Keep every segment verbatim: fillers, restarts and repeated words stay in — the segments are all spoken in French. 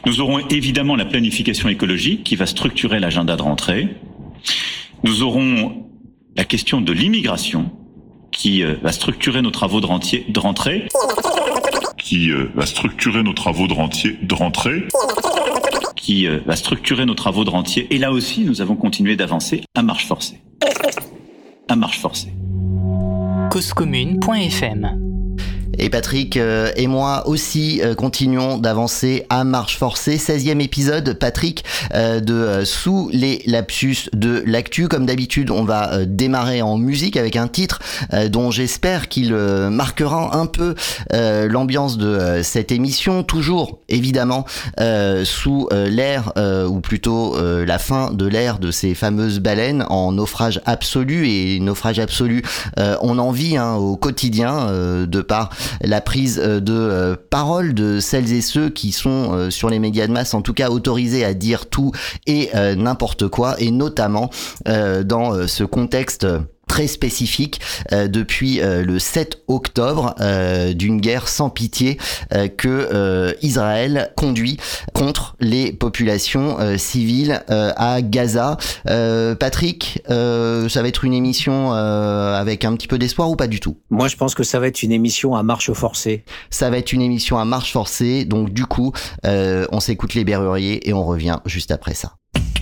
Nous aurons évidemment la planification écologique qui va structurer l'agenda de rentrée. Nous aurons la question de l'immigration qui euh, va structurer nos travaux de, rentier, de rentrée. Qui euh, va structurer nos travaux de, rentier, de rentrée. Qui euh, va structurer nos travaux de rentier. Et là aussi, nous avons continué d'avancer à marche forcée. À marche forcée. cause commune point f m. Et Patrick euh, et moi aussi euh, continuons d'avancer à marche forcée. seizième épisode, Patrick, euh, de euh, Sous les lapsus de l'actu. Comme d'habitude, on va euh, démarrer en musique avec un titre euh, dont j'espère qu'il euh, marquera un peu euh, l'ambiance de euh, cette émission. Toujours, évidemment, euh, sous euh, l'ère, euh, ou plutôt euh, la fin de l'ère de ces fameuses baleines en naufrage absolu. Et naufrage absolu, euh, on en vit hein, au quotidien euh, de par la prise de parole de celles et ceux qui sont sur les médias de masse, en tout cas autorisés à dire tout et n'importe quoi, et notamment dans ce contexte très spécifique euh, depuis euh, le sept octobre euh, d'une guerre sans pitié euh, que euh, Israël conduit contre les populations euh, civiles euh, à Gaza. Euh, Patrick, euh, ça va être une émission euh, avec un petit peu d'espoir ou pas du tout? Moi, je pense que ça va être une émission à marche forcée. Ça va être une émission à marche forcée, donc du coup, euh, on s'écoute les Berruriers et on revient juste après ça.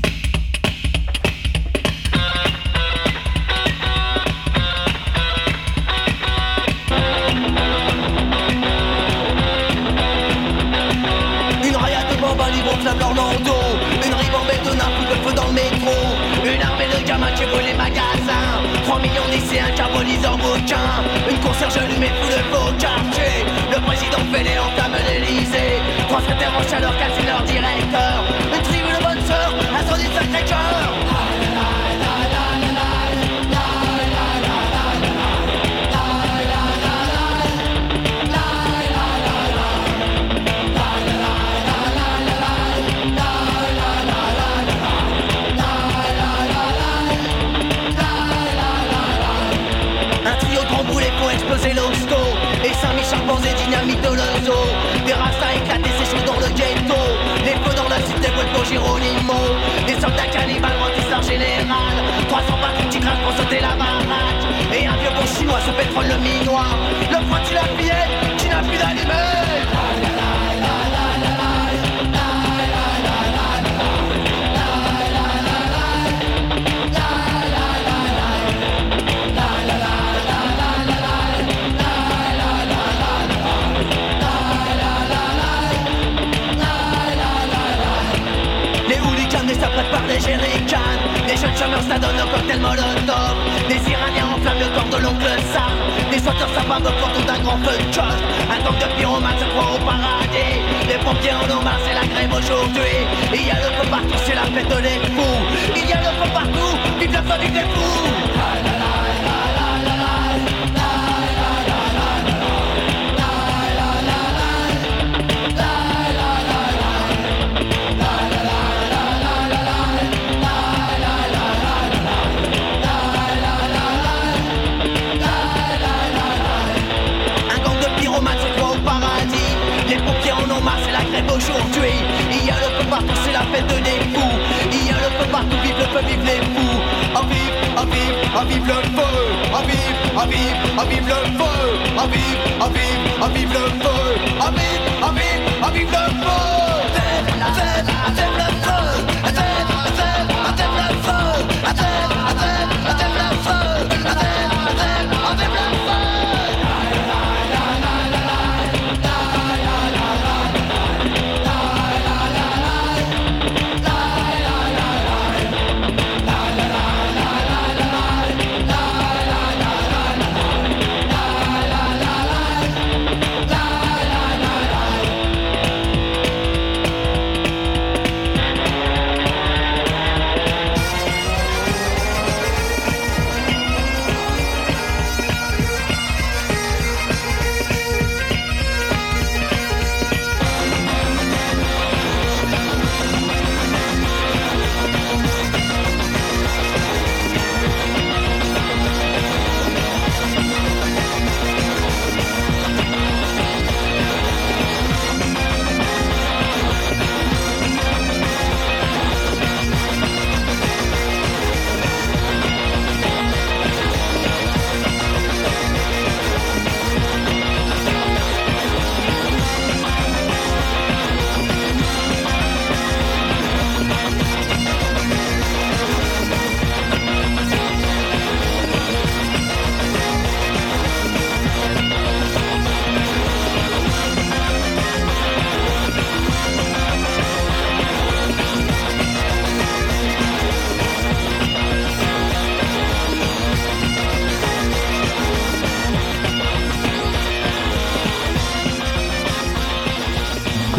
Une ribambelle de nains qui feu dans le métro. Une armée de gamins qui brûlent les magasins. Trois millions de lycéens qui abolisent leurs bouquins. Une concierge allumée pour le beau quartier. Le président fêlé entame l'Elysée. Trois secrétaires en chaleur cassent leur directeur. Une tribu de bonnes sœurs, incendie de Sacré-Cœur. Exploser l'hosto et Saint-Michel posé dynamite de l'ozo. Des rastas éclatés séchés dans le ghetto. Les feux dans la cité Puerto Geronimo. Des soldats cannibales remplissent leur général. trois cents patrouilles qui grincent pour sauter la baraque. Et un vieux bon chinois se pétrole le minois. Le pointu la fillette qui n'a plus d'allumette. Par les jerrycans, les jeunes chômeurs s'adonnent au cocktail molotov. Des Iraniens enflamment le corps de l'oncle Sam. Des sauteurs s'abattent au porte d'un grand feu de coste. Un gang de pyromanes se croit au paradis. Les pompiers en hommage, c'est la grève aujourd'hui. Il y a le feu partout, c'est la fête des fous. Il y a le feu partout, vive la feu, vive les fous. Aujourd'hui, il y a le feu partout, c'est la fête des fous. Il y a le feu partout, vive le feu, vive les fous. À vive, à vive, à vive le feu. À vive, à vive, à vive le feu. À vive, à vive, à vive le feu. À vive, à vive, à vive le feu. Vive, vive, vive le feu. Vive, vive, vive le feu. Vive, vive, vive le feu. Vive, vive, vive le feu.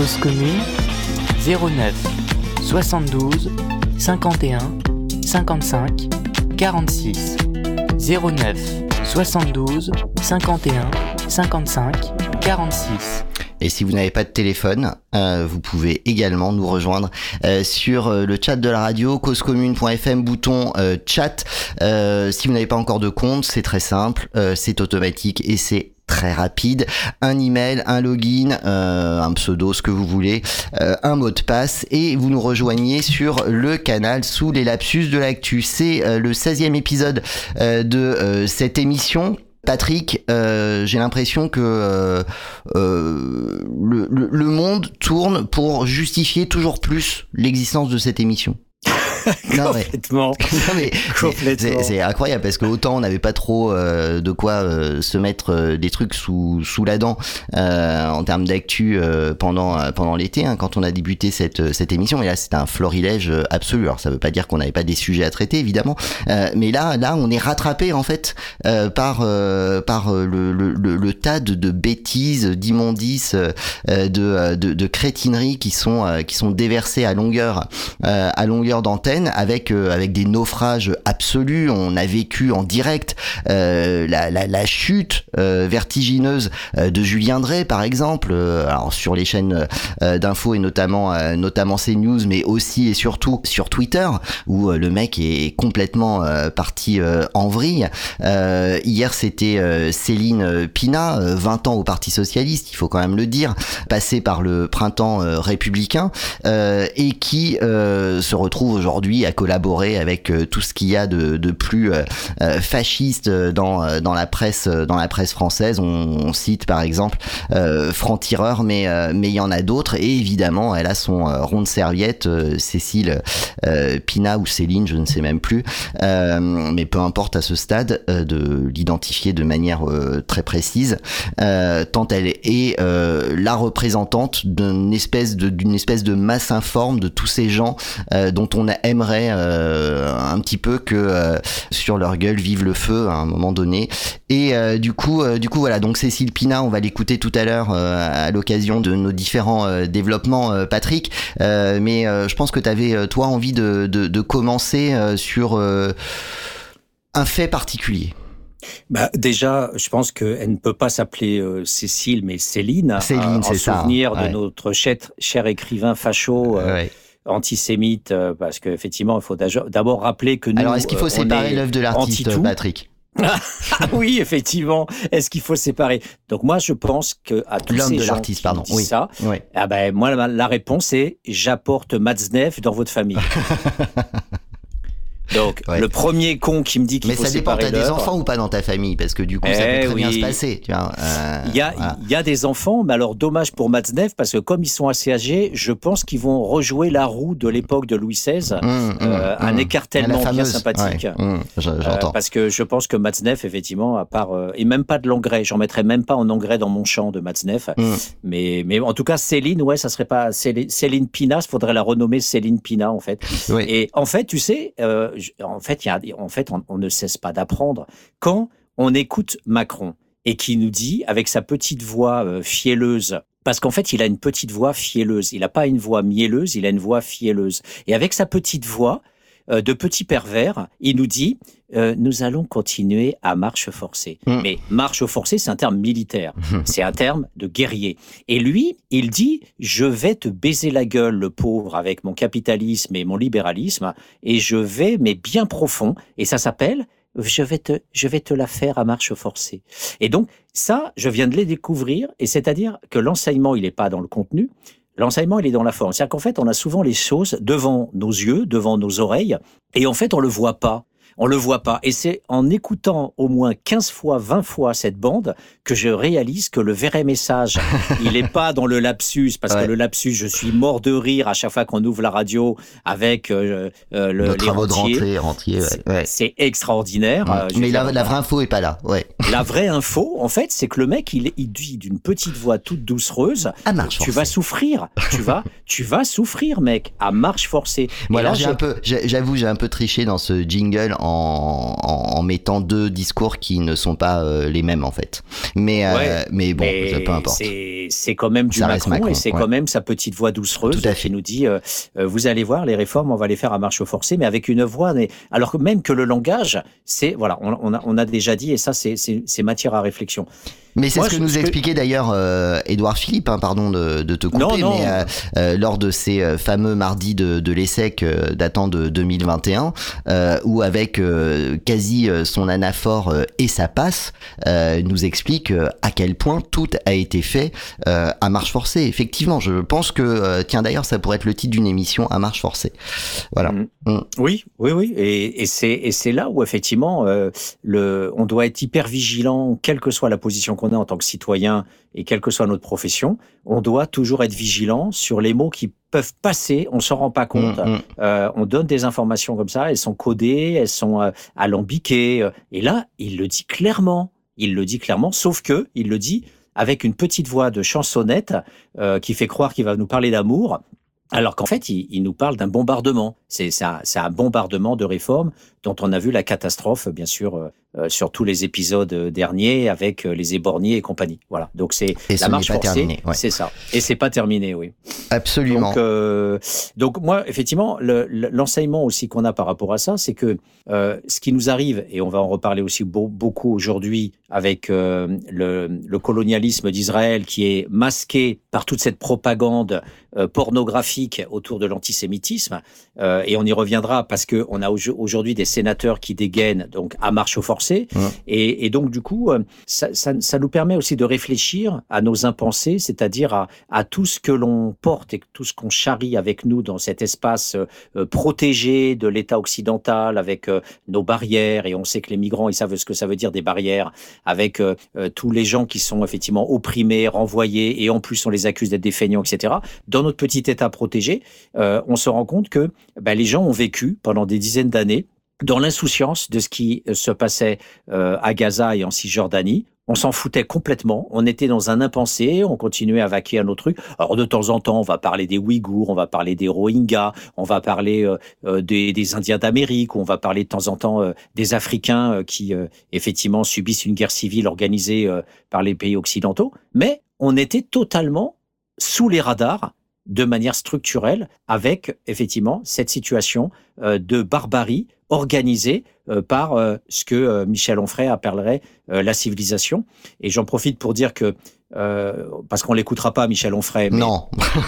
Cause commune zéro neuf soixante-douze cinquante et un cinquante-cinq quarante-six zéro neuf soixante-douze cinquante et un cinquante-cinq quarante-six. Et si vous n'avez pas de téléphone, euh, vous pouvez également nous rejoindre euh, sur euh, le chat de la radio, causecommune point f m, bouton euh, chat. Euh, si vous n'avez pas encore de compte, c'est très simple, euh, c'est automatique et c'est très rapide. Un email, un login, euh, un pseudo, ce que vous voulez, euh, un mot de passe et vous nous rejoignez sur le canal sous les lapsus de l'actu. C'est euh, le seizième épisode euh, de euh, cette émission. Patrick, euh, j'ai l'impression que euh, euh, le, le, le monde tourne pour justifier toujours plus l'existence de cette émission. Non, complètement. Mais, non, mais complètement. C'est, c'est incroyable parce que autant on n'avait pas trop euh, de quoi euh, se mettre euh, des trucs sous sous la dent euh, en termes d'actu euh, pendant euh, pendant l'été hein, quand on a débuté cette cette émission. Et là c'était un florilège absolu. Alors ça veut pas dire qu'on n'avait pas des sujets à traiter évidemment, euh, mais là là on est rattrapé en fait euh, par euh, par le, le le le tas de, de bêtises, d'immondices, euh, de, de de crétineries qui sont euh, qui sont déversées à longueur euh, à longueur d'antenne. Avec euh, avec des naufrages absolus. On a vécu en direct euh, la, la la chute euh, vertigineuse euh, de Julien Drey par exemple. Euh, alors sur les chaînes euh, d'infos et notamment euh, notamment CNews, mais aussi et surtout sur Twitter où euh, le mec est complètement euh, parti euh, en vrille. Euh, hier c'était euh, Céline Pina, euh, vingt ans au Parti socialiste, il faut quand même le dire, passée par le printemps euh, républicain euh, et qui euh, se retrouve aujourd'hui à collaborer avec euh, tout ce qu'il y a de, de plus euh, euh, fasciste dans euh, dans la presse dans la presse française. On, on cite par exemple euh, Franc-Tireur, mais euh, mais il y en a d'autres. Et évidemment, elle a son euh, rond de serviette, euh, Cécile euh, Pina ou Céline, je ne sais même plus. Euh, mais peu importe à ce stade euh, de l'identifier de manière euh, très précise, euh, tant elle est euh, la représentante d'une espèce de d'une espèce de masse informe de tous ces gens euh, dont on a aimerait euh, un petit peu que euh, sur leur gueule vive le feu à un moment donné. Et euh, du coup euh, du coup voilà, donc Cécile Pina, on va l'écouter tout à l'heure euh, à l'occasion de nos différents euh, développements euh, Patrick, euh, mais euh, je pense que tu avais toi envie de, de, de commencer euh, sur euh, un fait particulier. Bah, déjà, je pense qu'elle ne peut pas s'appeler euh, Cécile, mais Céline. Céline, euh, c'est ça. En souvenir ouais. de notre cher, cher écrivain facho, euh, ouais. antisémite, euh, parce qu'effectivement, il faut d'abord rappeler que nous... Alors, est-ce qu'il faut euh, séparer l'œuvre de l'artiste, anti-tout. Patrick? Ah oui, effectivement. Est-ce qu'il faut séparer? Donc moi, je pense que à tous L'homme ces de gens l'artiste, qui pardon. disent oui. ça, oui. Ah ben moi, la, la réponse est j'apporte Matzneff dans votre famille. Donc, ouais. le premier con qui me dit qu'il Mais faut ça dépend, séparer t'as des l'œuvre. enfants ou pas dans ta famille? Parce que du coup, eh ça peut très oui. bien se passer. Tu vois, euh, il, y a, voilà. il y a des enfants, mais alors dommage pour Matzneff, parce que comme ils sont assez âgés, je pense qu'ils vont rejouer la roue de l'époque de Louis seize. Mmh, euh, mmh, un écartèlement fameuse, bien sympathique. Ouais, mmh, j'entends. Euh, parce que je pense que Matzneff, effectivement, à part... Euh, et même pas de l'engrais, j'en mettrais même pas en engrais dans mon champ de Matzneff. Mmh. Mais, mais en tout cas, Céline, ouais, ça serait pas... Céline, Céline Pina, il faudrait la renommer Céline Pina, en fait. Oui. Et en fait, tu sais, euh, en fait, il y a... En fait, on, on ne cesse pas d'apprendre. Quand on écoute Macron et qui nous dit, avec sa petite voix euh, fielleuse, parce qu'en fait, il a une petite voix fielleuse. Il n'a pas une voix mielleuse, il a une voix fielleuse. Et avec sa petite voix euh, de petit pervers, il nous dit euh, « Nous allons continuer à marche forcée mmh. ». Mais marche forcée, c'est un terme militaire. C'est un terme de guerrier. Et lui, il dit « Je vais te baiser la gueule, le pauvre, avec mon capitalisme et mon libéralisme, et je vais, mais bien profond. » Et ça s'appelle « Je vais te, je vais te la faire à marche forcée ». Et donc, ça, je viens de les découvrir, et c'est-à-dire que l'enseignement, il n'est pas dans le contenu, l'enseignement, il est dans la forme. C'est-à-dire qu'en fait, on a souvent les choses devant nos yeux, devant nos oreilles, et en fait, on le voit pas. On le voit pas. Et c'est en écoutant au moins quinze fois, vingt fois cette bande que je réalise que le vrai message, il est pas dans le lapsus, parce ouais. que le lapsus, je suis mort de rire à chaque fois qu'on ouvre la radio avec euh, euh, le, les travaux de rentrée, rentier, ouais. C'est, ouais. c'est extraordinaire. Ouais. Mais dire, la, la vraie info est pas là. Ouais. La vraie info, en fait, c'est que le mec, il, il dit d'une petite voix toute doucereuse, ah, marche tu forcée. vas souffrir, tu vas, tu vas souffrir, mec, à marche forcée. Bon, Et alors là, j'ai j'ai- un peu, j'ai- j'avoue, j'ai un peu triché dans ce jingle en, en, en mettant deux discours qui ne sont pas euh, les mêmes en fait. Mais, euh, Ouais, mais bon, mais ça, peu importe. c'est c'est quand même du Ça reste Macron, Macron, et c'est ouais. quand même sa petite voix doucereuse Tout à fait. qui nous dit euh, euh, vous allez voir, les réformes, on va les faire à marche forcée, mais avec une voix. Mais, alors que même que le langage, c'est voilà, on, on a on a déjà dit, et ça c'est c'est c'est matière à réflexion. Mais c'est Moi, ce que je- nous ce que- expliquait d'ailleurs euh, Édouard Philippe, hein, pardon de, de te couper, Non, non. mais euh, euh, lors de ces euh, fameux mardis de, de l'ESSEC euh, datant de deux mille vingt et un, euh, où avec euh, quasi euh, son anaphore euh, et sa passe, euh, nous explique euh, à quel point tout a été fait euh, à marche forcée. Effectivement, je pense que, euh, tiens d'ailleurs, ça pourrait être le titre d'une émission, à marche forcée. Voilà. Mm. Mm. Oui, oui, oui, et, et c'est et c'est là où effectivement euh, le on doit être hyper vigilant, quelle que soit la position qu'on a en tant que citoyen et quelle que soit notre profession, on doit toujours être vigilant sur les mots qui peuvent passer, on s'en rend pas compte. Mm, mm. Euh, on donne des informations comme ça, elles sont codées, elles sont euh, alambiquées, euh, et là il le dit clairement, il le dit clairement, sauf que il le dit avec une petite voix de chansonnette euh, qui fait croire qu'il va nous parler d'amour. Alors qu'en fait, il, il nous parle d'un bombardement. C'est c'est un, c'est un bombardement de réformes dont on a vu la catastrophe, bien sûr, euh, euh, sur tous les épisodes euh, derniers avec euh, les éborgnés et compagnie. Voilà. Donc c'est Et ce la n'est marche pas forcée, terminé, ouais. c'est ça. Et c'est pas terminé, oui. Absolument. Donc, euh, donc moi, effectivement, le- le- l'enseignement aussi qu'on a par rapport à ça, c'est que euh, ce qui nous arrive, et on va en reparler aussi beau- beaucoup aujourd'hui avec euh, le, le colonialisme d'Israël qui est masqué par toute cette propagande euh, pornographique autour de l'antisémitisme, euh, et on y reviendra parce que on a au- aujourd'hui des sénateurs qui dégainent donc à marche forcée, Ouais. et, et donc du coup, euh, ça, ça, ça nous permet aussi de réfléchir à nos impensés, c'est-à-dire à, à tout ce que l'on porte et tout ce qu'on charrie avec nous dans cet espace euh, protégé de l'État occidental, avec euh, nos barrières, et on sait que les migrants, ils savent ce que ça veut dire des barrières, avec euh, euh, tous les gens qui sont effectivement opprimés, renvoyés, et en plus on les accuse d'être des feignants, et cetera. Dans notre petit État protégé, euh, on se rend compte que ben, les gens ont vécu pendant des dizaines d'années dans l'insouciance de ce qui euh, se passait euh, à Gaza et en Cisjordanie. On s'en foutait complètement. On était dans un impensé. On continuait à vaquer à nos trucs. Alors, de temps en temps, on va parler des Ouïghours, on va parler des Rohingyas, on va parler euh, euh, des, des Indiens d'Amérique, on va parler de temps en temps euh, des Africains euh, qui, euh, effectivement, subissent une guerre civile organisée euh, par les pays occidentaux. Mais on était totalement sous les radars de manière structurelle avec, effectivement, cette situation euh, de barbarie organisée euh, par euh, ce que euh, Michel Onfray appellerait euh, la civilisation. Et j'en profite pour dire que, euh, parce qu'on l'écoutera pas, Michel Onfray, mais Non.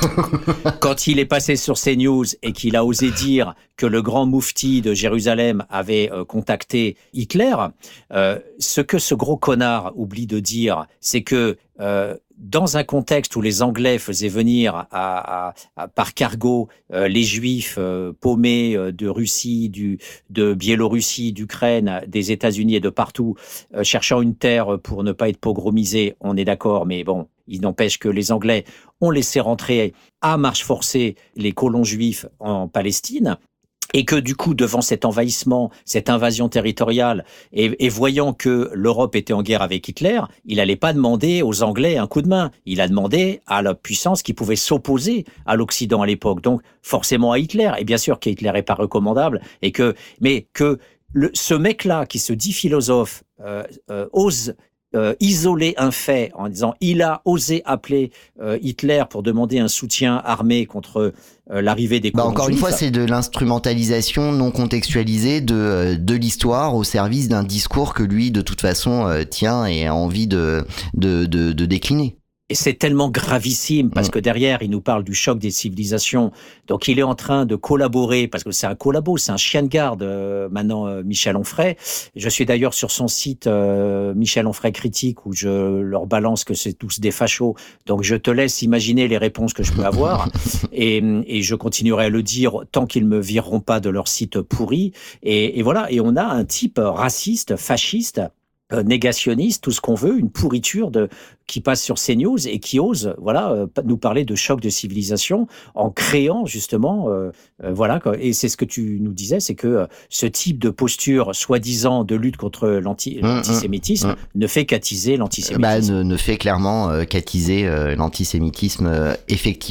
quand il est passé sur CNews et qu'il a osé dire que le grand moufti de Jérusalem avait euh, contacté Hitler, euh, ce que ce gros connard oublie de dire, c'est que euh, dans un contexte où les Anglais faisaient venir à, à, à, par cargo euh, les Juifs euh, paumés euh, de Russie, du, de Biélorussie, d'Ukraine, des États-Unis et de partout, euh, cherchant une terre pour ne pas être pogromisés, on est d'accord, mais bon, il n'empêche que les Anglais ont laissé rentrer à marche forcée les colons juifs en Palestine. Et que du coup, devant cet envahissement, cette invasion territoriale, et, et voyant que l'Europe était en guerre avec Hitler, il n'allait pas demander aux Anglais un coup de main. Il a demandé à la puissance qui pouvait s'opposer à l'Occident à l'époque. Donc, forcément à Hitler. Et bien sûr qu'Hitler n'est pas recommandable. Et que, mais que le, ce mec-là, qui se dit philosophe, euh, euh, ose Euh, isoler un fait en disant il a osé appeler euh, Hitler pour demander un soutien armé contre euh, l'arrivée des colons Bah encore une juifs. fois, c'est de l'instrumentalisation non contextualisée de, de l'histoire au service d'un discours que lui, de toute façon, euh, tient et a envie de, de, de, de décliner. Et c'est tellement gravissime parce que derrière, il nous parle du choc des civilisations. Donc, il est en train de collaborer parce que c'est un collabo, c'est un chien de garde euh, maintenant, euh, Michel Onfray. Je suis d'ailleurs sur son site euh, Michel Onfray Critique où je leur balance que c'est tous des fachos. Donc, je te laisse imaginer les réponses que je peux avoir. et, et je continuerai à le dire tant qu'ils me vireront pas de leur site pourri. Et, et voilà. Et on a un type raciste, fasciste, négationniste, tout ce qu'on veut, une pourriture de, qui passe sur CNews et qui ose voilà, euh, nous parler de choc de civilisation en créant justement, euh, euh, voilà, quoi. Et c'est ce que tu nous disais, c'est que euh, ce type de posture soi-disant de lutte contre l'anti, Mmh, l'antisémitisme mmh. ne fait qu'attiser Bah, l'antisémitisme. ne, ne fait clairement euh, qu'attiser euh, l'antisémitisme, euh, effectivement.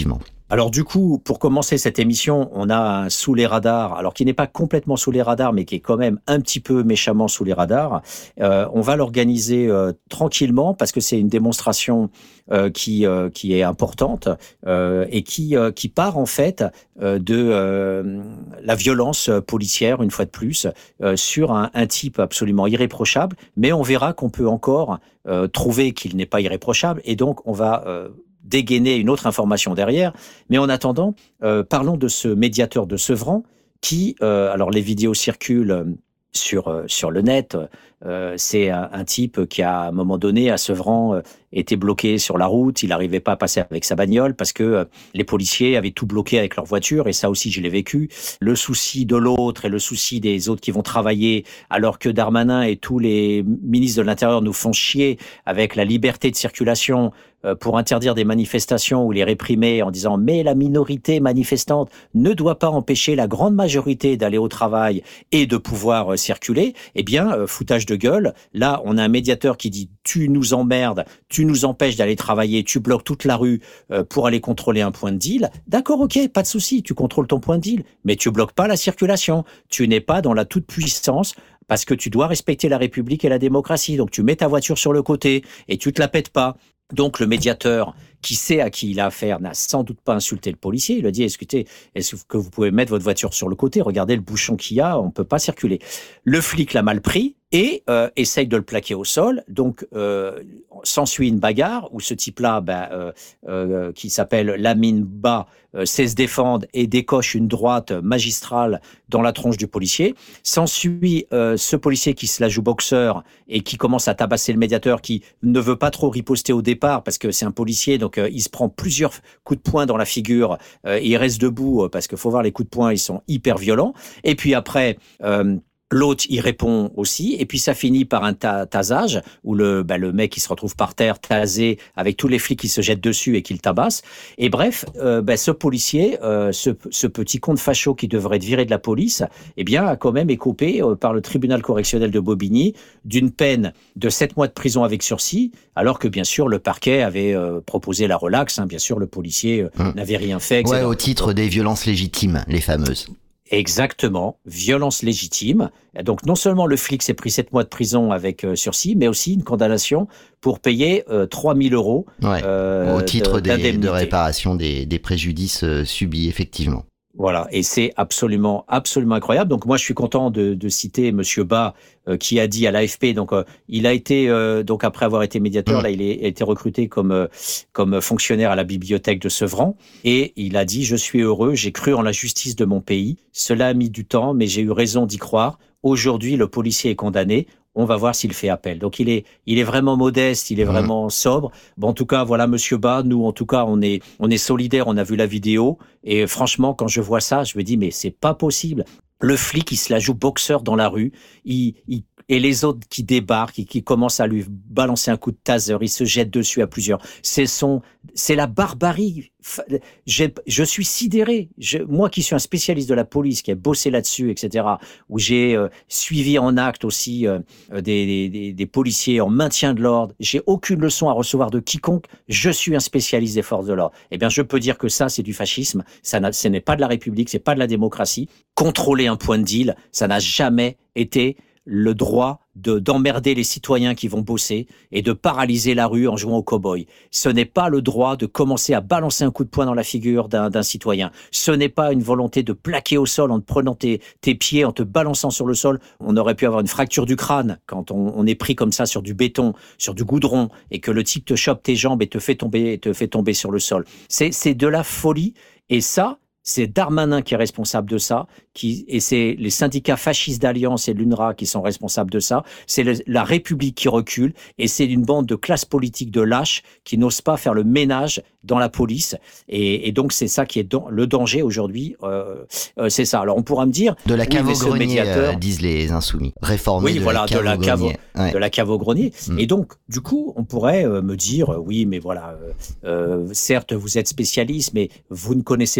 Alors du coup, pour commencer cette émission, on a un sous les radars, alors qui n'est pas complètement sous les radars, mais qui est quand même un petit peu méchamment sous les radars. Euh, on va l'organiser euh, tranquillement parce que c'est une démonstration euh, qui euh, qui est importante euh, et qui euh, qui part en fait euh, de euh, la violence policière une fois de plus euh, sur un, un type absolument irréprochable. Mais on verra qu'on peut encore euh, trouver qu'il n'est pas irréprochable et donc on va euh, dégainer une autre information derrière. Mais en attendant, euh, parlons de ce médiateur de Sevran qui, euh, alors les vidéos circulent sur, euh, sur le net, euh, c'est un, un type qui à un moment donné à Sevran euh, était bloqué sur la route, il n'arrivait pas à passer avec sa bagnole parce que euh, les policiers avaient tout bloqué avec leur voiture et ça aussi je l'ai vécu. Le souci de l'autre et le souci des autres qui vont travailler alors que Darmanin et tous les ministres de l'Intérieur nous font chier avec la liberté de circulation euh, pour interdire des manifestations ou les réprimer en disant mais la minorité manifestante ne doit pas empêcher la grande majorité d'aller au travail et de pouvoir euh, circuler, eh bien euh, foutage de gueule. Là on a un médiateur qui dit tu nous emmerdes, tu nous empêches d'aller travailler, tu bloques toute la rue euh, pour aller contrôler un point de deal. D'accord, ok, pas de souci, tu contrôles ton point de deal, mais tu bloques pas la circulation. Tu n'es pas dans la toute-puissance parce que tu dois respecter la République et la démocratie. Donc tu mets ta voiture sur le côté et tu te la pètes pas. Donc le médiateur qui sait à qui il a affaire n'a sans doute pas insulté le policier. Il a dit, écoutez, est-ce que vous pouvez mettre votre voiture sur le côté? Regardez le bouchon qu'il y a, on peut pas circuler. Le flic l'a mal pris et euh, essaye de le plaquer au sol. Donc euh, s'ensuit une bagarre où ce type-là, ben, euh, euh, qui s'appelle Lamine Ba, euh, sait se défendre et décoche une droite magistrale dans la tronche du policier. S'ensuit euh, ce policier qui se la joue boxeur et qui commence à tabasser le médiateur, qui ne veut pas trop riposter au départ parce que c'est un policier, donc euh, il se prend plusieurs coups de poing dans la figure euh, et il reste debout euh, parce qu'il faut voir les coups de poing, ils sont hyper violents. Et puis après... Euh, L'autre, il répond aussi, et puis ça finit par un ta- tasage, où le, bah, le mec, il se retrouve par terre, tasé, avec tous les flics qui se jettent dessus et qui le tabassent. Et bref, euh, bah, ce policier, euh, ce, ce petit con de facho qui devrait être viré de la police, eh bien, a quand même écopé euh, par le tribunal correctionnel de Bobigny d'une peine de sept mois de prison avec sursis, alors que, bien sûr, le parquet avait euh, proposé la relaxe. Hein, bien sûr, le policier euh, mmh. n'avait rien fait. Et cetera. Ouais, au titre des violences légitimes, les fameuses. Exactement, violence légitime. Donc non seulement le flic s'est pris sept mois de prison avec euh, sursis, mais aussi une condamnation pour payer euh, trois mille euros ouais, euh, au titre de, des, de réparation des, des préjudices euh, subis, effectivement. Voilà, et c'est absolument, absolument incroyable. Donc moi, je suis content de, de citer Monsieur Ba, euh, qui a dit à l'A F P. Donc euh, il a été, euh, donc après avoir été médiateur, mmh. là, il est, a été recruté comme euh, comme fonctionnaire à la bibliothèque de Sevran, et il a dit: je suis heureux, j'ai cru en la justice de mon pays. Cela a mis du temps, mais j'ai eu raison d'y croire. Aujourd'hui, le policier est condamné. On va voir s'il fait appel. Donc il est, il est vraiment modeste, il est vraiment sobre. Bon, en tout cas, voilà, Monsieur Ba, nous, en tout cas, on est, on est solidaires. On a vu la vidéo et franchement, quand je vois ça, je me dis mais c'est pas possible. Le flic, il se la joue boxeur dans la rue. Il, il et les autres qui débarquent et qui commencent à lui balancer un coup de taser, ils se jettent dessus à plusieurs. C'est son, c'est la barbarie. J'ai, je suis sidéré. Je, moi qui suis un spécialiste de la police, qui a bossé là-dessus, et cetera, où j'ai euh, suivi en acte aussi euh, des, des, des policiers en maintien de l'ordre, j'ai aucune leçon à recevoir de quiconque. Je suis un spécialiste des forces de l'ordre. Eh bien, je peux dire que ça, c'est du fascisme. Ça n'a, ce n'est pas de la République, c'est pas de la démocratie. Contrôler un point de deal, ça n'a jamais été le droit de, d'emmerder les citoyens qui vont bosser et de paralyser la rue en jouant au cow-boy. Ce n'est pas le droit de commencer à balancer un coup de poing dans la figure d'un, d'un citoyen. Ce n'est pas une volonté de plaquer au sol en te prenant tes, tes pieds, en te balançant sur le sol. On aurait pu avoir une fracture du crâne quand on, on est pris comme ça sur du béton, sur du goudron, et que le type te chope tes jambes et te fait tomber, te fait tomber sur le sol. C'est, c'est de la folie. Et ça, c'est Darmanin qui est responsable de ça, qui, et c'est les syndicats fascistes d'Alliance et de l'UNRWA qui sont responsables de ça. C'est le, la République qui recule, et c'est une bande de classe politique de lâches qui n'osent pas faire le ménage dans la police. Et, et donc c'est ça qui est dans, le danger aujourd'hui. Euh, euh, c'est ça. Alors on pourra me dire de la cave oui, au grenier, médiateur, euh, disent les insoumis. Réformer oui, de, voilà, la cave de la au cave, grenier. Ouais. de la cave au grenier. Mmh. Et donc du coup on pourrait euh, me dire euh, oui, mais voilà, euh, euh, certes vous êtes spécialiste, mais vous ne connaissez pas les faits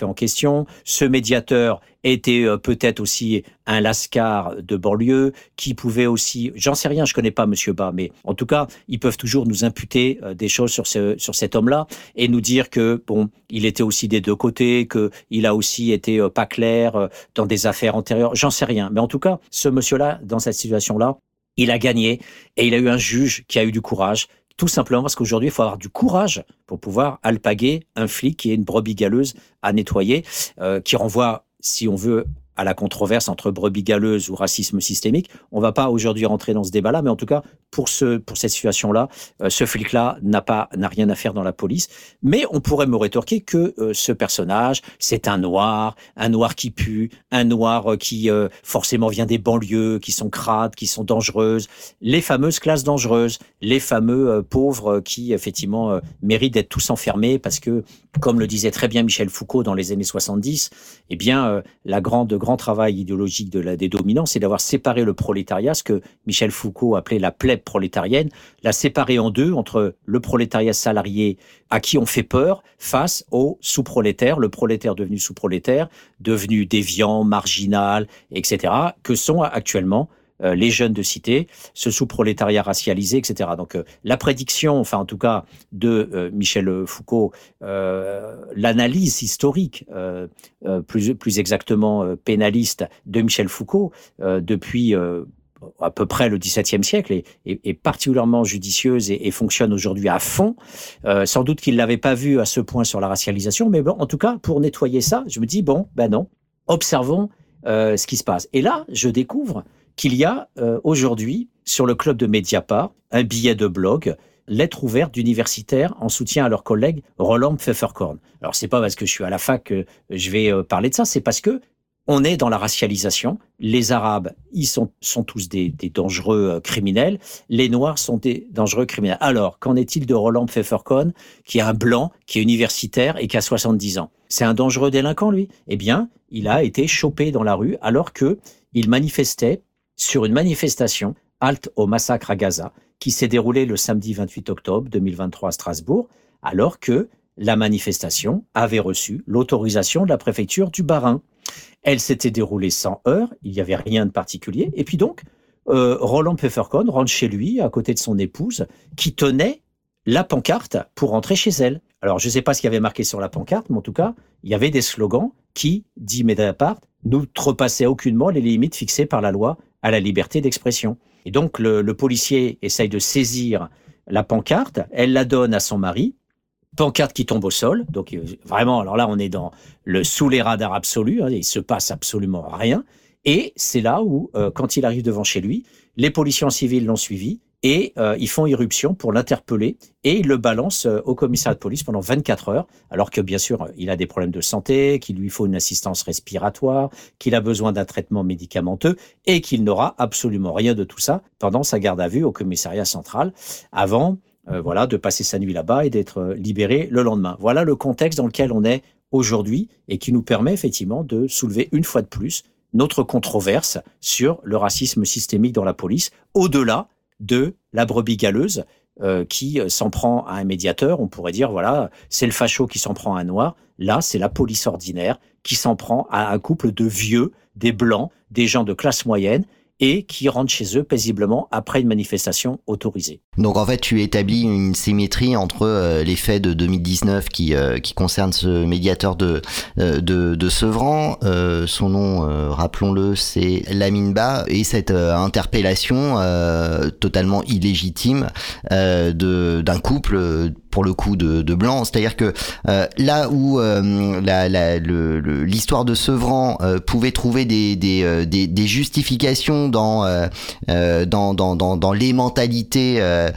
en question. Ce médiateur était euh, peut-être aussi un lascar de banlieue qui pouvait aussi, j'en sais rien, je connais pas Monsieur Bas, mais en tout cas, ils peuvent toujours nous imputer euh, des choses sur ce sur cet homme-là et nous dire que bon, il était aussi des deux côtés, que il a aussi été euh, pas clair euh, dans des affaires antérieures, j'en sais rien. Mais en tout cas, ce monsieur-là, dans cette situation-là, il a gagné et il a eu un juge qui a eu du courage. Tout simplement parce qu'aujourd'hui, il faut avoir du courage pour pouvoir alpaguer un flic qui est une brebis galeuse à nettoyer, euh, qui renvoie, si on veut, à la controverse entre brebis galeuse ou racisme systémique. On ne va pas aujourd'hui rentrer dans ce débat-là, mais en tout cas, pour, ce, pour cette situation-là, euh, ce flic-là n'a pas, n'a rien à faire dans la police. Mais on pourrait me rétorquer que euh, ce personnage, c'est un noir, un noir qui pue, un noir qui euh, forcément vient des banlieues, qui sont crades, qui sont dangereuses, les fameuses classes dangereuses, les fameux euh, pauvres qui, effectivement, euh, méritent d'être tous enfermés parce que, comme le disait très bien Michel Foucault dans les années soixante-dix, eh bien, euh, la grande, grand travail idéologique de la, des dominants, c'est d'avoir séparé le prolétariat, ce que Michel Foucault appelait la plèbe prolétarienne, la séparer en deux entre le prolétariat salarié à qui on fait peur face au sous-prolétaire, le prolétaire devenu sous-prolétaire, devenu déviant, marginal, et cetera, que sont actuellement Euh, les jeunes de cité, ce sous-prolétariat racialisé, et cetera. Donc euh, la prédiction, enfin en tout cas de euh, Michel Foucault, euh, l'analyse historique, euh, euh, plus, plus exactement euh, pénaliste de Michel Foucault euh, depuis euh, à peu près le dix-septième siècle est, est, est particulièrement judicieuse et, et fonctionne aujourd'hui à fond. Euh, sans doute qu'il l'avait pas vu à ce point sur la racialisation, mais bon, en tout cas pour nettoyer ça, je me dis bon, ben non, observons euh, ce qui se passe. Et là, je découvre qu'il y a euh, aujourd'hui, sur le club de Mediapart, un billet de blog, lettre ouverte d'universitaires en soutien à leur collègue Roland Pfefferkorn. Alors, c'est pas parce que je suis à la fac que je vais euh, parler de ça, c'est parce que on est dans la racialisation. Les Arabes, ils sont, sont tous des, des dangereux euh, criminels. Les Noirs sont des dangereux criminels. Alors, qu'en est-il de Roland Pfefferkorn, qui est un blanc, qui est universitaire et qui a soixante-dix ans? C'est un dangereux délinquant, lui? Eh bien, il a été chopé dans la rue alors que il manifestait sur une manifestation, halte au massacre à Gaza, qui s'est déroulée le samedi vingt-huit octobre deux mille vingt-trois à Strasbourg, alors que la manifestation avait reçu l'autorisation de la préfecture du Bas-Rhin. Elle s'était déroulée sans heurts, il n'y avait rien de particulier, et puis donc, euh, Roland Pfefferkorn rentre chez lui, à côté de son épouse, qui tenait la pancarte pour rentrer chez elle. Alors, je ne sais pas ce qu'il y avait marqué sur la pancarte, mais en tout cas, il y avait des slogans qui, dit Mediapart, n'outrepassaient aucunement les limites fixées par la loi à la liberté d'expression. Et donc, le, le policier essaye de saisir la pancarte, elle la donne à son mari, pancarte qui tombe au sol, donc vraiment, alors là, on est dans le sous les radars absolu, hein, il se passe absolument rien, et c'est là où, euh, quand il arrive devant chez lui, les policiers en civil l'ont suivi, et euh, ils font irruption pour l'interpeller, et ils le balancent euh, au commissariat de police pendant vingt-quatre heures, alors que bien sûr, il a des problèmes de santé, qu'il lui faut une assistance respiratoire, qu'il a besoin d'un traitement médicamenteux, et qu'il n'aura absolument rien de tout ça pendant sa garde à vue au commissariat central, avant euh, voilà, de passer sa nuit là-bas et d'être libéré le lendemain. Voilà le contexte dans lequel on est aujourd'hui, et qui nous permet effectivement de soulever une fois de plus notre controverse sur le racisme systémique dans la police, au-delà de la brebis galeuse euh, qui s'en prend à un médiateur. On pourrait dire, voilà, c'est le facho qui s'en prend à un noir. Là, c'est la police ordinaire qui s'en prend à un couple de vieux, des blancs, des gens de classe moyenne, et qui rentrent chez eux paisiblement après une manifestation autorisée. Donc en fait, tu établis une symétrie entre euh, les faits de deux mille dix-neuf qui euh, qui concernent ce médiateur de euh, de, de Sevran, euh, son nom, euh, rappelons-le, c'est Lamine Ba, et cette euh, interpellation euh, totalement illégitime euh, de d'un couple, pour le coup de, de blancs. C'est-à-dire que euh, là où euh, la, la, le, le, l'histoire de Sevran euh, pouvait trouver des des, euh, des, des justifications dans euh, dans dans dans, dans les mentalités euh,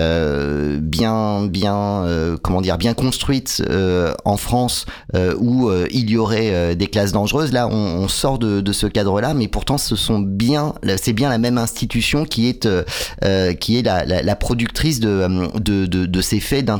euh, bien bien euh, comment dire bien construites euh, en France euh, où euh, il y aurait euh, des classes dangereuses. Là, on, on sort de, de ce cadre-là, mais pourtant, ce sont bien c'est bien la même institution qui est euh, qui est la, la, la productrice de de de, de ces faits d'intimidation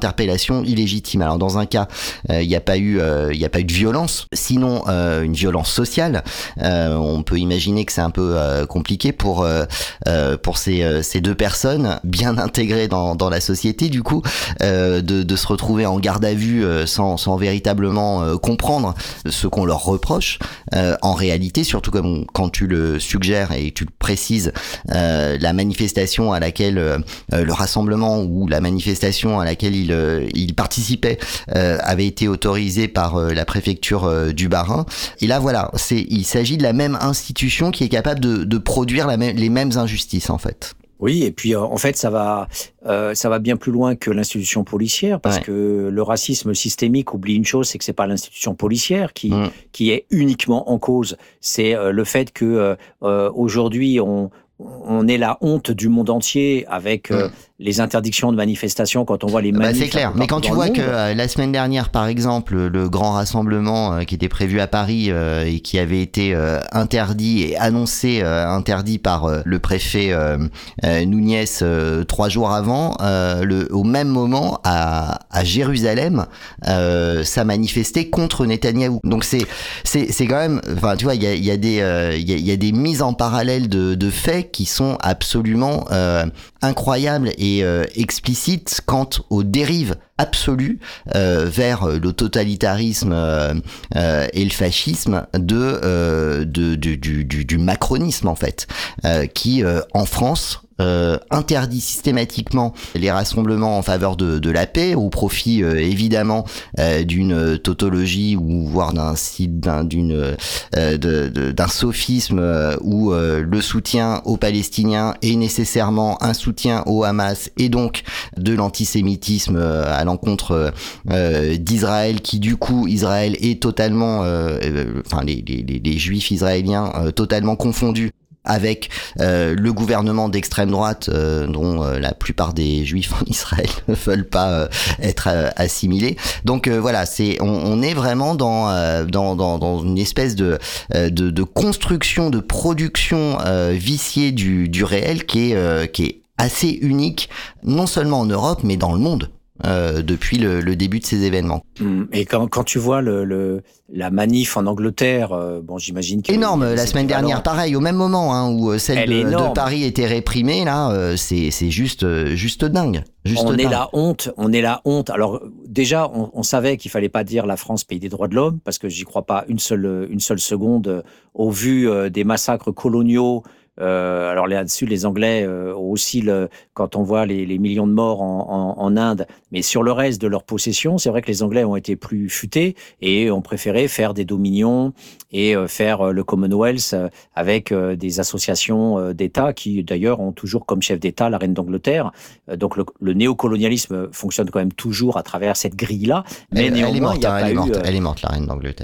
interpellation illégitime. Alors dans un cas, il euh, n'y a pas eu, il euh, n'y a pas eu de violence, sinon euh, une violence sociale. Euh, on peut imaginer que c'est un peu euh, compliqué pour euh, euh, pour ces euh, ces deux personnes bien intégrées dans dans la société, du coup, euh, de de se retrouver en garde à vue euh, sans sans véritablement euh, comprendre ce qu'on leur reproche. Euh, en réalité, surtout comme quand tu le suggères et tu le précises, euh, la manifestation à laquelle euh, le rassemblement ou la manifestation à laquelle il euh, il participait euh, avait été autorisée par euh, la préfecture euh, du Bas-Rhin. Et là, voilà, c'est il s'agit de la même institution qui est capable de de produire la même, les mêmes injustices en fait. Oui, et puis euh, en fait, ça va, euh, ça va bien plus loin que l'institution policière, parce ouais. que le racisme systémique oublie une chose, c'est que c'est pas l'institution policière qui mmh. qui est uniquement en cause. C'est euh, le fait que euh, aujourd'hui on on est la honte du monde entier avec euh, mmh. les interdictions de manifestation quand on voit les manifs. Bah c'est clair, mais quand tu vois monde, que euh, la semaine dernière, par exemple, le grand rassemblement euh, qui était prévu à Paris euh, et qui avait été euh, interdit et annoncé euh, interdit par euh, le préfet euh, euh, Núñez euh, trois jours avant, euh, le, au même moment à, à Jérusalem, euh, ça manifestait contre Netanyahou. Donc c'est c'est c'est quand même, enfin tu vois, il y a il y a des il euh, y, a, y a des mises en parallèle de, de faits qui sont absolument euh, incroyables et euh, explicites quant aux dérives absolues euh, vers le totalitarisme euh, euh, et le fascisme de, euh, de, de du, du, du macronisme en fait, euh, qui euh, en France Euh, interdit systématiquement les rassemblements en faveur de, de la paix au profit euh, évidemment euh, d'une tautologie ou voire d'un d'un d'une euh, de, de, d'un sophisme euh, où euh, le soutien aux Palestiniens est nécessairement un soutien au Hamas et donc de l'antisémitisme euh, à l'encontre euh, d'Israël, qui du coup Israël est totalement euh, euh, enfin les, les, les juifs israéliens euh, totalement confondus avec euh, le gouvernement d'extrême droite euh, dont euh, la plupart des juifs en Israël ne veulent pas euh, être euh, assimilés. Donc euh, voilà, c'est on, on est vraiment dans, euh, dans dans dans une espèce de euh, de, de construction, de production euh, viciée du du réel qui est euh, qui est assez unique, non seulement en Europe mais dans le monde. Euh, depuis le, le début de ces événements. Et quand, quand tu vois le, le, la manif en Angleterre, euh, bon, j'imagine que... Énorme, la semaine dernière, pareil, au même moment, hein, où celle de, de Paris était réprimée, là, euh, c'est, c'est juste, juste dingue. Juste on dingue. est la honte, on est la honte. Alors, déjà, on, on savait qu'il fallait pas dire la France pays des droits de l'homme, parce que j'y crois pas une seule, une seule seconde, euh, au vu euh, des massacres coloniaux. Euh, alors là-dessus, les Anglais euh, aussi, le, quand on voit les, les millions de morts en, en, en Inde, mais sur le reste de leur possession, c'est vrai que les Anglais ont été plus futés et ont préféré faire des dominions et euh, faire euh, le Commonwealth euh, avec euh, des associations euh, d'États qui d'ailleurs ont toujours comme chef d'État la reine d'Angleterre. Euh, donc le, le néocolonialisme fonctionne quand même toujours à travers cette grille-là. Mais elle, néanmoins, elle est morte, il y a hein, pas elle, est eu, morte euh... elle est morte, la reine d'Angleterre.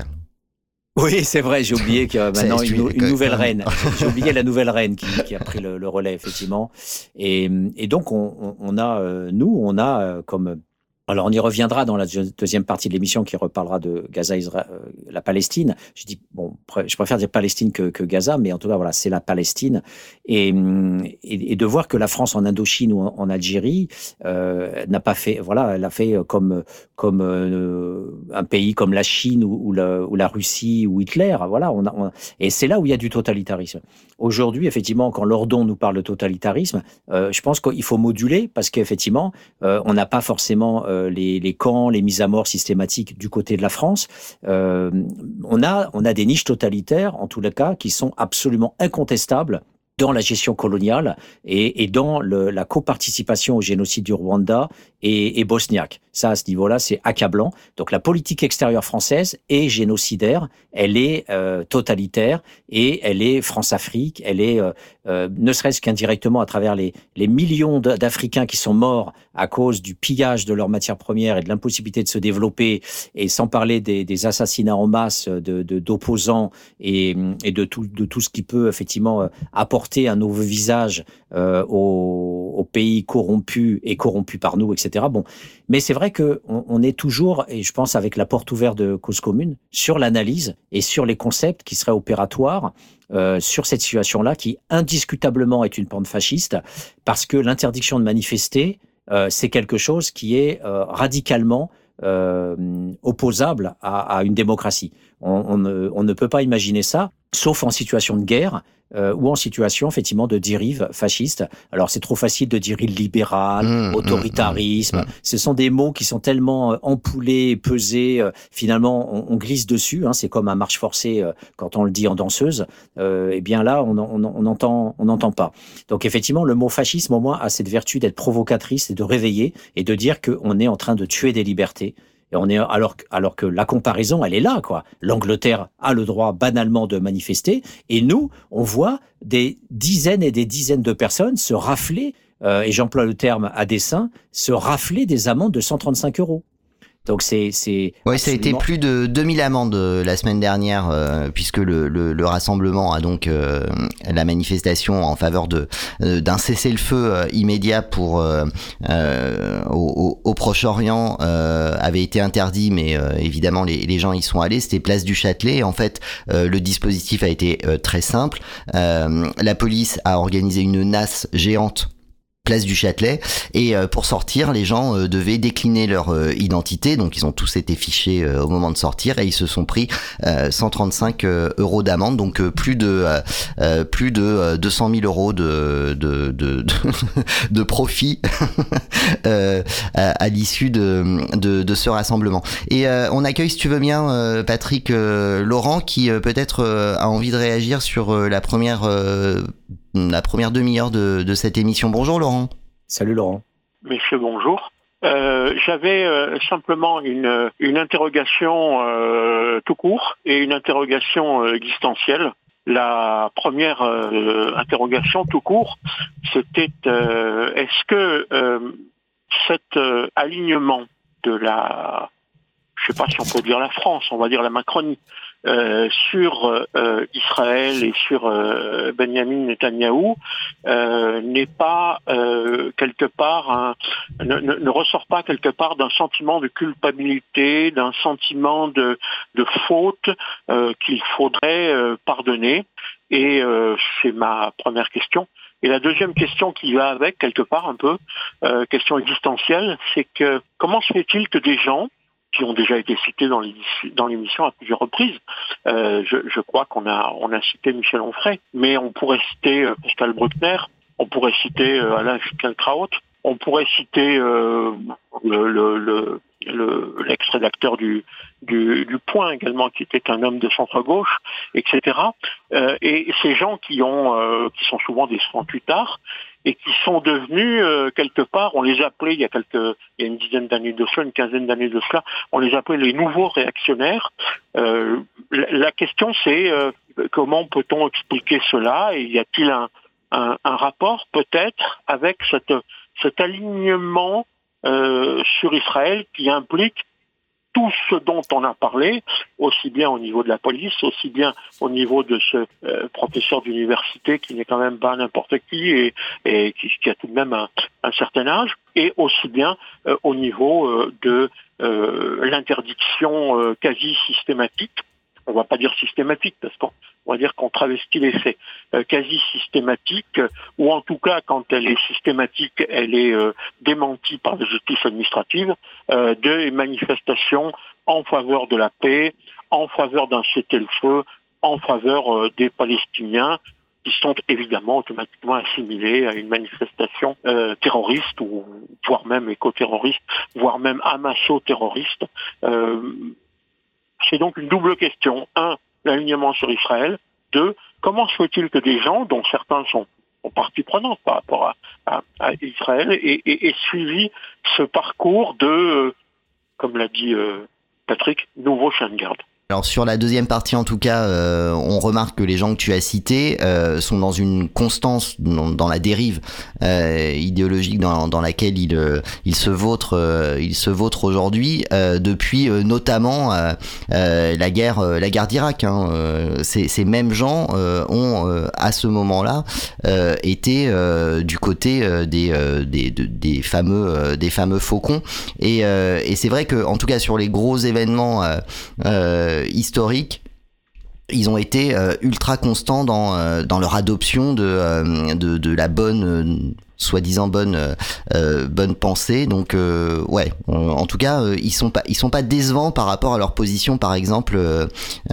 Oui, c'est vrai, j'ai oublié qu'il y a maintenant une, une nouvelle reine. J'ai oublié la nouvelle reine qui, qui a pris le, le relais, effectivement. Et, et donc, on, on a, nous, on a comme... Alors, on y reviendra dans la deuxième partie de l'émission qui reparlera de Gaza, Israël, euh, la Palestine. Je dis, bon, je préfère dire Palestine que, que Gaza, mais en tout cas, voilà, c'est la Palestine. Et, et, et de voir que la France en Indochine ou en, en Algérie euh, n'a pas fait, voilà, elle a fait comme comme euh, un pays comme la Chine ou, ou, la, ou la Russie ou Hitler. Voilà, on a, on, et c'est là où il y a du totalitarisme. Aujourd'hui, effectivement, quand Lordon nous parle de totalitarisme, euh, je pense qu'il faut moduler parce qu'effectivement, euh, on n'a pas forcément euh, Les, les camps, les mises à mort systématiques du côté de la France. Euh, on a, on a des niches totalitaires, en tous les cas, qui sont absolument incontestables dans la gestion coloniale et, et dans le, la coparticipation au génocide du Rwanda et, et bosniaque. Ça, à ce niveau-là, c'est accablant. Donc la politique extérieure française est génocidaire, elle est euh, totalitaire et elle est France-Afrique, elle est, euh, euh, ne serait-ce qu'indirectement à travers les, les millions d'Africains qui sont morts à cause du pillage de leurs matières premières et de l'impossibilité de se développer, et sans parler des, des assassinats en masse de, de, d'opposants et, et de, tout, de tout ce qui peut effectivement apporter un nouveau visage euh, aux, aux pays corrompus et corrompus par nous, et cetera. Bon, mais c'est vrai que on, on est toujours, et je pense avec la porte ouverte de Cause Commune, sur l'analyse et sur les concepts qui seraient opératoires euh, sur cette situation-là, qui indiscutablement est une pente fasciste, parce que l'interdiction de manifester euh, c'est quelque chose qui est euh, radicalement euh, opposable à, à une démocratie. On, on, ne, on ne peut pas imaginer ça, sauf en situation de guerre euh, ou en situation effectivement de dérive fasciste. Alors c'est trop facile de dire illibéral, mmh, autoritarisme. Mmh, mmh. Ce sont des mots qui sont tellement euh, empoulés, pesés. Euh, finalement, on, on glisse dessus. Hein, c'est comme un marche forcée euh, quand on le dit en danseuse. Euh, et bien là, on, on, on entend, on n'entend pas. Donc effectivement, le mot fascisme au moins a cette vertu d'être provocatrice et de réveiller et de dire qu'on est en train de tuer des libertés. Et on est alors alors que la comparaison elle est là quoi. L'Angleterre a le droit banalement de manifester et nous on voit des dizaines et des dizaines de personnes se rafler euh, et j'emploie le terme à dessein se rafler des amendes de cent trente-cinq euros. Donc c'est c'est ouais, absolument... ça a été plus de deux mille amendes euh, la semaine dernière euh, puisque le, le, le rassemblement a donc euh, la manifestation en faveur de euh, d'un cessez-le-feu euh, immédiat pour euh, euh, au, au, au Proche-Orient euh, avait été interdit, mais euh, évidemment les, les gens y sont allés. C'était place du Châtelet. En fait, euh, le dispositif a été euh, très simple. Euh, la police a organisé une nasse géante place du Châtelet et euh, pour sortir les gens euh, devaient décliner leur euh, identité, donc ils ont tous été fichés euh, au moment de sortir et ils se sont pris euh, cent trente-cinq euh, euros d'amende, donc euh, plus de euh, plus de euh, deux cent mille euros de de de, de, de profit euh, à, à l'issue de, de de ce rassemblement. Et euh, on accueille, si tu veux bien, euh, Patrick euh, Laurent qui euh, peut-être euh, a envie de réagir sur euh, la première euh, la première demi-heure de, de cette émission. Bonjour Laurent. Salut Laurent. Messieurs, bonjour. Euh, j'avais euh, simplement une, une interrogation euh, tout court et une interrogation euh, existentielle. La première euh, interrogation tout court, c'était euh, est-ce que euh, cet euh, alignement de la, je sais pas si on peut dire la France, on va dire la Macronie, Euh, sur euh, Israël et sur euh, Benjamin Netanyahou euh, n'est pas euh, quelque part un, ne, ne, ne ressort pas quelque part d'un sentiment de culpabilité, d'un sentiment de, de faute euh, qu'il faudrait euh, pardonner. Et euh, c'est ma première question. Et la deuxième question qui va avec quelque part un peu, euh, question existentielle, c'est que comment se fait-il que des gens qui ont déjà été cités dans, dans l'émission à plusieurs reprises. Euh, je, je crois qu'on a, on a cité Michel Onfray, mais on pourrait citer euh, Pascal Bruckner, on pourrait citer euh, Alain Finkielkraut, on pourrait citer euh, le, le, le, le, l'ex-rédacteur du, du, du Point également, qui était un homme de centre-gauche, et cetera. Euh, et ces gens qui ont, euh, qui sont souvent des trente-huit-ards, et qui sont devenus, euh, quelque part, on les appelait, il y a quelques, il y a une dizaine d'années de cela, une quinzaine d'années de cela, on les appelait les nouveaux réactionnaires. Euh, la, la question c'est, euh, comment peut-on expliquer cela, et y a-t-il un, un, un rapport, peut-être, avec cette, cet alignement euh, sur Israël qui implique tout ce dont on a parlé, aussi bien au niveau de la police, aussi bien au niveau de ce euh, professeur d'université qui n'est quand même pas n'importe qui et, et qui, qui a tout de même un, un certain âge, et aussi bien euh, au niveau euh, de euh, l'interdiction euh, quasi systématique. On va pas dire systématique parce qu'on on va dire qu'on travestit les faits, euh, quasi systématique, ou en tout cas quand elle est systématique, elle est euh, démentie par la justice administrative, euh, de manifestations en faveur de la paix, en faveur d'un cessez-le-feu, en faveur euh, des Palestiniens, qui sont évidemment automatiquement assimilés à une manifestation euh, terroriste, ou voire même éco-terroriste, voire même amasso-terroriste. Euh, c'est donc une double question. Un, l'alignement sur Israël. Deux, comment se fait-il que des gens, dont certains sont, sont partie prenante par rapport à, à, à Israël, aient, aient, aient suivi ce parcours de, euh, comme l'a dit euh, Patrick, nouveau chien de garde? Alors sur la deuxième partie en tout cas, euh, on remarque que les gens que tu as cités euh, sont dans une constance dans, dans la dérive euh, idéologique dans, dans laquelle ils euh, ils se vautrent euh, ils se vautrent aujourd'hui euh, depuis euh, notamment euh, euh, la guerre euh, la guerre d'Irak. Hein. Euh, ces, ces mêmes gens euh, ont euh, à ce moment-là euh, été euh, du côté euh, des euh, des de, des fameux euh, des fameux faucons et euh, et c'est vrai que en tout cas sur les gros événements euh, euh, historiques, ils ont été euh, ultra constants dans euh, dans leur adoption de, euh, de de la bonne euh, soi-disant bonne euh, bonne pensée. Donc euh, ouais, on, en tout cas, euh, ils sont pas ils sont pas décevants par rapport à leur position, par exemple euh,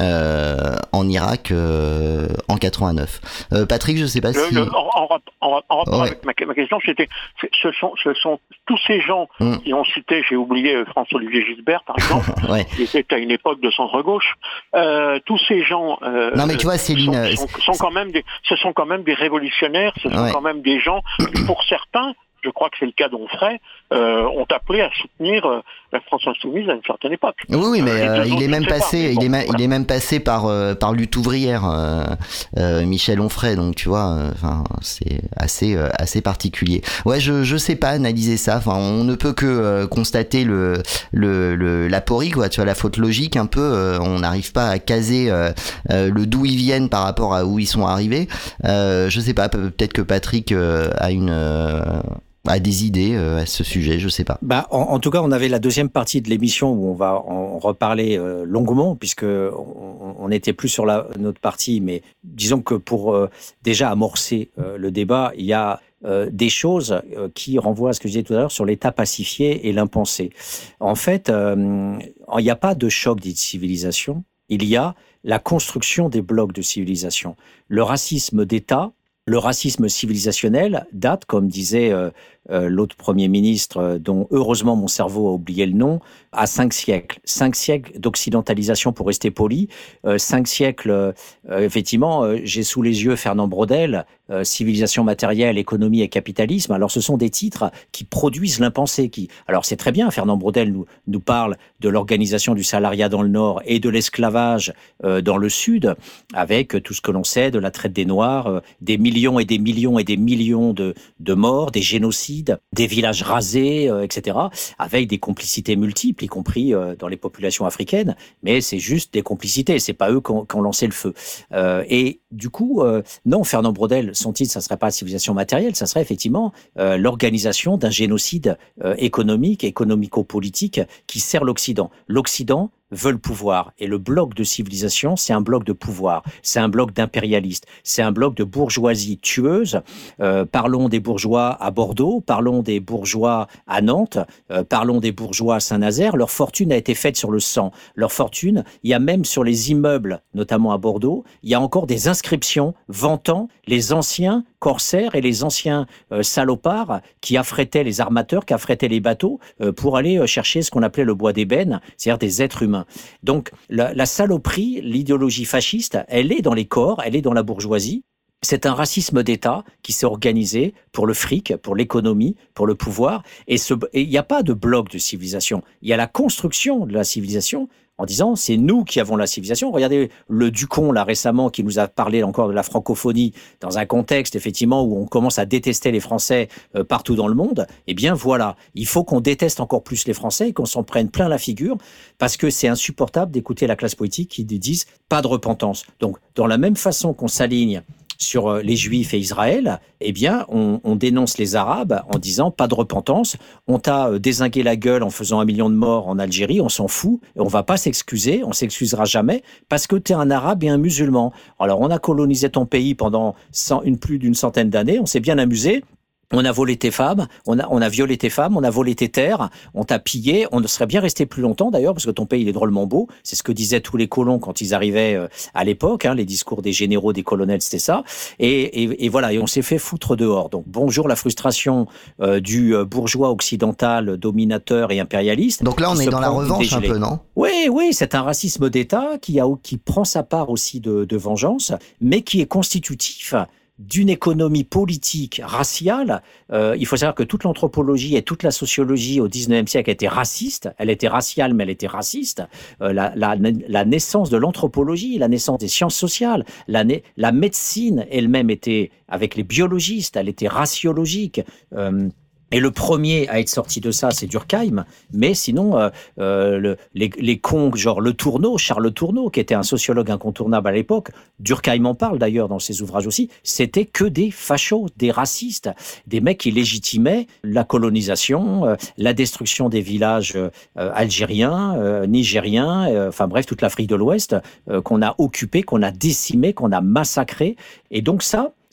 euh, en Irak euh, en quatre-vingt-neuf. Euh, Patrick, je sais pas le, si le, en, en, en, en rapport ouais. avec ma, ma question, c'était ce sont ce sont tous ces gens mm. qui ont cité, j'ai oublié François-Olivier Gisbert par exemple, ouais. qui était à une époque de centre-gauche. Euh, tous ces gens euh, non mais tu vois, Céline, sont, sont, sont quand même des, ce sont quand même des révolutionnaires, ce sont ouais. quand même des gens qui, pour certains, je crois que c'est le cas d'Onfray, euh, ont appelé à soutenir euh, la France insoumise à une certaine époque. Oui, oui, mais euh, il est même passé, pas, il bon, est, ma, voilà. il est même passé par euh, par lutte ouvrière, euh, euh, Michel Onfray. Donc tu vois, enfin euh, c'est assez euh, assez particulier. Ouais, je je sais pas analyser ça. Enfin, on ne peut que euh, constater le le, le la porie, quoi. Tu vois, la faute logique un peu. Euh, on n'arrive pas à caser euh, euh, le d'où ils viennent par rapport à où ils sont arrivés. Euh, je sais pas. Peut-être que Patrick euh, a une euh, a des idées euh, à ce sujet, je sais pas. Bah, en, en tout cas, on avait la deuxième partie de l'émission où on va en reparler euh, longuement, puisque on, on était plus sur la notre partie, mais disons que pour euh, déjà amorcer euh, le débat, il y a euh, des choses euh, qui renvoient à ce que je disais tout à l'heure sur l'État pacifié et l'impensé. En fait, euh, il n'y a pas de choc des civilisations, il y a la construction des blocs de civilisation. Le racisme d'État, le racisme civilisationnel date, comme disait euh, euh, l'autre Premier ministre, euh, dont heureusement mon cerveau a oublié le nom, à cinq siècles. Cinq siècles d'occidentalisation, pour rester poli. Euh, cinq siècles, euh, effectivement, euh, j'ai sous les yeux Fernand Braudel, euh, Civilisation matérielle, économie et capitalisme. Alors ce sont des titres qui produisent l'impensé. Qui... Alors c'est très bien, Fernand Braudel nous, nous parle de l'organisation du salariat dans le Nord et de l'esclavage euh, dans le Sud, avec tout ce que l'on sait de la traite des Noirs, euh, des millions et des millions et des millions de, de morts, des génocides, des villages rasés, euh, et cetera, avec des complicités multiples, y compris euh, dans les populations africaines, mais c'est juste des complicités, c'est pas eux qui ont, qui ont lancé le feu. Euh, et du coup, euh, non, Fernand Braudel, son titre, ça serait pas civilisation matérielle, ça serait effectivement euh, l'organisation d'un génocide euh, économique, économico-politique qui sert l'Occident. L'Occident veut le pouvoir. Et le bloc de civilisation, c'est un bloc de pouvoir. C'est un bloc d'impérialistes. C'est un bloc de bourgeoisie tueuse. Euh, parlons des bourgeois à Bordeaux, parlons des bourgeois à Nantes, euh, parlons des bourgeois à Saint-Nazaire. Leur fortune a été faite sur le sang. Leur fortune, il y a même sur les immeubles, notamment à Bordeaux, il y a encore des inscriptions vantant les anciens corsaires et les anciens euh, salopards qui affrétaient les armateurs, qui affrétaient les bateaux euh, pour aller euh, chercher ce qu'on appelait le bois d'ébène, c'est-à-dire des êtres humains. Donc la, la saloperie, l'idéologie fasciste, elle est dans les corps, elle est dans la bourgeoisie. C'est un racisme d'État qui s'est organisé pour le fric, pour l'économie, pour le pouvoir. Et il n'y a pas de bloc de civilisation. Il y a la construction de la civilisation en disant c'est nous qui avons la civilisation. Regardez le Ducon là récemment qui nous a parlé encore de la francophonie dans un contexte effectivement où on commence à détester les Français euh, partout dans le monde. Eh bien voilà, il faut qu'on déteste encore plus les Français et qu'on s'en prenne plein la figure parce que c'est insupportable d'écouter la classe politique qui disent pas de repentance. Donc dans la même façon qu'on s'aligne sur les Juifs et Israël, eh bien, on, on dénonce les Arabes en disant pas de repentance. On t'a dézingué la gueule en faisant un million de morts en Algérie, on s'en fout. Et on va pas s'excuser, on s'excusera jamais parce que t'es un Arabe et un musulman. Alors, on a colonisé ton pays pendant cent, une, plus d'une centaine d'années, on s'est bien amusé. On a volé tes femmes, on a, on a violé tes femmes, on a volé tes terres, on t'a pillé, on ne serait bien resté plus longtemps d'ailleurs, parce que ton pays il est drôlement beau, c'est ce que disaient tous les colons quand ils arrivaient euh, à l'époque, hein, les discours des généraux, des colonels, c'était ça, et, et, et voilà, et on s'est fait foutre dehors. Donc bonjour la frustration euh, du bourgeois occidental, dominateur et impérialiste. Donc là on est dans la revanche un peu, non ? Oui, oui, c'est un racisme d'État qui, a, qui prend sa part aussi de, de vengeance, mais qui est constitutif d'une économie politique raciale. Euh, il faut savoir que toute l'anthropologie et toute la sociologie au dix-neuvième siècle était raciste. Elle était raciale, mais elle était raciste. Euh, la, la, la naissance de l'anthropologie, la naissance des sciences sociales, la, la médecine elle-même était, avec les biologistes, elle était raciologique. Euh, Et le premier à être sorti de ça, c'est Durkheim. Mais sinon, euh, euh, le, les, les cons, genre Le Tourneau, Charles Tourneau, qui était un sociologue incontournable à l'époque, Durkheim en parle d'ailleurs dans ses ouvrages aussi, c'était que des fachos, des racistes, des mecs qui légitimaient la colonisation, euh, la destruction des villages euh, algériens, euh, nigériens, euh, enfin bref, toute l'Afrique de l'Ouest, euh, qu'on a occupé, qu'on a décimé, qu'on a massacré. Et donc ça,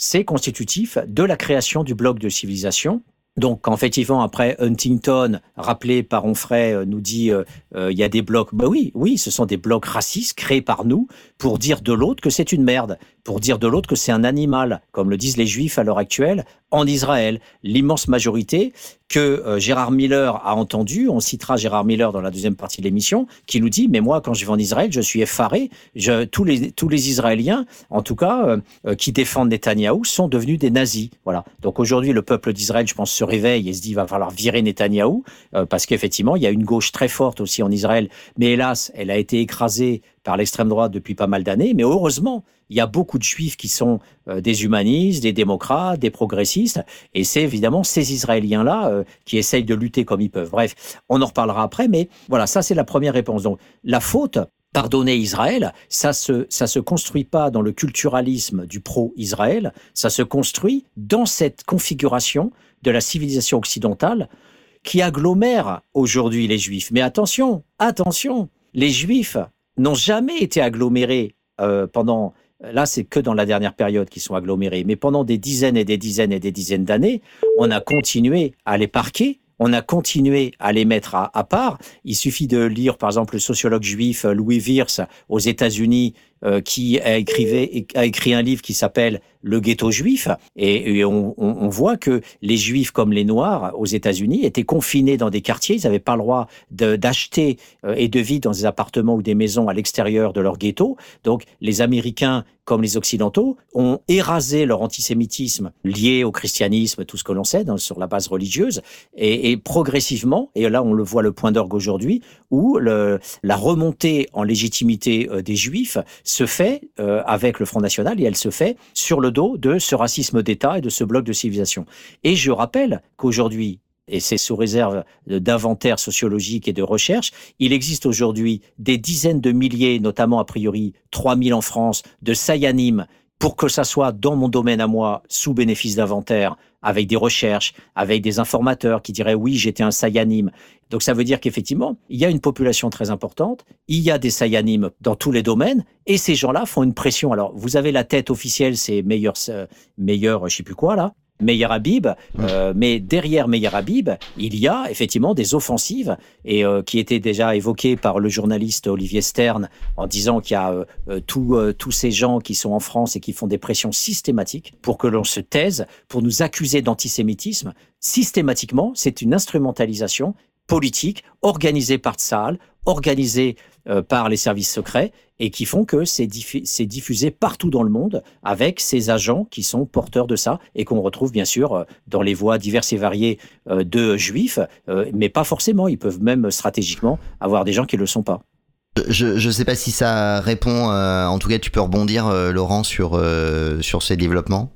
c'est constitutif de la création du bloc de civilisation. Donc, quand effectivement, après Huntington, rappelé par Onfray, euh, nous dit il euh, euh, y a des blocs. Ben oui, oui, ce sont des blocs racistes créés par nous pour dire de l'autre que c'est une merde, pour dire de l'autre que c'est un animal, comme le disent les Juifs à l'heure actuelle en Israël. L'immense majorité que euh, Gérard Miller a entendu, on citera Gérard Miller dans la deuxième partie de l'émission, qui nous dit, mais moi, quand je vais en Israël, je suis effaré. Je, tous, les, tous les Israéliens, en tout cas, euh, euh, qui défendent Netanyahou, sont devenus des nazis. Voilà. Donc aujourd'hui, le peuple d'Israël, je pense, se réveille et se dit, il va falloir virer Netanyahou, euh, parce qu'effectivement, il y a une gauche très forte aussi en Israël, mais hélas, elle a été écrasée par l'extrême droite depuis pas mal d'années, mais heureusement, il y a beaucoup de Juifs qui sont euh, des humanistes, des démocrates, des progressistes, et c'est évidemment ces Israéliens-là euh, qui essayent de lutter comme ils peuvent. Bref, on en reparlera après, mais voilà, ça c'est la première réponse. Donc, la faute, pardonner Israël, ça se, ça se construit pas dans le culturalisme du pro-Israël, ça se construit dans cette configuration de la civilisation occidentale qui agglomère aujourd'hui les Juifs. Mais attention, attention, les Juifs n'ont jamais été agglomérés euh, pendant... Là, c'est que dans la dernière période qu'ils sont agglomérés. Mais pendant des dizaines et des dizaines et des dizaines d'années, on a continué à les parquer, on a continué à les mettre à, à part. Il suffit de lire, par exemple, le sociologue juif Louis Wirtz aux États-Unis, euh, qui a, écrivé, a écrit un livre qui s'appelle « Le ghetto juif ». Et, et on, on, on voit que les Juifs, comme les Noirs, aux États-Unis, étaient confinés dans des quartiers. Ils n'avaient pas le droit de, d'acheter euh, et de vivre dans des appartements ou des maisons à l'extérieur de leur ghetto. Donc, les Américains, comme les Occidentaux, ont érasé leur antisémitisme lié au christianisme, tout ce que l'on sait, dans, sur la base religieuse. Et, et progressivement, et là on le voit le point d'orgue aujourd'hui, où le, la remontée en légitimité euh, des Juifs se fait euh, avec le Front National, et elle se fait sur le dos de ce racisme d'État et de ce bloc de civilisation. Et je rappelle qu'aujourd'hui, et c'est sous réserve d'inventaire sociologique et de recherche, il existe aujourd'hui des dizaines de milliers, notamment a priori trois mille en France, de Sayanim, pour que ça soit dans mon domaine à moi, sous bénéfice d'inventaire, avec des recherches, avec des informateurs qui diraient oui, j'étais un Sayanim. Donc ça veut dire qu'effectivement, il y a une population très importante, il y a des Sayanim dans tous les domaines, et ces gens-là font une pression. Alors, vous avez la tête officielle, c'est meilleur, euh, meilleur, je sais plus quoi là, Meir Habib, euh, mais derrière Meir Habib, il y a effectivement des offensives et euh, qui étaient déjà évoquées par le journaliste Olivier Stern en disant qu'il y a euh, tous euh, tous ces gens qui sont en France et qui font des pressions systématiques pour que l'on se taise, pour nous accuser d'antisémitisme. Systématiquement, c'est une instrumentalisation politique organisée par Tsahal, organisée euh, par les services secrets et qui font que c'est, diffu- c'est diffusé partout dans le monde avec ces agents qui sont porteurs de ça et qu'on retrouve bien sûr euh, dans les voies diverses et variées euh, de juifs, euh, mais pas forcément. Ils peuvent même stratégiquement avoir des gens qui ne le sont pas. Je ne sais pas si ça répond, euh, en tout cas tu peux rebondir euh, Laurent sur, euh, sur ces développements.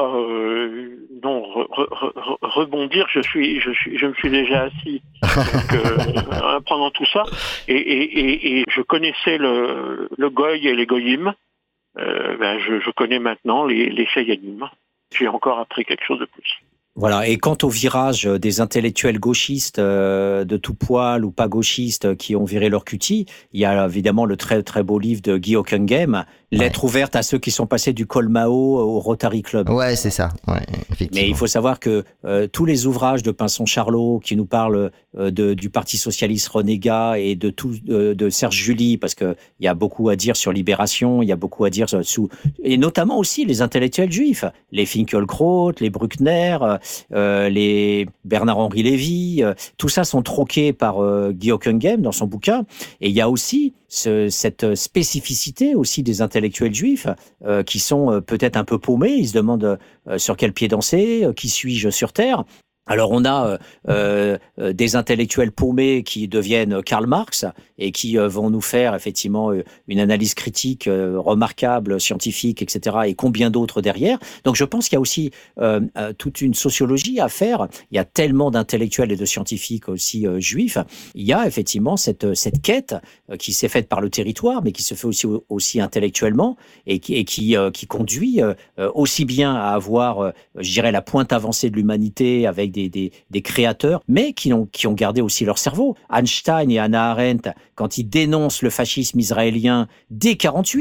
Euh, non, re, re, re, rebondir, je suis, je suis, je me suis déjà assis donc, euh, pendant tout ça, et, et, et, et je connaissais le, le goy et les goyim. Euh, ben je, je connais maintenant les, les sayanim. J'ai encore appris quelque chose de plus. Voilà. Et quant au virage des intellectuels gauchistes euh, de tout poil ou pas gauchistes qui ont viré leur cutie, il y a évidemment le très très beau livre de Guy Hockenheim, Lettre ouais. ouverte à ceux qui sont passés du Colmao au Rotary Club. Ouais, c'est ça. Ouais, effectivement. Mais il faut savoir que euh, tous les ouvrages de Pinson-Charlot qui nous parlent euh, de, du Parti socialiste renégat et de tout euh, de Serge July, parce que il y a beaucoup à dire sur Libération, il y a beaucoup à dire sous et notamment aussi les intellectuels juifs, les Finkielkraut, les Bruckner, euh, les Bernard-Henri Lévy, euh, tout ça sont troqués par euh, Guy Hockenheim dans son bouquin. Et il y a aussi ce, cette spécificité aussi des intellectuels juifs euh, qui sont euh, peut-être un peu paumés. Ils se demandent euh, sur quel pied danser, euh, qui suis-je sur Terre. Alors on a euh, euh, des intellectuels paumés qui deviennent Karl Marx et qui euh, vont nous faire effectivement une analyse critique euh, remarquable, scientifique, et cetera. Et combien d'autres derrière. Donc je pense qu'il y a aussi euh, euh, toute une sociologie à faire. Il y a tellement d'intellectuels et de scientifiques aussi euh, juifs. Il y a effectivement cette cette quête euh, qui s'est faite par le territoire, mais qui se fait aussi aussi intellectuellement et qui et qui euh, qui conduit euh, aussi bien à avoir, euh, je dirais, la pointe avancée de l'humanité avec des Des, des, des créateurs, mais qui ont, qui ont gardé aussi leur cerveau. Einstein et Hannah Arendt, quand ils dénoncent le fascisme israélien dès quarante-huit,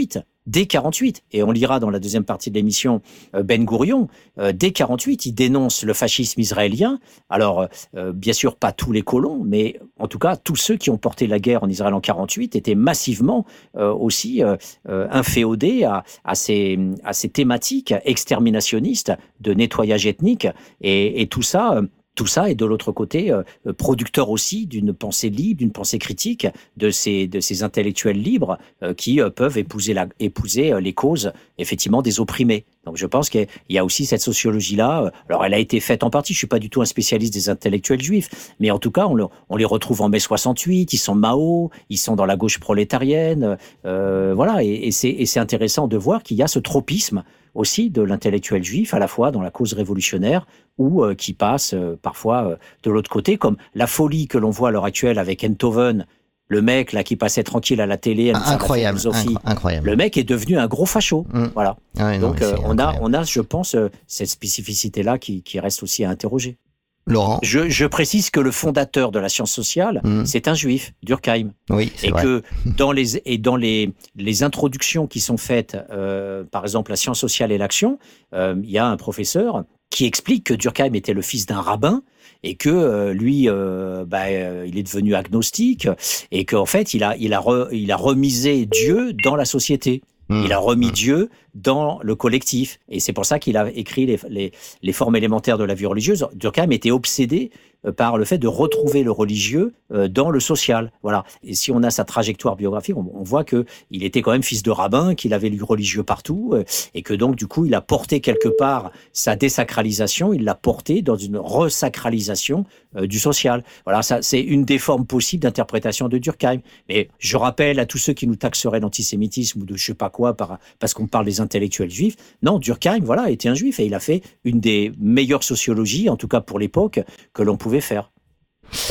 dès quarante-huit. Et on lira dans la deuxième partie de l'émission euh, Ben Gourion. Euh, dès quarante-huit, il dénonce le fascisme israélien. Alors, euh, bien sûr, pas tous les colons, mais en tout cas, tous ceux qui ont porté la guerre en Israël en quarante-huit étaient massivement euh, aussi euh, euh, inféodés à, à, ces, à ces thématiques exterminationnistes de nettoyage ethnique. Et, et tout ça... Euh, Tout ça est de l'autre côté euh, producteur aussi d'une pensée libre, d'une pensée critique de ces, de ces intellectuels libres euh, qui euh, peuvent épouser, la, épouser euh, les causes effectivement des opprimés. Donc je pense qu'il y a aussi cette sociologie-là. Alors elle a été faite en partie, je suis pas du tout un spécialiste des intellectuels juifs, mais en tout cas on, le, on les retrouve en mai soixante-huit, ils sont Mao, ils sont dans la gauche prolétarienne, euh, voilà, et, et, c'est, et c'est intéressant de voir qu'il y a ce tropisme aussi de l'intellectuel juif, à la fois dans la cause révolutionnaire ou euh, qui passe euh, parfois euh, de l'autre côté, comme la folie que l'on voit à l'heure actuelle avec Enthoven, le mec là qui passait tranquille à la télé, à incroyable, la philosophie. incroyable. Le mec est devenu un gros facho. Mmh. Voilà. Ouais, non, Donc euh, on a, on a, je pense, euh, cette spécificité-là qui, qui reste aussi à interroger. Laurent, je, je précise que le fondateur de la science sociale, mmh. c'est un juif, Durkheim. Oui, c'est et vrai. que dans les et dans les les introductions qui sont faites, euh, par exemple la science sociale et l'action, euh, il y a un professeur qui explique que Durkheim était le fils d'un rabbin et que euh, lui, euh, bah, euh, il est devenu agnostique et qu'en fait, il a il a re, il a remisé Dieu dans la société. Mmh. Il a remis mmh. Dieu dans le collectif. Et c'est pour ça qu'il a écrit les, les, les formes élémentaires de la vie religieuse. Durkheim était obsédé par le fait de retrouver le religieux dans le social. Voilà. Et si on a sa trajectoire biographique, on, on voit que il était quand même fils de rabbin, qu'il avait lu religieux partout, et que donc, du coup, il a porté quelque part sa désacralisation, il l'a porté dans une resacralisation euh, du social. Voilà, ça, c'est une des formes possibles d'interprétation de Durkheim. Mais je rappelle à tous ceux qui nous taxeraient d'antisémitisme ou de je sais pas quoi par, parce qu'on parle des intellectuels juifs, non, Durkheim, voilà, était un juif et il a fait une des meilleures sociologies, en tout cas pour l'époque, que l'on pouvait faire. Laurent ?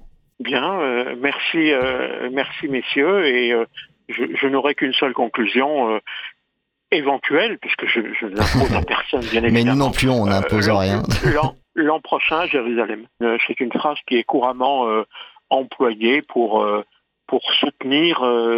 Bien, euh, merci, euh, merci messieurs, et euh, je, je n'aurai qu'une seule conclusion euh, éventuelle, puisque je, je n'impose à personne, bien évidemment. Mais nous non plus, on n'impose euh, rien. L'an, l'an prochain à Jérusalem. Euh, c'est une phrase qui est couramment euh, employée pour euh, pour soutenir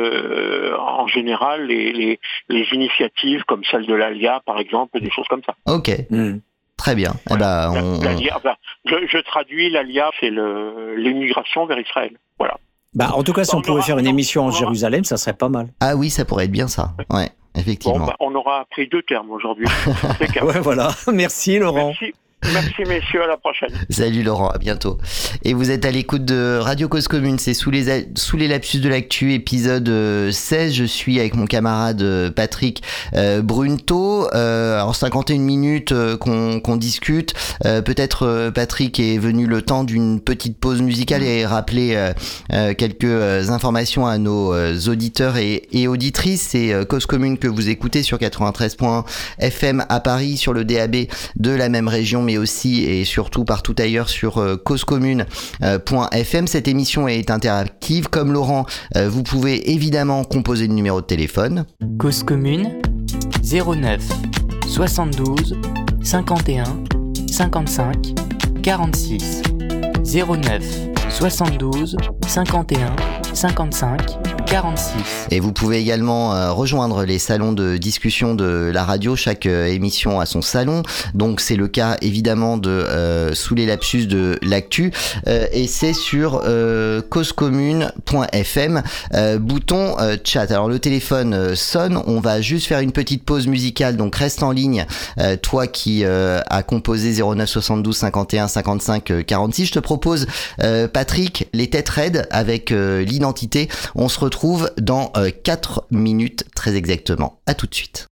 euh, en général les, les les initiatives comme celle de l'Alia, par exemple, des choses comme ça. Ok. Mm. Très bien. Voilà. Eh ben, on... L'Alia, enfin, je, je traduis l'Alia, c'est le, l'immigration vers Israël. Voilà. Bah, en tout cas, si on, on pouvait faire une émission en aura... Jérusalem, ça serait pas mal. Ah oui, ça pourrait être bien ça. Ouais, effectivement. Bon, bah, on aura appris deux termes aujourd'hui. Ouais, voilà. Merci, Laurent. Merci. Merci messieurs, à la prochaine. Salut Laurent, à bientôt. Et vous êtes à l'écoute de Radio Cause Commune, c'est sous les, a... sous les lapsus de l'actu, épisode seize. Je suis avec mon camarade Patrick euh, Brunto. Euh, alors cinquante et une minutes euh, qu'on, qu'on discute. Euh, peut-être euh, Patrick est venu le temps d'une petite pause musicale et rappeler euh, euh, quelques euh, informations à nos euh, auditeurs et, et auditrices. C'est euh, Cause Commune que vous écoutez sur quatre-vingt-treize point un F M à Paris, sur le D A B de la même région, mais aussi et surtout partout ailleurs sur euh, cause commune point F M. Cette émission est interactive. Comme Laurent, euh, vous pouvez évidemment composer le numéro de téléphone. Cause commune zéro neuf soixante-douze cinquante et un cinquante-cinq quarante-six zéro neuf soixante-douze cinquante et un cinquante-cinq quarante-six. Et vous pouvez également euh, rejoindre les salons de discussion de la radio. Chaque euh, émission a son salon. Donc c'est le cas évidemment de euh, Sous les lapsus de l'actu. Euh, et c'est sur euh, cause commune point F M. Euh, bouton euh, chat. Alors le téléphone euh, sonne. On va juste faire une petite pause musicale. Donc reste en ligne. Euh, toi qui euh, as composé zéro neuf soixante-douze cinquante et un cinquante-cinq quarante-six. Je te propose euh, Patrick, les têtes raides avec euh, l'identité. On se retrouve dans euh, quatre minutes très exactement. À tout de suite.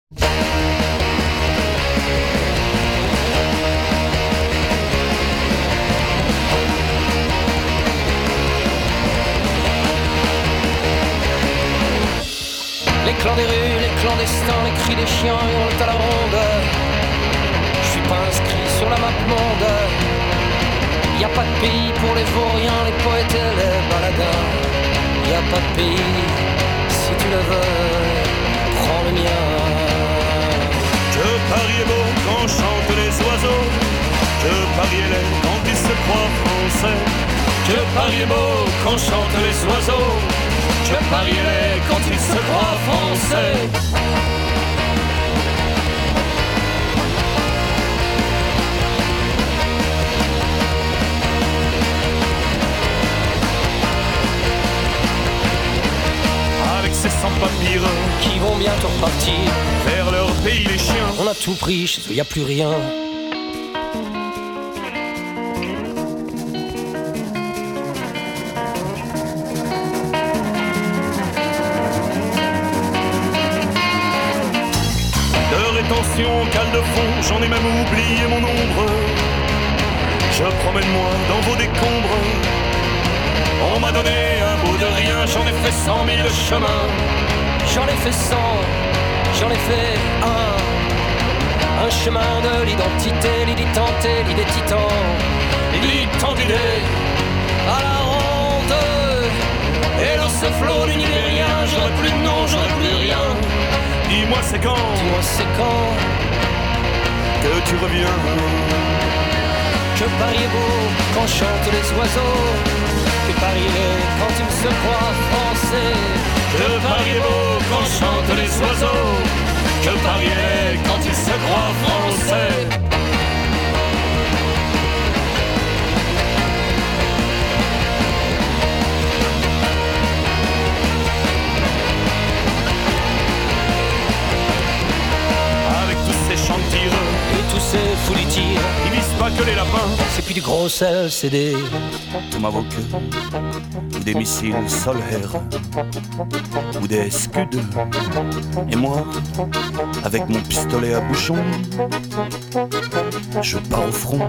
Les clans des rues, les clandestins, les cris des chiens hurlent à la ronde. Je suis pas inscrit sur la map monde. Y a pas de pays pour les vauriens, les poètes et les baladins. Y a pas de pays, si tu le veux, prends le mien. Que Paris est beau quand chantent les oiseaux, que Paris est laid quand ils se croient français, que Paris est beau quand chantent les oiseaux, que Que Paris est quand il se croit français. Avec ces sans-papiers qui vont bientôt repartir vers leur pays les chiens. On a tout pris, chez eux y a plus rien. De rétention, cale de fond, j'en ai même oublié mon ombre. Je promène-moi dans vos décombres. On m'a donné un bout de rien, j'en ai fait cent mille chemins. J'en ai fait cent, j'en ai fait un. Un chemin de l'identité, l'idée tentée, l'idée titan. L'idée tentée à la ronde. Et dans ce flot d'univers, j'aurais plus de nom, j'aurais plus rien. Dis-moi c'est quand, dis-moi c'est quand que tu reviens. Que Paris est beau quand chantent les oiseaux. Que Paris est quand il se croit français. Que Paris est beau quand chantent les oiseaux. Que Paris est quand il se croit français. Avec tous ces chants de tireurs et tous ces fous du tir, ils visent pas que les lapins. C'est plus du gros sel, c'est des tomahawks ou des missiles solaires ou des scuds. Et moi, avec mon pistolet à bouchon, je pars au front.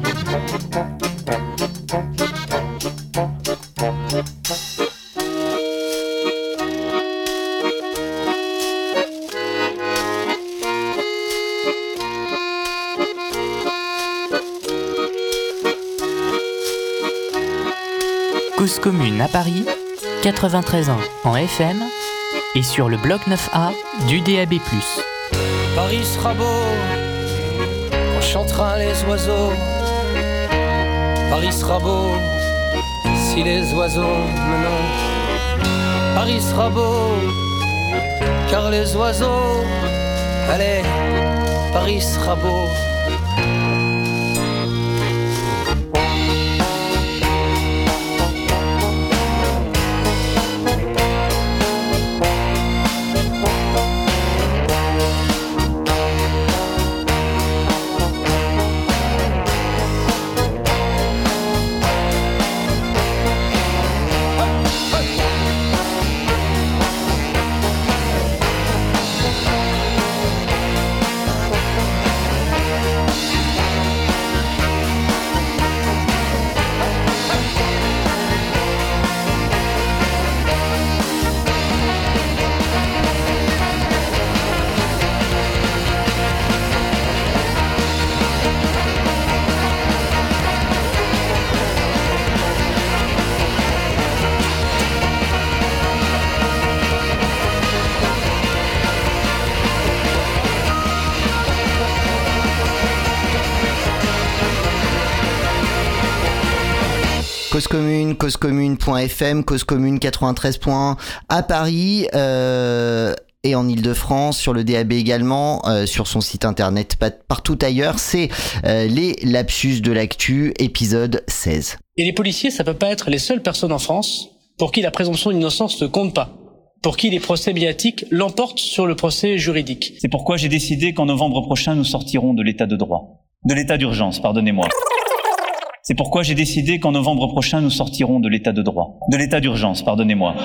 Cause commune à Paris, quatre-vingt-treize ans en F M et sur le bloc neuf A du D A B plus. Paris sera beau quand chantera les oiseaux. Paris sera beau si les oiseaux me nomment. Paris sera beau car les oiseaux, allez, Paris sera beau. Cause commune, cause commune point f m, cause commune quatre-vingt-treize point un à Paris euh, et en Ile-de-France, sur le D A B également, euh, sur son site internet, partout ailleurs. C'est euh, les lapsus de l'actu, épisode seize. Et les policiers, ça peut pas être les seules personnes en France pour qui la présomption d'innocence ne compte pas, pour qui les procès médiatiques l'emportent sur le procès juridique. C'est pourquoi j'ai décidé qu'en novembre prochain, nous sortirons de l'état de droit. De l'état d'urgence, pardonnez-moi. C'est pourquoi j'ai décidé qu'en novembre prochain, nous sortirons de l'état de droit. De l'état d'urgence, pardonnez-moi.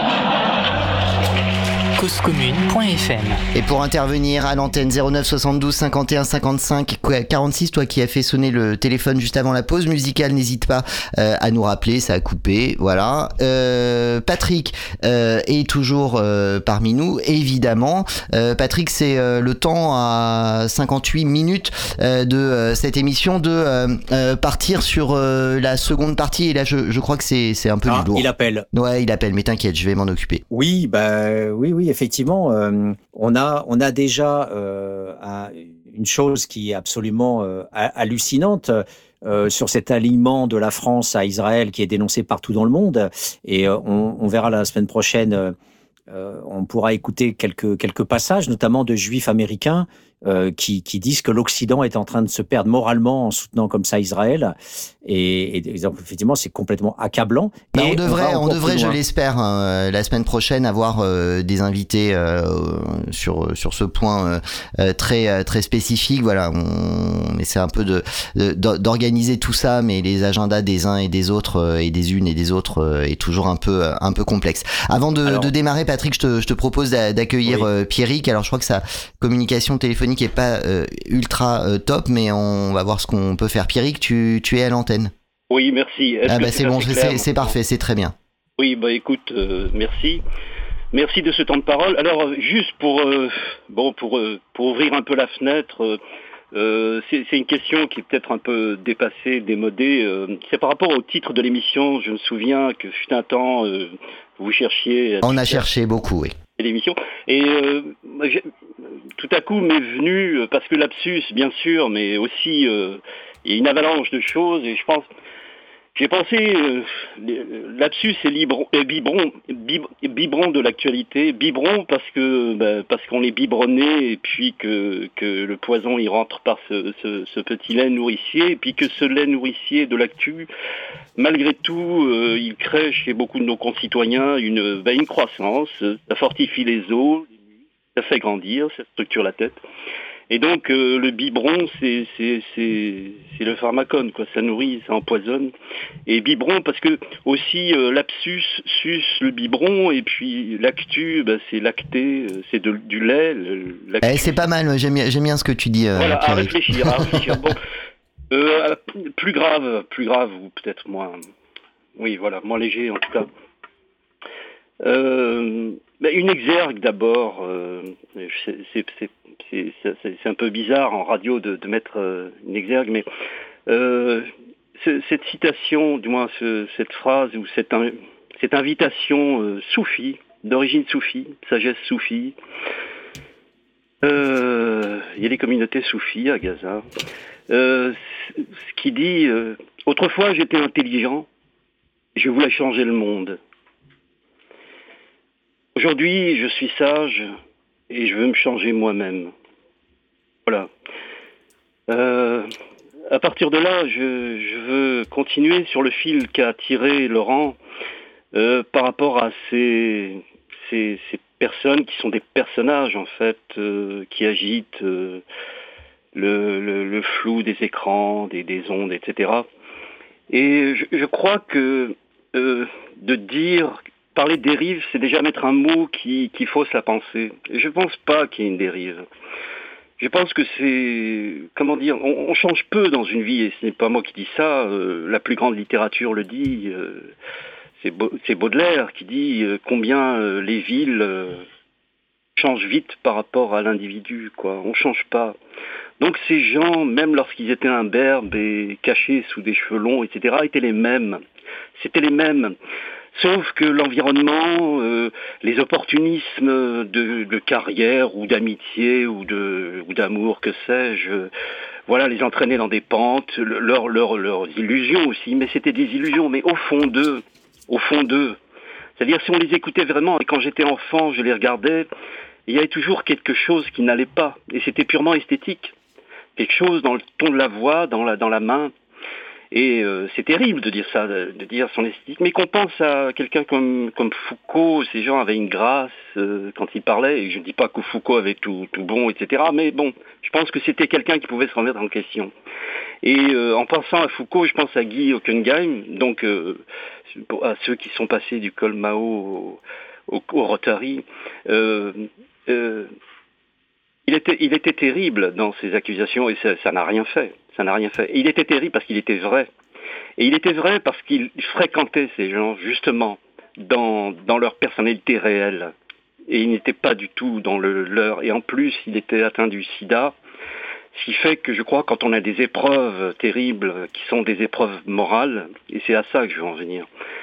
cause commune point f m. Et pour intervenir à l'antenne zéro neuf soixante-douze cinquante et un cinquante-cinq quarante-six, toi qui as fait sonner le téléphone juste avant la pause musicale, n'hésite pas euh, à nous rappeler, ça a coupé, voilà. Euh, Patrick euh, est toujours euh, parmi nous, évidemment. Euh, Patrick, c'est euh, le temps à cinquante-huit minutes euh, de euh, cette émission de euh, euh, partir sur euh, la seconde partie, et là je, je crois que c'est, c'est un peu ah, du lourd. Il appelle. Ouais, il appelle, mais t'inquiète, je vais m'en occuper. Oui, bah oui, oui, effectivement, euh, on a, on a déjà euh, un, une chose qui est absolument euh, hallucinante euh, sur cet alignement de la France à Israël qui est dénoncé partout dans le monde, et euh, on, on verra la semaine prochaine. Euh, euh, on pourra écouter quelques, quelques passages, notamment de juifs américains euh, qui, qui disent que l'Occident est en train de se perdre moralement en soutenant comme ça Israël. Et, et effectivement, c'est complètement accablant. Bah, et on devrait, on, on devrait je l'espère, hein, la semaine prochaine avoir euh, des invités euh, sur, sur ce point euh, très, très spécifique. Voilà, on essaie un peu de, de, d'organiser tout ça, mais les agendas des uns et des autres, euh, et des unes et des autres, euh, est toujours un peu, un peu complexe. Avant de, Alors, de démarrer, Patrick, je te, je te propose d'accueillir oui. euh, Pierrick. Alors, je crois que sa communication téléphonique est pas euh, ultra euh, top, mais on va voir ce qu'on peut faire. Pierrick, tu, tu es à l'antenne. Oui, merci. Ah bah c'est, c'est bon, c'est, c'est parfait, c'est très bien. Oui, bah écoute, euh, merci. Merci de ce temps de parole. Alors, juste pour, euh, bon, pour, euh, pour ouvrir un peu la fenêtre, euh, c'est, c'est une question qui est peut-être un peu dépassée, démodée. Euh, c'est par rapport au titre de l'émission. Je me souviens que fut un temps, euh, vous cherchiez... On a cherché beaucoup, oui. L'émission. Et euh, tout à coup m'est venu, parce que lapsus, bien sûr, mais aussi euh, il y a une avalanche de choses, et je pense... J'ai pensé, euh, lapsus et libron, euh, biberon, bib, biberon de l'actualité, biberon parce que bah, parce qu'on est biberonné et puis que que le poison il rentre par ce, ce, ce petit lait nourricier et puis que ce lait nourricier de l'actu, malgré tout, euh, il crée chez beaucoup de nos concitoyens une bah, une croissance, ça fortifie les os, ça fait grandir, ça structure la tête. Et donc euh, le biberon, c'est c'est c'est c'est le pharmacone, quoi. Ça nourrit, ça empoisonne. Et biberon parce que aussi euh, lapsus suce le biberon et puis l'actu, bah, c'est lacté, c'est de, du lait. Eh, c'est pas mal. J'aime bien, j'aime bien ce que tu dis. Euh, voilà, à réfléchir, à réfléchir. Bon, euh, plus grave, plus grave ou peut-être moins. Oui, voilà, moins léger en tout cas. Euh, bah, une exergue d'abord. Euh, c'est, c'est, c'est C'est, c'est, c'est un peu bizarre en radio de, de mettre euh, une exergue, mais euh, ce, cette citation, du moins ce, cette phrase ou cette, cette invitation euh, soufie, d'origine soufie, sagesse soufie, euh, il y a des communautés soufis à Gaza, euh, ce qui dit euh, « Autrefois j'étais intelligent, je voulais changer le monde. Aujourd'hui je suis sage, et je veux me changer moi-même. » Voilà. Euh, à partir de là, je, je veux continuer sur le fil qu'a tiré Laurent euh, par rapport à ces, ces, ces personnes qui sont des personnages, en fait, euh, qui agitent euh, le, le, le flou des écrans, des, des ondes, et cetera. Et je, je crois que euh, de dire... Parler de dérive, c'est déjà mettre un mot qui, qui fausse la pensée. Et je pense pas qu'il y ait une dérive. Je pense que c'est... Comment dire, on, on change peu dans une vie, et ce n'est pas moi qui dis ça, euh, la plus grande littérature le dit, euh, c'est, Ba- c'est Baudelaire qui dit euh, combien euh, les villes euh, changent vite par rapport à l'individu, quoi. On change pas. Donc ces gens, même lorsqu'ils étaient imberbes et cachés sous des cheveux longs, et cetera, étaient les mêmes. C'était les mêmes. Sauf que l'environnement, euh, les opportunismes de, de carrière ou d'amitié ou de ou d'amour, que sais-je, euh, voilà, les entraînaient dans des pentes, leurs leur, leurs illusions aussi, mais c'était des illusions, mais au fond d'eux, au fond d'eux. C'est-à-dire si on les écoutait vraiment, et quand j'étais enfant, je les regardais, il y avait toujours quelque chose qui n'allait pas, et c'était purement esthétique. Quelque chose dans le ton de la voix, dans la, dans la main. Et euh, c'est terrible de dire ça, de, de dire son esthétique, mais qu'on pense à quelqu'un comme, comme Foucault, ces gens avaient une grâce euh, quand ils parlaient, et je ne dis pas que Foucault avait tout, tout bon, et cetera, mais bon, je pense que c'était quelqu'un qui pouvait se remettre en question. Et euh, en pensant à Foucault, je pense à Guy Hockenheim, donc euh, à ceux qui sont passés du col Mao au, au, au Rotary. Euh, euh, il était, il était terrible dans ses accusations, et ça, ça n'a rien fait. Ça n'a rien fait. Et il était terrible parce qu'il était vrai. Et il était vrai parce qu'il fréquentait ces gens, justement, dans, dans leur personnalité réelle. Et il n'était pas du tout dans le leur. Et en plus, il était atteint du sida. Ce qui fait que je crois, quand on a des épreuves terribles, qui sont des épreuves morales, et c'est à ça que je veux en venir,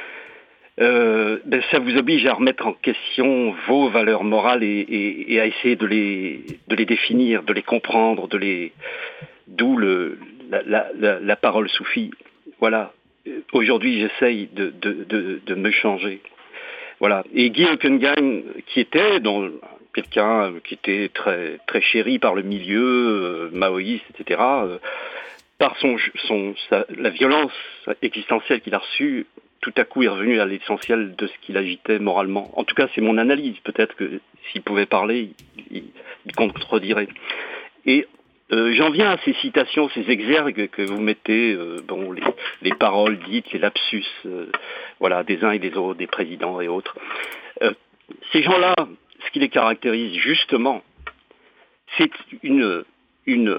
euh, ben ça vous oblige à remettre en question vos valeurs morales et, et, et à essayer de les, de les définir, de les comprendre, de les... D'où le, la, la, la, la parole soufie. Voilà. Aujourd'hui, j'essaye de, de, de, de me changer. Voilà. Et Guy Hockenheim, qui était dans, quelqu'un qui était très, très chéri par le milieu euh, maoïste, et cetera, euh, par son, son, sa, la violence existentielle qu'il a reçue, tout à coup est revenu à l'essentiel de ce qu'il agitait moralement. En tout cas, c'est mon analyse. Peut-être que s'il pouvait parler, il, il contredirait. Et euh, j'en viens à ces citations, ces exergues que vous mettez, euh, bon, les, les paroles dites, les lapsus, euh, voilà, des uns et des autres, des présidents et autres. Euh, ces gens-là, ce qui les caractérise justement, c'est une, une,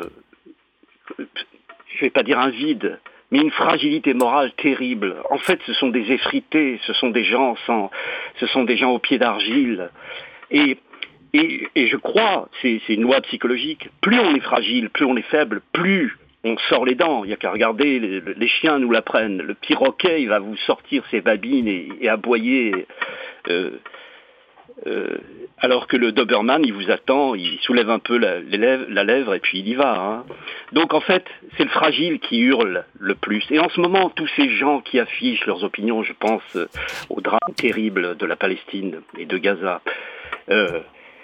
je vais pas dire un vide, mais une fragilité morale terrible. En fait, ce sont des effrités, ce sont des gens sans, ce sont des gens au pied d'argile. Et, et, et je crois, c'est, c'est une loi psychologique, plus on est fragile, plus on est faible, plus on sort les dents. Il n'y a qu'à regarder, les, les chiens nous l'apprennent. Le perroquet, il va vous sortir ses babines et, et aboyer. Euh, euh, alors que le Doberman, il vous attend, il soulève un peu la, les lèvres, la lèvre et puis il y va. Hein. Donc en fait, c'est le fragile qui hurle le plus. Et en ce moment, tous ces gens qui affichent leurs opinions, je pense euh, au drame terrible de la Palestine et de Gaza, euh,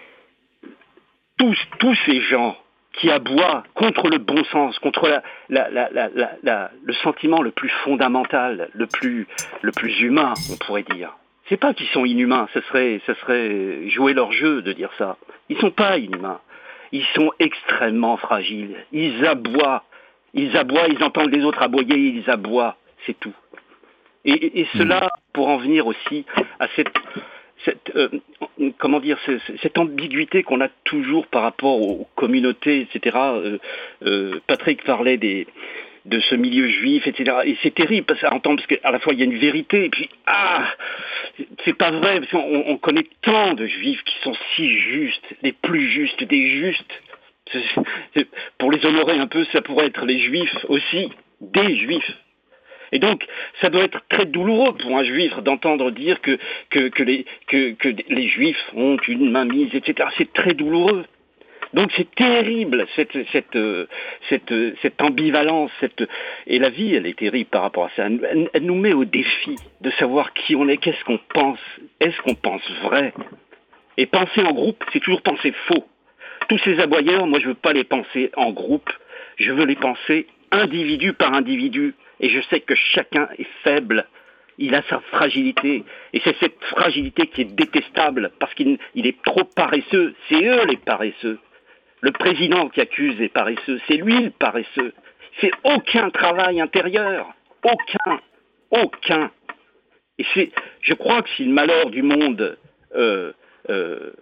tous, tous ces gens qui aboient contre le bon sens, contre la, la, la, la, la, la, le sentiment le plus fondamental, le plus, le plus humain, on pourrait dire. C'est pas qu'ils sont inhumains, ce serait, ce serait jouer leur jeu de dire ça. Ils sont pas inhumains. Ils sont extrêmement fragiles. Ils aboient. Ils aboient, ils entendent les autres aboyer, ils aboient. C'est tout. Et, et, et cela, pour en venir aussi à cette, cette euh, comment dire, cette, cette ambiguïté qu'on a toujours par rapport aux communautés, et cetera. Euh, euh, Patrick parlait des de ce milieu juif, et cetera. Et c'est terrible parce à entendre, parce qu'à la fois il y a une vérité, et puis ah, c'est pas vrai, parce qu'on on connaît tant de juifs qui sont si justes, les plus justes des justes. C'est, c'est, pour les honorer un peu, ça pourrait être les juifs aussi, des juifs. Et donc, ça doit être très douloureux pour un juif d'entendre dire que, que, que, les, que, que les juifs ont une mainmise, et cetera. C'est très douloureux. Donc c'est terrible, cette, cette, cette, cette ambivalence, cette... et la vie, elle est terrible par rapport à ça. Elle, elle nous met au défi de savoir qui on est, qu'est-ce qu'on pense, est-ce qu'on pense vrai. Et penser en groupe, c'est toujours penser faux. Tous ces aboyeurs, moi je veux pas les penser en groupe, je veux les penser individu par individu. Et je sais que chacun est faible. Il a sa fragilité. Et c'est cette fragilité qui est détestable parce qu'il il est trop paresseux. C'est eux les paresseux. Le président qui accuse les paresseux, c'est lui le paresseux. Il fait aucun travail intérieur. Aucun. Aucun. Et c'est, je crois que si le malheur du monde euh, euh,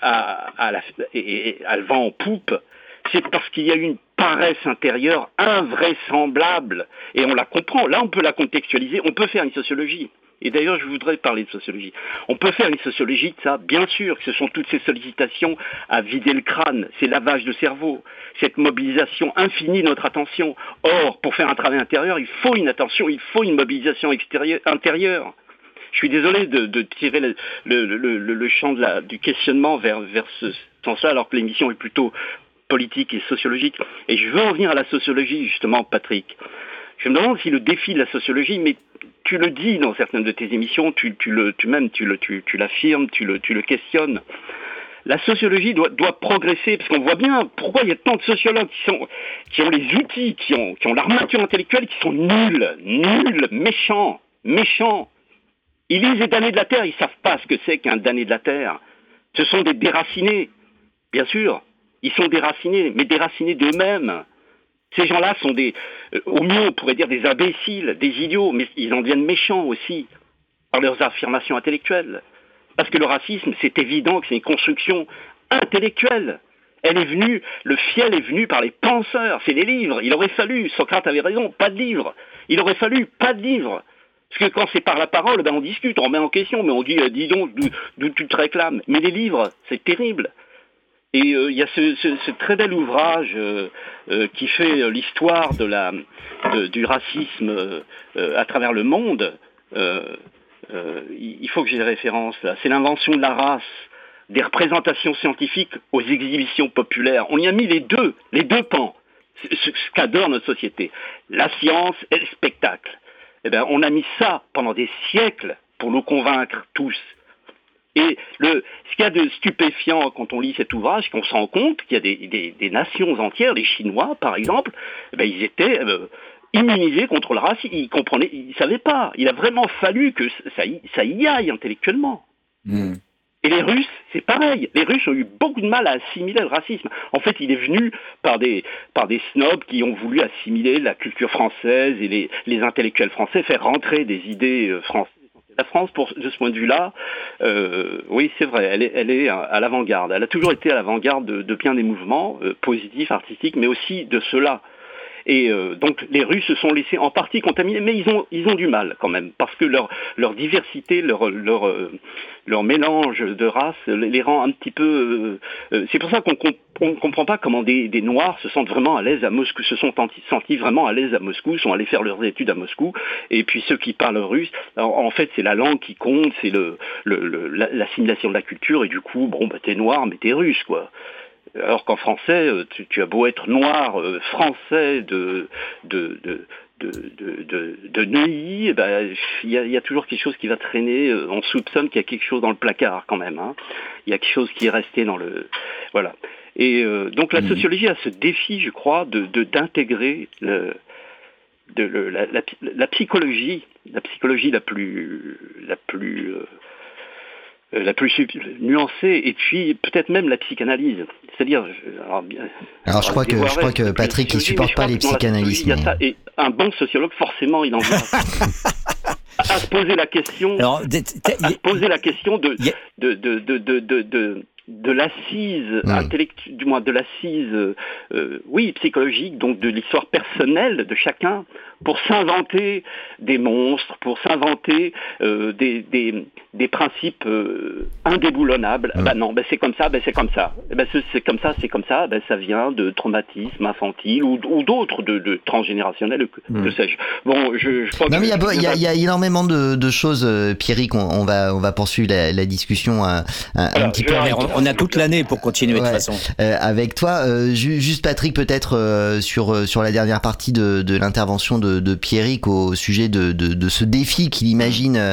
a, a, la, et, et, a le vent en poupe, c'est parce qu'il y a une paresse intérieure invraisemblable. Et on la comprend. Là, on peut la contextualiser. On peut faire une sociologie. Et d'ailleurs, je voudrais parler de sociologie. On peut faire une sociologie de ça, bien sûr, que ce sont toutes ces sollicitations à vider le crâne, ces lavages de cerveau, cette mobilisation infinie de notre attention. Or, pour faire un travail intérieur, il faut une attention, il faut une mobilisation extérieure, intérieure. Je suis désolé de, de tirer le, le, le, le, le champ de la, du questionnement vers, vers ce sens-là, alors que l'émission est plutôt politique et sociologique. Et je veux en venir à la sociologie, justement, Patrick. Je me demande si le défi de la sociologie, mais tu le dis dans certaines de tes émissions, tu, tu le, tu même, tu le, tu, tu l'affirmes, tu le, tu le questionnes. La sociologie doit, doit progresser, parce qu'on voit bien pourquoi il y a tant de sociologues qui sont, qui ont les outils, qui ont, qui ont l'armature intellectuelle, qui sont nuls, nuls, méchants, méchants. Ils lisent les damnés de la terre, ils savent pas ce que c'est qu'un damné de la terre. Ce sont des déracinés, bien sûr. Ils sont déracinés, mais déracinés d'eux-mêmes. Ces gens-là sont des, euh, au mieux on pourrait dire des imbéciles, des idiots, mais ils en deviennent méchants aussi, par leurs affirmations intellectuelles. Parce que le racisme, c'est évident que c'est une construction intellectuelle. Elle est venue, le fiel est venu par les penseurs, c'est les livres. Il aurait fallu, Socrate avait raison, pas de livres. Il aurait fallu pas de livres. Parce que quand c'est par la parole, ben on discute, on remet en question, mais on dit, euh, dis donc, d'où, d'où tu te réclames. Mais les livres, c'est terrible. Et il euh, y a ce, ce, ce très bel ouvrage euh, euh, qui fait euh, l'histoire de la, de, du racisme euh, à travers le monde. Euh, euh, il faut que j'ai des références là. C'est l'invention de la race, des représentations scientifiques aux exhibitions populaires. On y a mis les deux, les deux pans, ce, ce qu'adore notre société, la science et le spectacle. Eh bien, on a mis ça pendant des siècles pour nous convaincre tous. Et le, ce qu'il y a de stupéfiant quand on lit cet ouvrage, qu'on se rend compte qu'il y a des, des, des nations entières, les Chinois par exemple, ben, ils étaient euh, immunisés contre le racisme, ils comprenaient, ils savaient pas. Il a vraiment fallu que ça y, ça y aille intellectuellement. Mmh. Et les Russes, c'est pareil. Les Russes ont eu beaucoup de mal à assimiler le racisme. En fait, il est venu par des, par des snobs qui ont voulu assimiler la culture française et les, les intellectuels français, faire rentrer des idées françaises. La France, pour, de ce point de vue-là, euh, oui, c'est vrai, elle est, elle est à, à l'avant-garde. Elle a toujours été à l'avant-garde de, de bien des mouvements euh, positifs, artistiques, mais aussi de ceux-là. Et euh, donc les Russes se sont laissés en partie contaminer, mais ils ont ils ont du mal quand même, parce que leur leur diversité, leur leur euh, leur mélange de races les rend un petit peu. Euh, euh, c'est pour ça qu'on comp- on comprend pas comment des des Noirs se sentent vraiment à l'aise à Moscou, se sont sentis vraiment à l'aise à Moscou, sont allés faire leurs études à Moscou. Et puis ceux qui parlent russe, alors, en fait c'est la langue qui compte, c'est le, le, le l'assimilation de la culture, et du coup bon bah t'es noir mais t'es russe quoi. Alors qu'en français, tu, tu as beau être noir, euh, français de de de de de, de, de Neuilly, il ben, y, a, y a toujours quelque chose qui va traîner. On soupçonne qu'il y a quelque chose dans le placard quand même. Hein. Il y a quelque chose qui est resté dans le voilà. Et euh, donc la sociologie a ce défi, je crois, de, de d'intégrer le de le, la, la, la psychologie, la psychologie la plus la plus euh, la plus nuancée, et puis peut-être même la psychanalyse. C'est-à-dire... Alors, alors je, crois que, je crois que Patrick ne supporte pas les psychanalystes. Mais... Et un bon sociologue, forcément, il en vient à se poser la question, alors, à se poser la question de, de, de, de, de, de, de de l'assise mmh. intellectuelle, du moins de l'assise, euh, oui, psychologique, donc de l'histoire personnelle de chacun, pour s'inventer des monstres, pour s'inventer euh, des, des, des principes euh, indéboulonnables. Mmh. Ben non, ben c'est comme ça, ben c'est comme ça. Ben c'est, c'est comme ça, c'est comme ça, ben ça vient de traumatisme infantile ou, ou d'autres, de, de transgénérationnels, mmh. que sais-je. Bon, je, je crois non, que... mais il y a, y, a, y a énormément de, de choses, euh, Pierrick, on, on, va, on va poursuivre la, la discussion un, un, voilà, un petit peu. Avec... On a toute l'année pour continuer ouais, de toute façon. Euh, avec toi, euh, ju- juste Patrick, peut-être euh, sur euh, sur la dernière partie de, de l'intervention de, de Pierrick au sujet de, de, de ce défi qu'il imagine euh,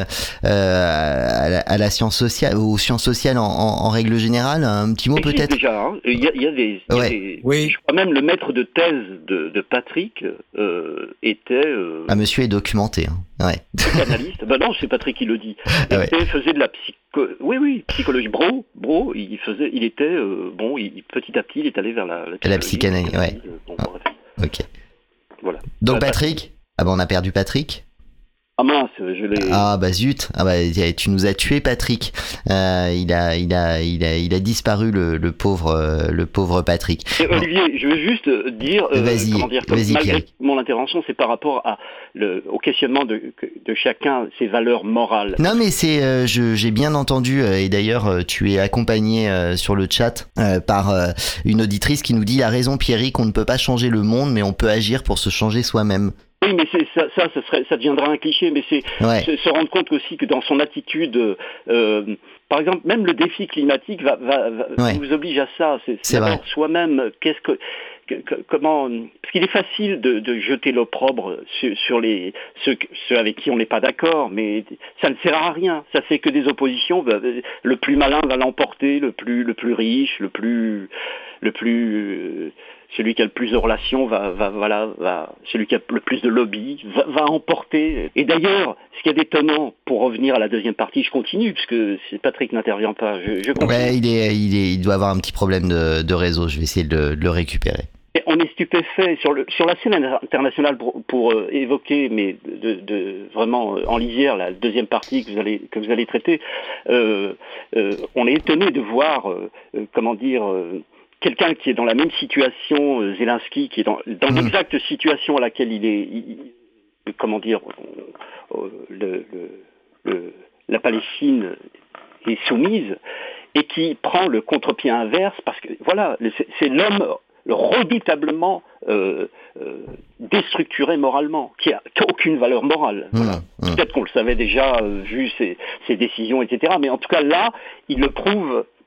à, la, à la science sociale, aux sciences sociales en, en, en règle générale. Un petit mot peut-être. Déjà, hein. il y a, il y a des, il y a ouais. des oui. je crois même le maître de thèse de, de Patrick euh, était. Euh, ah, monsieur est documenté. Hein. Ouais. Psychanalyste. Ben non, c'est Patrick qui le dit. Il ouais. faisait de la psycho. Oui, oui, psychologie. Bro, bro, il faisait, il était euh, bon, il, petit à petit, il est allé vers la, la, la psychanalyse. Ouais. Bon, ah. Ok. Voilà. Donc Patrick, ah ben on a perdu Patrick. Ah mince, je l'ai. Ah bah zut, ah bah tu nous as tué Patrick. Euh, il a, il a, il a, il a disparu le, le pauvre, euh, le pauvre Patrick. Et Olivier, bon. je veux juste dire, euh, vas-y, comment dire, vas-y, malgré Pierre. mon intervention, c'est par rapport à le, au questionnement de, de chacun, ses valeurs morales. Non mais c'est, euh, je, j'ai bien entendu euh, et d'ailleurs euh, tu es accompagné euh, sur le chat euh, par euh, une auditrice qui nous dit la raison Pierrick, on ne peut pas changer le monde, mais on peut agir pour se changer soi-même. Oui, mais c'est, ça, ça, ça, serait, ça deviendra un cliché, mais c'est ouais. se, se rendre compte aussi que dans son attitude, euh, par exemple, même le défi climatique va, va, va ouais. vous oblige à ça. C'est, c'est d'abord vrai. Soi-même, qu'est-ce que, que, que, comment, parce qu'il est facile de, de jeter l'opprobre sur, sur les ceux, ceux avec qui on n'est pas d'accord, mais ça ne sert à rien. Ça fait que des oppositions. Le plus malin va l'emporter, le plus, le plus riche, le plus, le plus. Celui qui a le plus de relations va, va, voilà, va, celui qui a le plus de lobby va, va emporter. Et d'ailleurs, ce qui est étonnant, pour revenir à la deuxième partie, je continue, parce que Patrick n'intervient pas, je, je continue. Ouais, il est, il est, il doit avoir un petit problème de, de réseau, je vais essayer de le, de le récupérer. Et on est stupéfait sur, le, sur la scène internationale pour, pour euh, évoquer, mais de, de, vraiment euh, en lisière, la deuxième partie que vous allez, que vous allez traiter, euh, euh, on est étonné de voir, euh, euh, comment dire, euh, quelqu'un qui est dans la même situation, euh, Zelensky, qui est dans, dans mmh. l'exacte situation à laquelle il est, il, comment dire, euh, le, le, le, la Palestine est soumise, et qui prend le contre-pied inverse, parce que, voilà, c'est, c'est l'homme redoutablement euh, euh, déstructuré moralement, qui n'a aucune valeur morale. Mmh. Voilà. Mmh. Peut-être qu'on le savait déjà, euh, vu ses, ses décisions, et cetera, mais en tout cas, là, il le prouve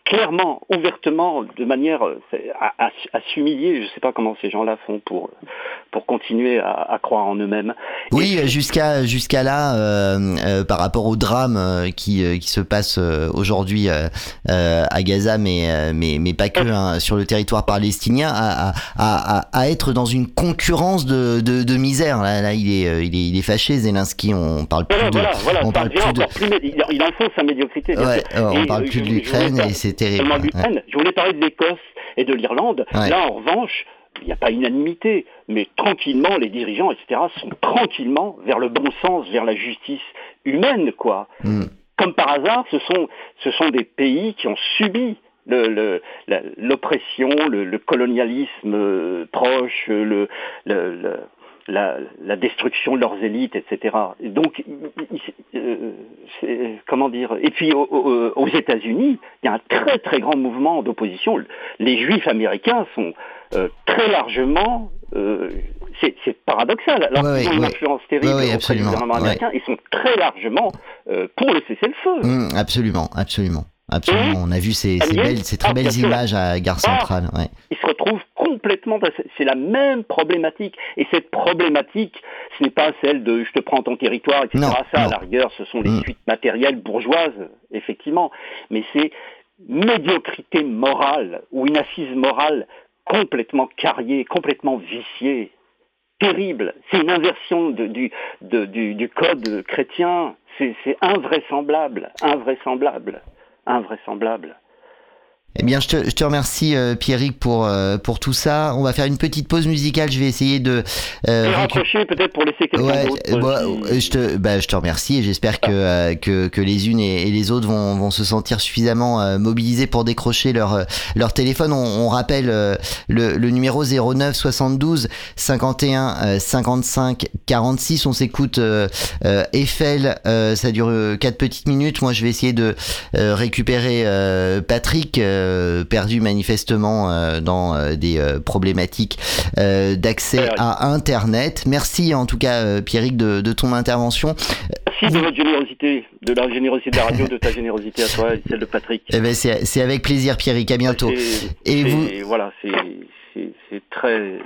clairement, ouvertement, de manière à, à, à s'humilier. Je ne sais pas comment ces gens-là font pour pour continuer à, à croire en eux-mêmes. Oui, Et, jusqu'à jusqu'à là, euh, euh, par rapport au drame euh, qui euh, qui se passe euh, aujourd'hui euh, euh, à Gaza, mais euh, mais mais pas que hein, sur le territoire palestinien, à, à à à être dans une concurrence de de, de misère. Là, là, il est il est il est fâché, Zelensky. On parle plus voilà, de voilà, voilà, on parle plus de plus, il, il enfonce sa médiocrité. Bien ouais, sûr. on et, parle euh, plus je, de l'Ukraine je, je, et c'est terrible. Ouais. Je voulais parler de l'Écosse et de l'Irlande. Ouais. Là, en revanche, il n'y a pas unanimité, mais tranquillement, les dirigeants, et cetera, sont tranquillement vers le bon sens, vers la justice humaine, quoi. Mm. Comme par hasard, ce sont, ce sont des pays qui ont subi le, le, la, l'oppression, le, le colonialisme euh, proche, le, le, le La, la destruction de leurs élites, et cetera. Et donc, euh, c'est, comment dire. Et puis, au, au, aux États-Unis, il y a un très très grand mouvement d'opposition. Les Juifs américains sont euh, très largement. Euh, c'est, c'est paradoxal. Alors ouais, qu'ils ont ouais, une ouais. influence terrible ouais, ouais, auprès du gouvernement américain, ouais. Ils sont très largement euh, pour le cessez-le-feu. Mmh, absolument, absolument. Absolument, on a vu ces, ces, belles, ces très belles images à Gare Centrale. Ouais. Ils se retrouvent complètement, c'est la même problématique. Et cette problématique, ce n'est pas celle de je te prends ton territoire, et cetera. Non, Ça, non. à la rigueur, ce sont les mmh. suites matérielles bourgeoises, effectivement. Mais c'est médiocrité morale, ou une assise morale complètement carriée, complètement viciée. Terrible. C'est une inversion de, du, de, du, du code chrétien. C'est, c'est invraisemblable, invraisemblable. invraisemblable. Eh bien, je te, je te remercie, euh, Pierrick, pour euh, pour tout ça. On va faire une petite pause musicale. Je vais essayer de euh, raccrocher peut-être pour laisser quelqu'un ouais, d'autre. Bah, si... je te, bah, je te remercie et j'espère que euh, que que les unes et, et les autres vont vont se sentir suffisamment euh, mobilisés pour décrocher leur euh, leur téléphone. On, on rappelle euh, le le numéro zéro neuf soixante-douze cinquante et un cinquante-cinq quarante-six. On s'écoute euh, euh, Eiffel. Euh, ça dure quatre petites minutes. Moi, je vais essayer de euh, récupérer euh, Patrick. Euh, perdu manifestement euh, dans euh, des euh, problématiques euh, d'accès à Internet. Merci en tout cas euh, Pierrick de, de ton intervention. Merci de votre générosité, de la générosité de la radio, de ta générosité à toi et celle de Patrick. Eh ben c'est, c'est avec plaisir Pierrick, à bientôt. C'est, et c'est, vous voilà, c'est, c'est, c'est très...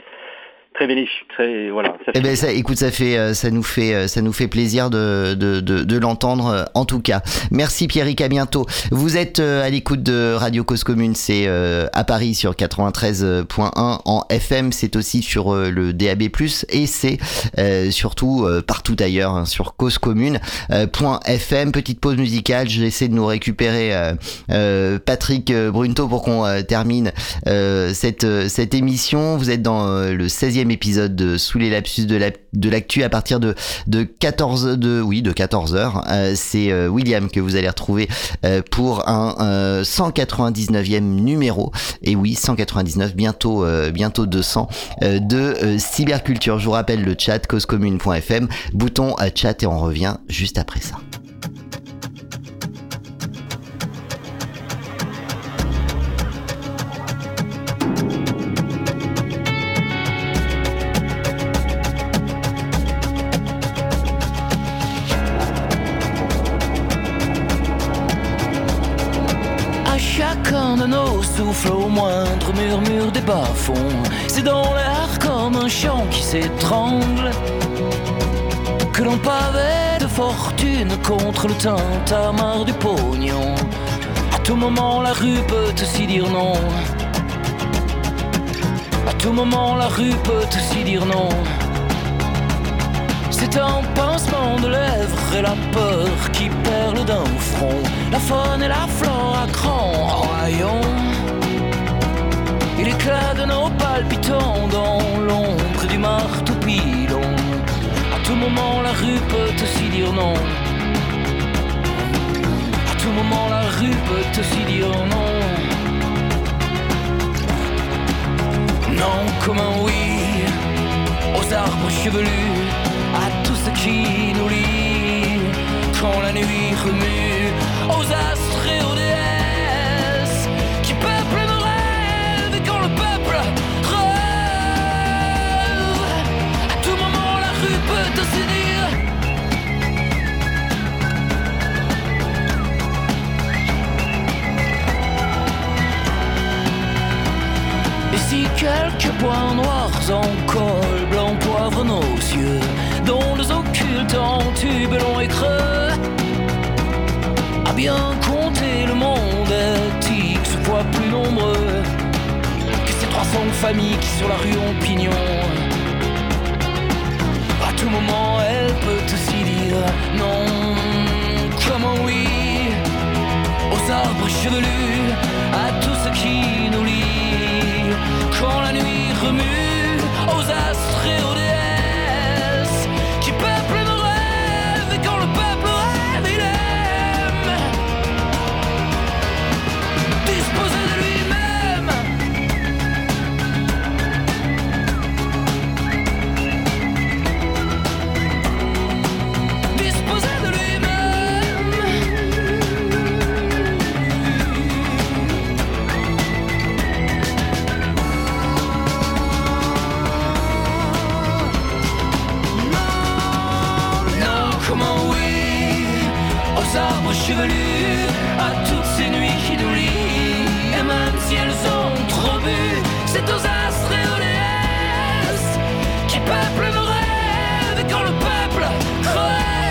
très bénéfique, très voilà. Ça fait... Eh ben ça, écoute, ça fait, ça nous fait, ça nous fait plaisir de de de, de l'entendre. En tout cas, merci Pierrick, à bientôt. Vous êtes à l'écoute de Radio Cause Commune, c'est à Paris sur quatre-vingt-treize point un en F M, c'est aussi sur le D A B plus, et c'est euh, surtout euh, partout ailleurs hein, sur cause commune point F M. Petite pause musicale, j'essaie de nous récupérer euh, euh, Patrick Brunto pour qu'on euh, termine euh, cette cette émission. Vous êtes dans euh, le seizième épisode de Sous les lapsus de, la, de l'actu à partir de de quatorze de oui de quatorze heures. Euh, c'est euh, William que vous allez retrouver euh, pour un euh, cent quatre-vingt-dix-neuvième numéro. Et oui, cent quatre-vingt-dix-neuf, bientôt euh, bientôt deux cents euh, de euh, cyberculture. Je vous rappelle le chat cause commune point F M, bouton euh, chat, et on revient juste après ça. Chacun de nos souffles au moindre murmure des bas-fonds. C'est dans l'air comme un chant qui s'étrangle que l'on pavait de fortune contre le tintamarre du pognon. À tout moment la rue peut aussi dire non. À tout moment la rue peut aussi dire non. C'est un pincement de lèvres et la peur qui perle d'un front. La faune et la flore à grands rayons. Et l'éclat de nos palpitants dans l'ombre du marteau pilon. À tout moment la rue peut aussi dire non. À tout moment la rue peut aussi dire non. Non comme un oui aux arbres chevelus, à tout ce qui nous lie, quand la nuit remue, aux astres et aux déesses qui peuplent nos rêves, et quand le peuple rêve, à tout moment la rue peut aussi dire. quelques points noirs en col blanc poivre nos yeux, dont les occultes en tube long et creux. À bien compter le monde est X fois plus nombreux que ces trois cents familles qui sur la rue ont pignon. À tout moment elle peut aussi dire non. Comment oui aux arbres chevelus, à tout ce qui nous lie. Quand la nuit remue aux astres et aux déesses qui peuplent nos rêves, et quand le peuple rêve il aime disposer de lui-même. Disposer de lui-même. Non, comment oui aux arbres chevelus, à toutes ces nuits qui nous lient. Et même si elles ont trop bu, c'est aux astres et aux déesses qui peuplent nos rêves. Et quand le peuple crève,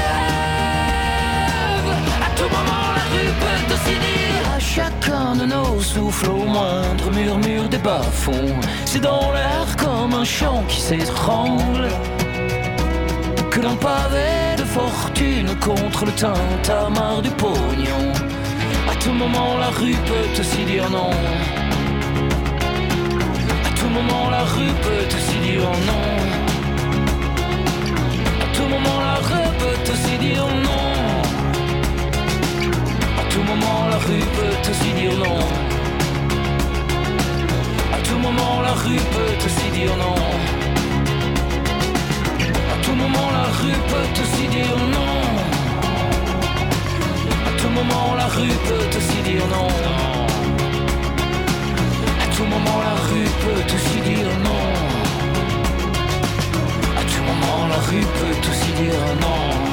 à tout moment la rue peut aussi dire à chacun de nos souffles, au moindre murmure des bas-fonds. C'est dans l'air comme un chant qui s'étrangle que l'on pavé de fortune contre le tintamarre du pognon. À tout moment la rue peut aussi dire non. À tout moment la rue peut aussi dire non. À tout moment la rue peut aussi dire non. À tout moment la rue peut aussi dire non. À tout moment la rue peut aussi dire non. À tout moment la rue peut aussi dire non. À tout moment la rue peut aussi dire non. À tout moment la rue peut aussi dire non. À tout moment la rue peut aussi dire non.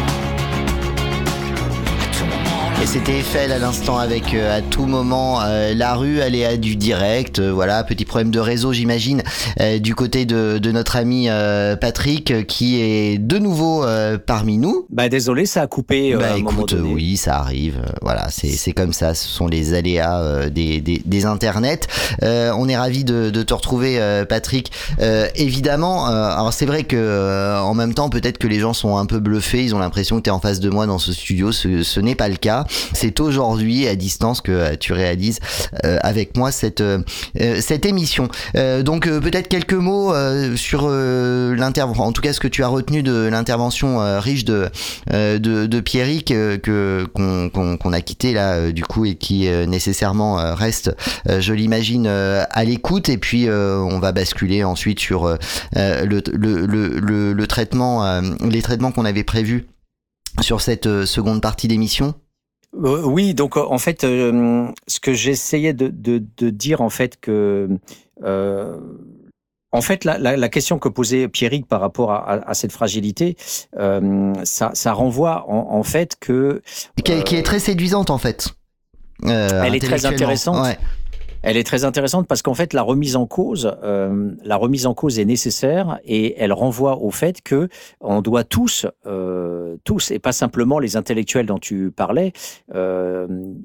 Et c'était Eiffel à l'instant avec euh, à tout moment euh, la rue, aléa du direct, euh, voilà, petit problème de réseau j'imagine euh, du côté de, de notre ami euh, Patrick euh, qui est de nouveau euh, parmi nous. Bah désolé, ça a coupé euh, bah, à un écoute, moment donné. oui, ça arrive, euh, voilà, c'est c'est comme ça, ce sont les aléas euh, des, des, des internets. Euh, on est ravis de, de te retrouver euh, Patrick. Euh, évidemment, euh, alors c'est vrai que euh, en même temps peut-être que les gens sont un peu bluffés, ils ont l'impression que tu es en face de moi dans ce studio, ce, ce n'est pas le cas. C'est aujourd'hui à distance que tu réalises euh, avec moi cette euh, cette émission. Euh, donc euh, peut-être quelques mots euh, sur euh, l'intervention, en tout cas ce que tu as retenu de l'intervention euh, riche de euh, de, de Pierrick euh, que qu'on, qu'on, qu'on a quitté là euh, du coup et qui euh, nécessairement euh, reste, euh, je l'imagine, euh, à l'écoute. Et puis euh, on va basculer ensuite sur euh, le, le le le le traitement, euh, les traitements qu'on avait prévus sur cette euh, seconde partie d'émission. Euh, oui, donc en fait, euh, ce que j'essayais de, de, de dire, en fait, que euh, en fait, la, la, la question que posait Pierrick par rapport à, à, à cette fragilité, euh, ça, ça renvoie en, en fait que euh, qui, est, qui est très séduisante en fait. Euh, elle est très intéressante. Ouais. Elle est très intéressante parce qu'en fait, la remise en cause, euh, la remise en cause est nécessaire et elle renvoie au fait que on doit tous, euh, tous et pas simplement les intellectuels dont tu parlais, euh,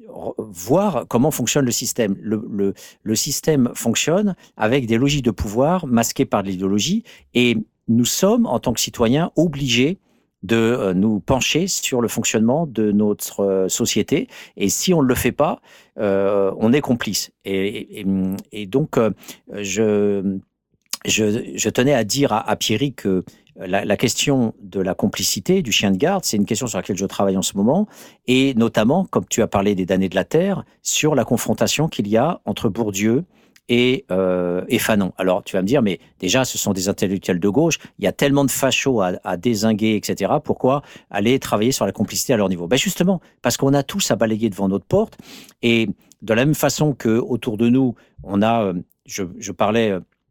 voir comment fonctionne le système. Le, le, le système fonctionne avec des logiques de pouvoir masquées par de l'idéologie et nous sommes, en tant que citoyens, obligés de nous pencher sur le fonctionnement de notre société. Et si on ne le fait pas, euh, on est complice. Et, et, et donc, euh, je, je, je tenais à dire à, à Pierrick que la, la question de la complicité du chien de garde, c'est une question sur laquelle je travaille en ce moment, et notamment, comme tu as parlé des damnés de la Terre, sur la confrontation qu'il y a entre Bourdieu et, euh, et Fanon. Alors, tu vas me dire, mais déjà, ce sont des intellectuels de gauche, il y a tellement de fachos à, à dézinguer, et cetera. Pourquoi aller travailler sur la complicité à leur niveau? Ben justement, parce qu'on a tous à balayer devant notre porte, et de la même façon que autour de nous, on a, je, je parlais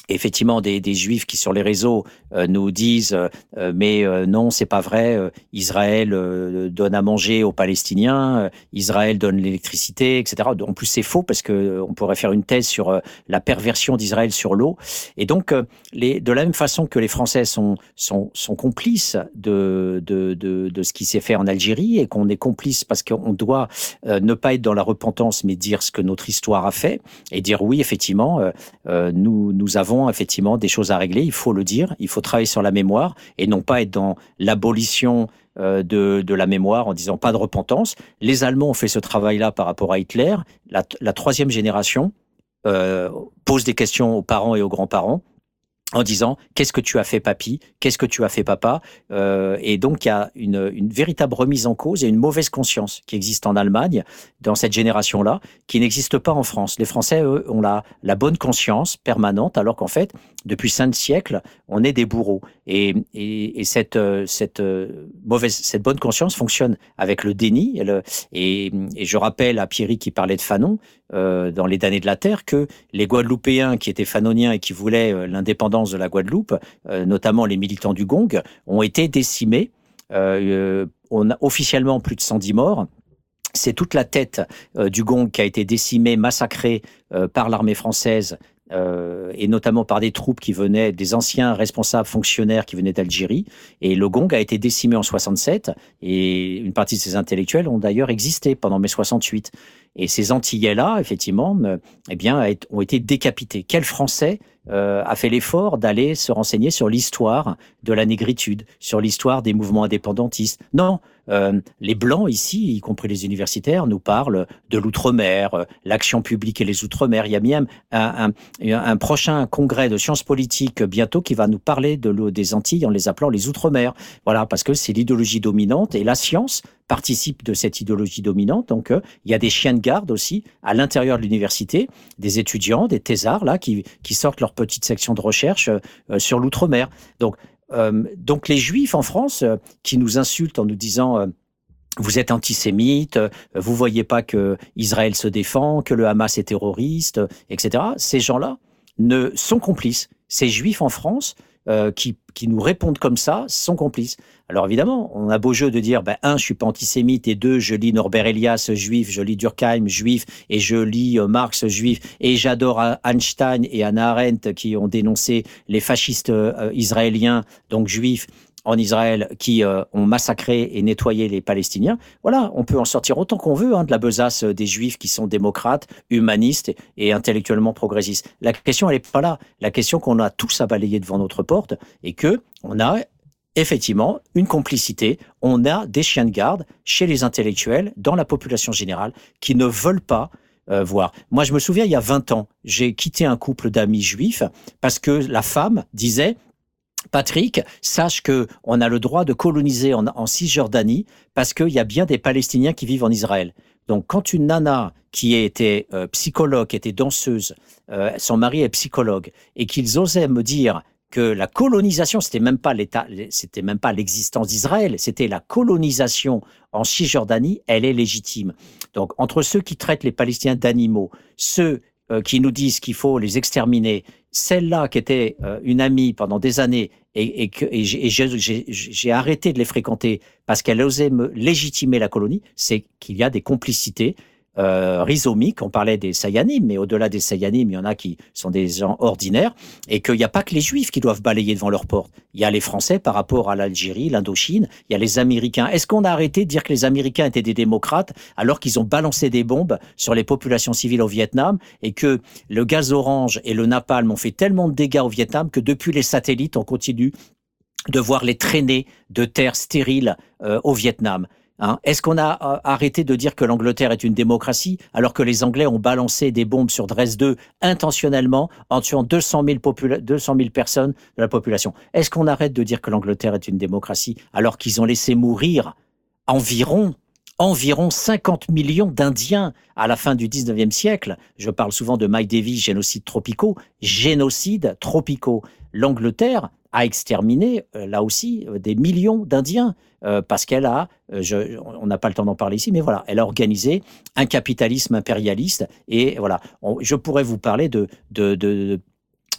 effectivement des, des juifs qui sur les réseaux euh, nous disent euh, mais euh, non, c'est pas vrai, euh, Israël euh, donne à manger aux Palestiniens, euh, Israël donne l'électricité, et cetera. En plus c'est faux parce que euh, on pourrait faire une thèse sur euh, la perversion d'Israël sur l'eau. Et donc euh, les, de la même façon que les Français sont sont, sont complices de, de de de ce qui s'est fait en Algérie et qu'on est complice parce qu'on doit euh, ne pas être dans la repentance mais dire ce que notre histoire a fait et dire oui effectivement euh, euh, nous nous avons effectivement des choses à régler, il faut le dire, il faut travailler sur la mémoire et non pas être dans l'abolition euh, de, de la mémoire en disant pas de repentance. Les Allemands ont fait ce travail-là par rapport à Hitler. La, la troisième génération euh, pose des questions aux parents et aux grands-parents en disant « Qu'est-ce que tu as fait, papy ? Qu'est-ce que tu as fait, papa ?» euh, Et donc, il y a une, une véritable remise en cause et une mauvaise conscience qui existe en Allemagne, dans cette génération-là, qui n'existe pas en France. Les Français, eux, ont la, la bonne conscience permanente, alors qu'en fait, depuis cinq siècles, on est des bourreaux. Et, et, et cette, cette, mauvaise, cette bonne conscience fonctionne avec le déni. Et, le, et, et je rappelle à Pierry qui parlait de Fanon, euh, dans Les damnés de la terre, que les Guadeloupéens qui étaient fanoniens et qui voulaient euh, l'indépendance de la Guadeloupe, euh, notamment les militants du Gong, ont été décimés. Euh, on a officiellement plus de cent dix morts. C'est toute la tête euh, du Gong qui a été décimée, massacrée euh, par l'armée française euh, et notamment par des troupes qui venaient, des anciens responsables fonctionnaires qui venaient d'Algérie. Et le Gong a été décimé en soixante-sept et une partie de ces intellectuels ont d'ailleurs existé pendant mai soixante-huit. Et ces Antillais-là, effectivement, euh, eh bien, ont été décapités. Quel Français euh, a fait l'effort d'aller se renseigner sur l'histoire de la négritude, sur l'histoire des mouvements indépendantistes? Non, euh, les Blancs ici, y compris les universitaires, nous parlent de l'outre-mer, euh, l'action publique et les outre-mer. Il y a même un, un, un prochain congrès de sciences politiques bientôt qui va nous parler de l'eau des Antilles en les appelant les outre-mer. Voilà, parce que c'est l'idéologie dominante et la science participe de cette idéologie dominante. Donc, euh, il y a des chiens de garde aussi à l'intérieur de l'université, des étudiants, des thésards là qui, qui sortent leur petite section de recherche euh, sur l'outre-mer. Donc, euh, donc les Juifs en France euh, qui nous insultent en nous disant euh, vous êtes antisémites, euh, vous voyez pas que Israël se défend, que le Hamas est terroriste, euh, et cetera. Ces gens-là ne sont complices. Ces Juifs en France euh, qui, qui nous répondent comme ça sont complices. Alors évidemment, on a beau jeu de dire, ben, un, je suis pas antisémite, et deux, je lis Norbert Elias, juif, je lis Durkheim, juif, et je lis euh, Marx, juif, et j'adore Einstein et Hannah Arendt qui ont dénoncé les fascistes euh, israéliens, donc juifs, en Israël, qui euh, ont massacré et nettoyé les Palestiniens. Voilà, on peut en sortir autant qu'on veut hein, de la besace des Juifs qui sont démocrates, humanistes et, et intellectuellement progressistes. La question, elle n'est pas là. La question qu'on a tous à balayer devant notre porte et que on a effectivement une complicité. On a des chiens de garde chez les intellectuels, dans la population générale, qui ne veulent pas euh, voir. Moi, je me souviens, il y a vingt ans, j'ai quitté un couple d'amis juifs parce que la femme disait Patrick, sache que on a le droit de coloniser en, en Cisjordanie parce qu'il y a bien des Palestiniens qui vivent en Israël. Donc, quand une nana qui était euh, psychologue, qui était danseuse, euh, son mari est psychologue, et qu'ils osaient me dire que la colonisation, c'était même pas l'État, c'était même pas l'existence d'Israël, c'était la colonisation en Cisjordanie, elle est légitime. Donc, entre ceux qui traitent les Palestiniens d'animaux, ceux euh, qui nous disent qu'il faut les exterminer, celle-là qui était euh, une amie pendant des années et, et, que, et, j'ai, et j'ai, j'ai, j'ai arrêté de les fréquenter parce qu'elle osait me légitimer la colonie, c'est qu'il y a des complicités euh, rhizomiques. On parlait des Sayanim, mais au-delà des Sayanim, il y en a qui sont des gens ordinaires et qu'il n'y a pas que les Juifs qui doivent balayer devant leur porte. Il y a les Français par rapport à l'Algérie, l'Indochine, il y a les Américains. Est-ce qu'on a arrêté de dire que les Américains étaient des démocrates alors qu'ils ont balancé des bombes sur les populations civiles au Vietnam et que le gaz orange et le napalm ont fait tellement de dégâts au Vietnam que depuis les satellites, on continue de voir les traînées de terre stériles euh, au Vietnam? Hein, est-ce qu'on a euh, arrêté de dire que l'Angleterre est une démocratie alors que les Anglais ont balancé des bombes sur Dresde deux intentionnellement en tuant deux cent mille, popula- deux cent mille personnes de la population? Est-ce qu'on arrête de dire que l'Angleterre est une démocratie alors qu'ils ont laissé mourir environ environ cinquante millions d'Indiens à la fin du dix-neuvième siècle? Je parle souvent de Mike Davis, génocides tropicaux, génocides tropicaux. L'Angleterre a exterminé, euh, là aussi, euh, des millions d'Indiens, euh, parce qu'elle a, euh, je, on n'a pas le temps d'en parler ici, mais voilà, elle a organisé un capitalisme impérialiste, et voilà, on, je pourrais vous parler de, de, de,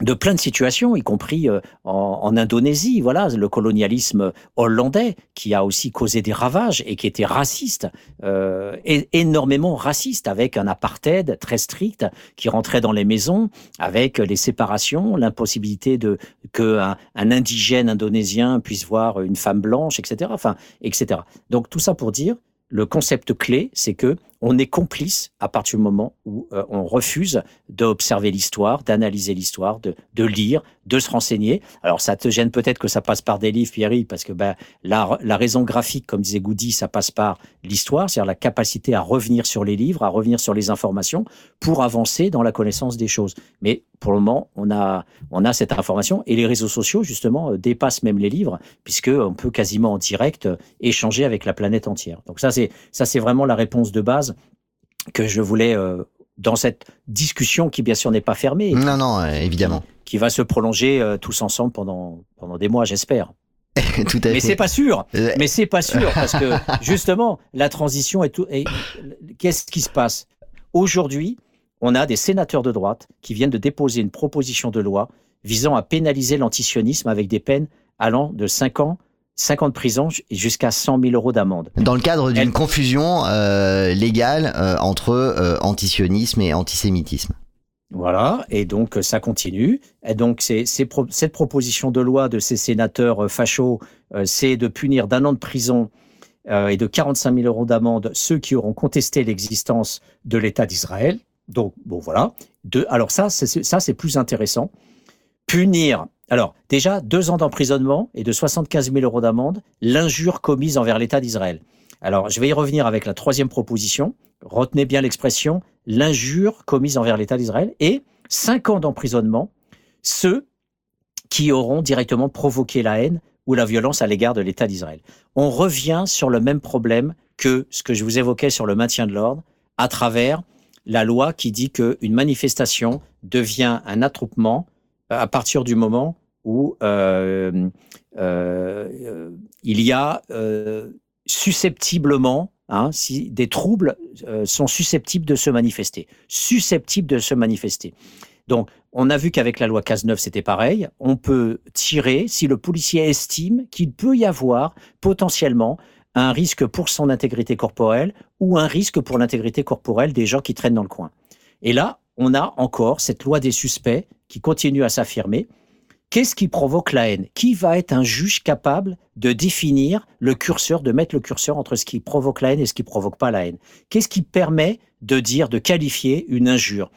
de plein de situations, y compris euh, en, en Indonésie. Voilà, le colonialisme hollandais qui a aussi causé des ravages et qui était raciste, euh, et énormément raciste, avec un apartheid très strict qui rentrait dans les maisons, avec les séparations, l'impossibilité de que un, un indigène indonésien puisse voir une femme blanche, et cetera. Enfin, et cetera. Donc tout ça pour dire, le concept clé, c'est que on est complice à partir du moment où euh, on refuse d'observer l'histoire, d'analyser l'histoire, de, de lire, de se renseigner. Alors ça te gêne peut-être que ça passe par des livres, Pierre, parce que ben, la, la raison graphique, comme disait Goody, ça passe par l'histoire, c'est-à-dire la capacité à revenir sur les livres, à revenir sur les informations pour avancer dans la connaissance des choses. Mais pour le moment, on a, on a cette information et les réseaux sociaux, justement, euh, dépassent même les livres, puisqu'on peut quasiment en direct euh, échanger avec la planète entière. Donc ça, c'est, ça, c'est vraiment la réponse de base que je voulais, euh, dans cette discussion qui, bien sûr, n'est pas fermée. Non, non, euh, évidemment. Qui va se prolonger euh, tous ensemble pendant, pendant des mois, j'espère. Tout à fait. Mais c'est pas sûr. Euh... Mais c'est pas sûr, parce que, justement, la transition est tout. Et qu'est-ce qui se passe? Aujourd'hui, on a des sénateurs de droite qui viennent de déposer une proposition de loi visant à pénaliser l'antisionisme avec des peines allant de cinq ans, cinq ans de prison jusqu'à cent mille euros d'amende. Dans le cadre d'une Elle... confusion euh, légale euh, entre euh, antisionisme et antisémitisme. Voilà, et donc ça continue. Et donc c'est, c'est pro- cette proposition de loi de ces sénateurs euh, fachos, euh, c'est de punir d'un an de prison euh, et de quarante-cinq mille euros d'amende ceux qui auront contesté l'existence de l'État d'Israël. Donc bon voilà. De, alors ça, c'est, ça c'est plus intéressant. Punir. Alors, déjà, deux ans d'emprisonnement et de soixante-quinze mille euros d'amende, l'injure commise envers l'État d'Israël. Alors, je vais y revenir avec la troisième proposition. Retenez bien l'expression, l'injure commise envers l'État d'Israël, et cinq ans d'emprisonnement, ceux qui auront directement provoqué la haine ou la violence à l'égard de l'État d'Israël. On revient sur le même problème que ce que je vous évoquais sur le maintien de l'ordre, à travers la loi qui dit qu'une manifestation devient un attroupement à partir du moment où euh, euh, il y a euh, susceptiblement, hein, si des troubles euh, sont susceptibles de se manifester, susceptibles de se manifester. Donc, on a vu qu'avec la loi Cazeneuve, c'était pareil. On peut tirer si le policier estime qu'il peut y avoir potentiellement un risque pour son intégrité corporelle ou un risque pour l'intégrité corporelle des gens qui traînent dans le coin. Et là, on a encore cette loi des suspects qui continue à s'affirmer. Qu'est-ce qui provoque la haine? Qui va être un juge capable de définir le curseur, de mettre le curseur entre ce qui provoque la haine et ce qui ne provoque pas la haine? Qu'est-ce qui permet de dire, de qualifier une injure?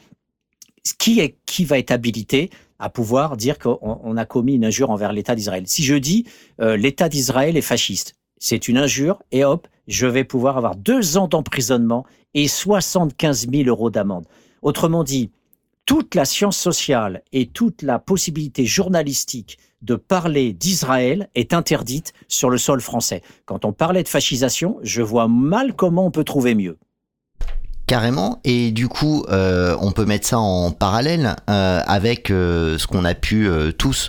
Qui, est, qui va être habilité à pouvoir dire qu'on on a commis une injure envers l'État d'Israël? Si je dis euh, l'État d'Israël est fasciste, c'est une injure et hop, je vais pouvoir avoir deux ans d'emprisonnement et soixante-quinze mille euros d'amende. Autrement dit, toute la science sociale et toute la possibilité journalistique de parler d'Israël est interdite sur le sol français. Quand on parlait de fascisation, je vois mal comment on peut trouver mieux. Carrément, et du coup euh, on peut mettre ça en parallèle euh, avec euh, ce qu'on a pu euh, tous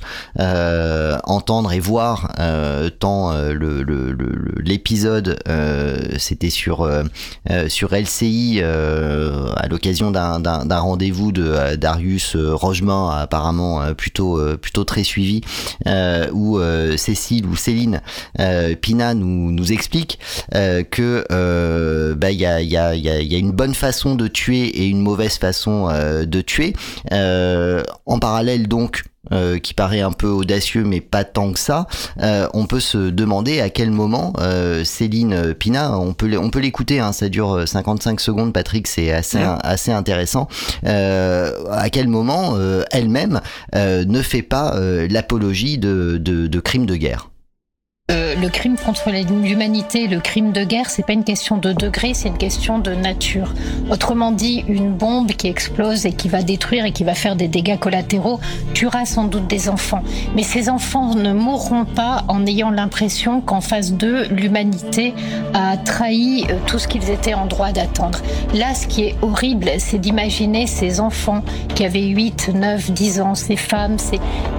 euh, entendre et voir euh, tant euh, le, le, le, l'épisode euh, c'était sur euh, sur L C I euh, à l'occasion d'un, d'un, d'un rendez-vous de Darius Rogemin, apparemment euh, plutôt euh, plutôt très suivi, euh, où euh, Cécile ou Céline euh, Pina nous nous explique euh, que euh, bah il y a il y a il y a, y a une bonne façon de tuer et une mauvaise façon euh, de tuer. Euh, en parallèle donc, euh, qui paraît un peu audacieux mais pas tant que ça, euh, on peut se demander à quel moment euh, Céline Pina, on peut on peut l'écouter, hein, ça dure cinquante-cinq secondes, Patrick, c'est assez ouais. assez intéressant. Euh, à quel moment euh, elle-même euh, ne fait pas euh, l'apologie de, de de crimes de guerre? Euh, le crime contre l'humanité, le crime de guerre, c'est pas une question de degré, c'est une question de nature. Autrement dit, une bombe qui explose et qui va détruire et qui va faire des dégâts collatéraux tuera sans doute des enfants. Mais ces enfants ne mourront pas en ayant l'impression qu'en face d'eux, l'humanité a trahi tout ce qu'ils étaient en droit d'attendre. Là, ce qui est horrible, c'est d'imaginer ces enfants qui avaient huit, neuf, dix ans, ces femmes, ces...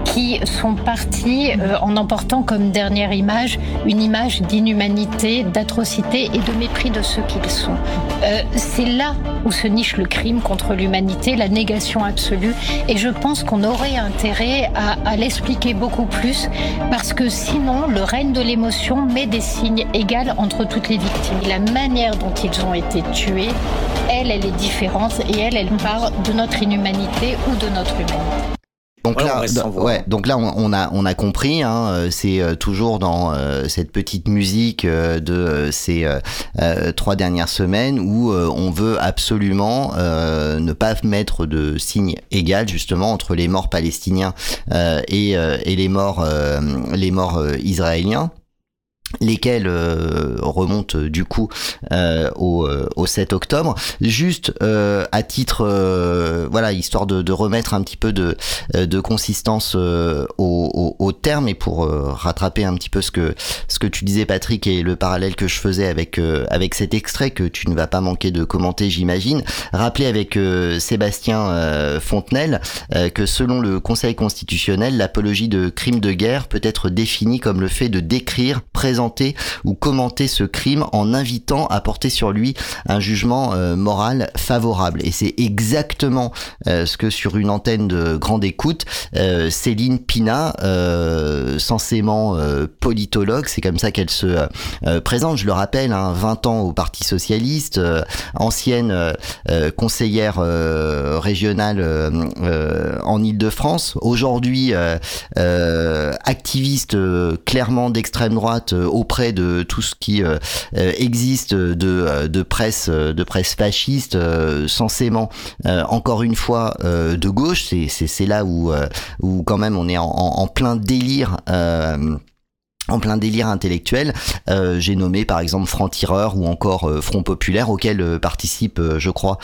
qui sont partis euh, en emportant comme dernière image une image d'inhumanité, d'atrocité et de mépris de ceux qu'ils sont. Euh, c'est là où se niche le crime contre l'humanité, la négation absolue, et je pense qu'on aurait intérêt à, à l'expliquer beaucoup plus, parce que sinon le règne de l'émotion met des signes égaux entre toutes les victimes. La manière dont ils ont été tués, elle, elle est différente, et elle, elle part de notre inhumanité ou de notre humanité. Donc ouais, là, on d- ouais, donc là, on, on a, on a compris. Hein, c'est euh, toujours dans euh, cette petite musique euh, de euh, ces euh, euh, trois dernières semaines où euh, on veut absolument euh, ne pas mettre de signe égal justement entre les morts palestiniens euh, et, euh, et les morts, euh, les morts euh, israéliens. Lesquels euh, remontent euh, du coup euh, au, euh, au sept octobre. Juste euh, à titre, euh, voilà, histoire de, de remettre un petit peu de, de consistance euh, au, au, au terme, et pour euh, rattraper un petit peu ce que ce que tu disais, Patrick, et le parallèle que je faisais avec euh, avec cet extrait que tu ne vas pas manquer de commenter, j'imagine. Rappeler avec euh, Sébastien euh, Fontenelle euh, que selon le Conseil constitutionnel, l'apologie de crime de guerre peut être définie comme le fait de décrire, présenter ou commenter ce crime en invitant à porter sur lui un jugement euh, moral favorable. Et c'est exactement euh, ce que sur une antenne de grande écoute, euh, Céline Pina, euh, censément euh, politologue, c'est comme ça qu'elle se euh, présente, je le rappelle, hein, vingt ans au Parti Socialiste, euh, ancienne euh, euh, conseillère euh, régionale euh, euh, en Île-de-France, aujourd'hui euh, euh, activiste euh, clairement d'extrême droite euh, auprès de tout ce qui euh, existe de, de presse de presse fasciste, euh, censément euh, encore une fois euh, de gauche. C'est, c'est, c'est là où, euh, où quand même on est en, en, en plein délire euh, en plein délire intellectuel. Euh, j'ai nommé par exemple Franc-Tireur ou encore euh, Front Populaire, auquel euh, participe, euh, je crois,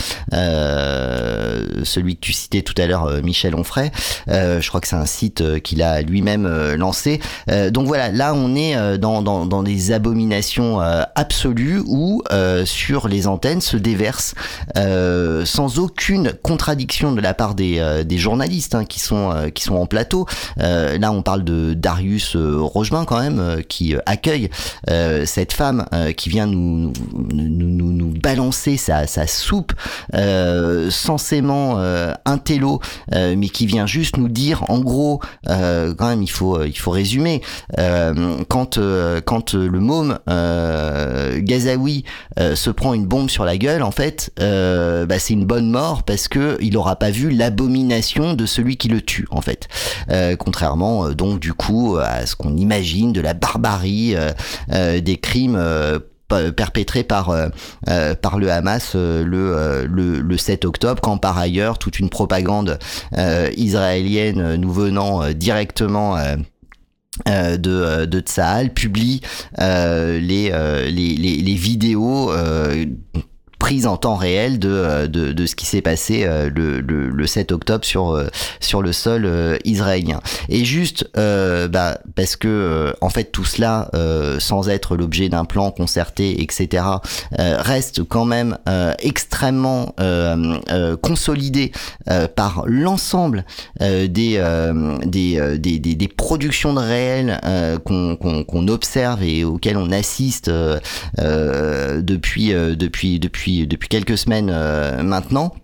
euh, celui que tu citais tout à l'heure, euh, Michel Onfray. Euh, je crois que c'est un site euh, qu'il a lui-même euh, lancé. Euh, donc voilà, là on est euh, dans, dans, dans des abominations euh, absolues où euh, sur les antennes se déversent euh, sans aucune contradiction de la part des, euh, des journalistes hein, qui sont euh, qui sont en plateau. Euh, là on parle de Darius euh, Rochemin quand même, qui accueille euh, cette femme euh, qui vient nous nous, nous, nous balancer sa, sa soupe euh, censément euh, intello, euh, mais qui vient juste nous dire en gros euh, quand même il faut il faut résumer euh, quand euh, quand le môme euh, Gazaoui euh, se prend une bombe sur la gueule, en fait euh, bah, c'est une bonne mort parce que il aura pas vu l'abomination de celui qui le tue en fait, euh, contrairement euh, donc du coup à ce qu'on imagine de la barbarie euh, euh, des crimes euh, perpétrés par euh, euh, par le Hamas euh, le, euh, le le sept octobre, quand par ailleurs toute une propagande euh, israélienne nous venant euh, directement euh, Euh, de de Tsahal publie euh, les, euh, les les les vidéos euh, prise en temps réel de de, de ce qui s'est passé euh, le, le le sept octobre sur euh, sur le sol euh, israélien. Et juste euh, bah parce que euh, en fait tout cela euh, sans être l'objet d'un plan concerté, et cetera euh, reste quand même euh, extrêmement euh, euh, consolidé euh, par l'ensemble euh, des, euh, des, euh, des des des productions de réel euh, qu'on qu'on qu'on observe et auxquelles on assiste euh, euh, depuis euh, depuis depuis depuis quelques semaines euh, maintenant.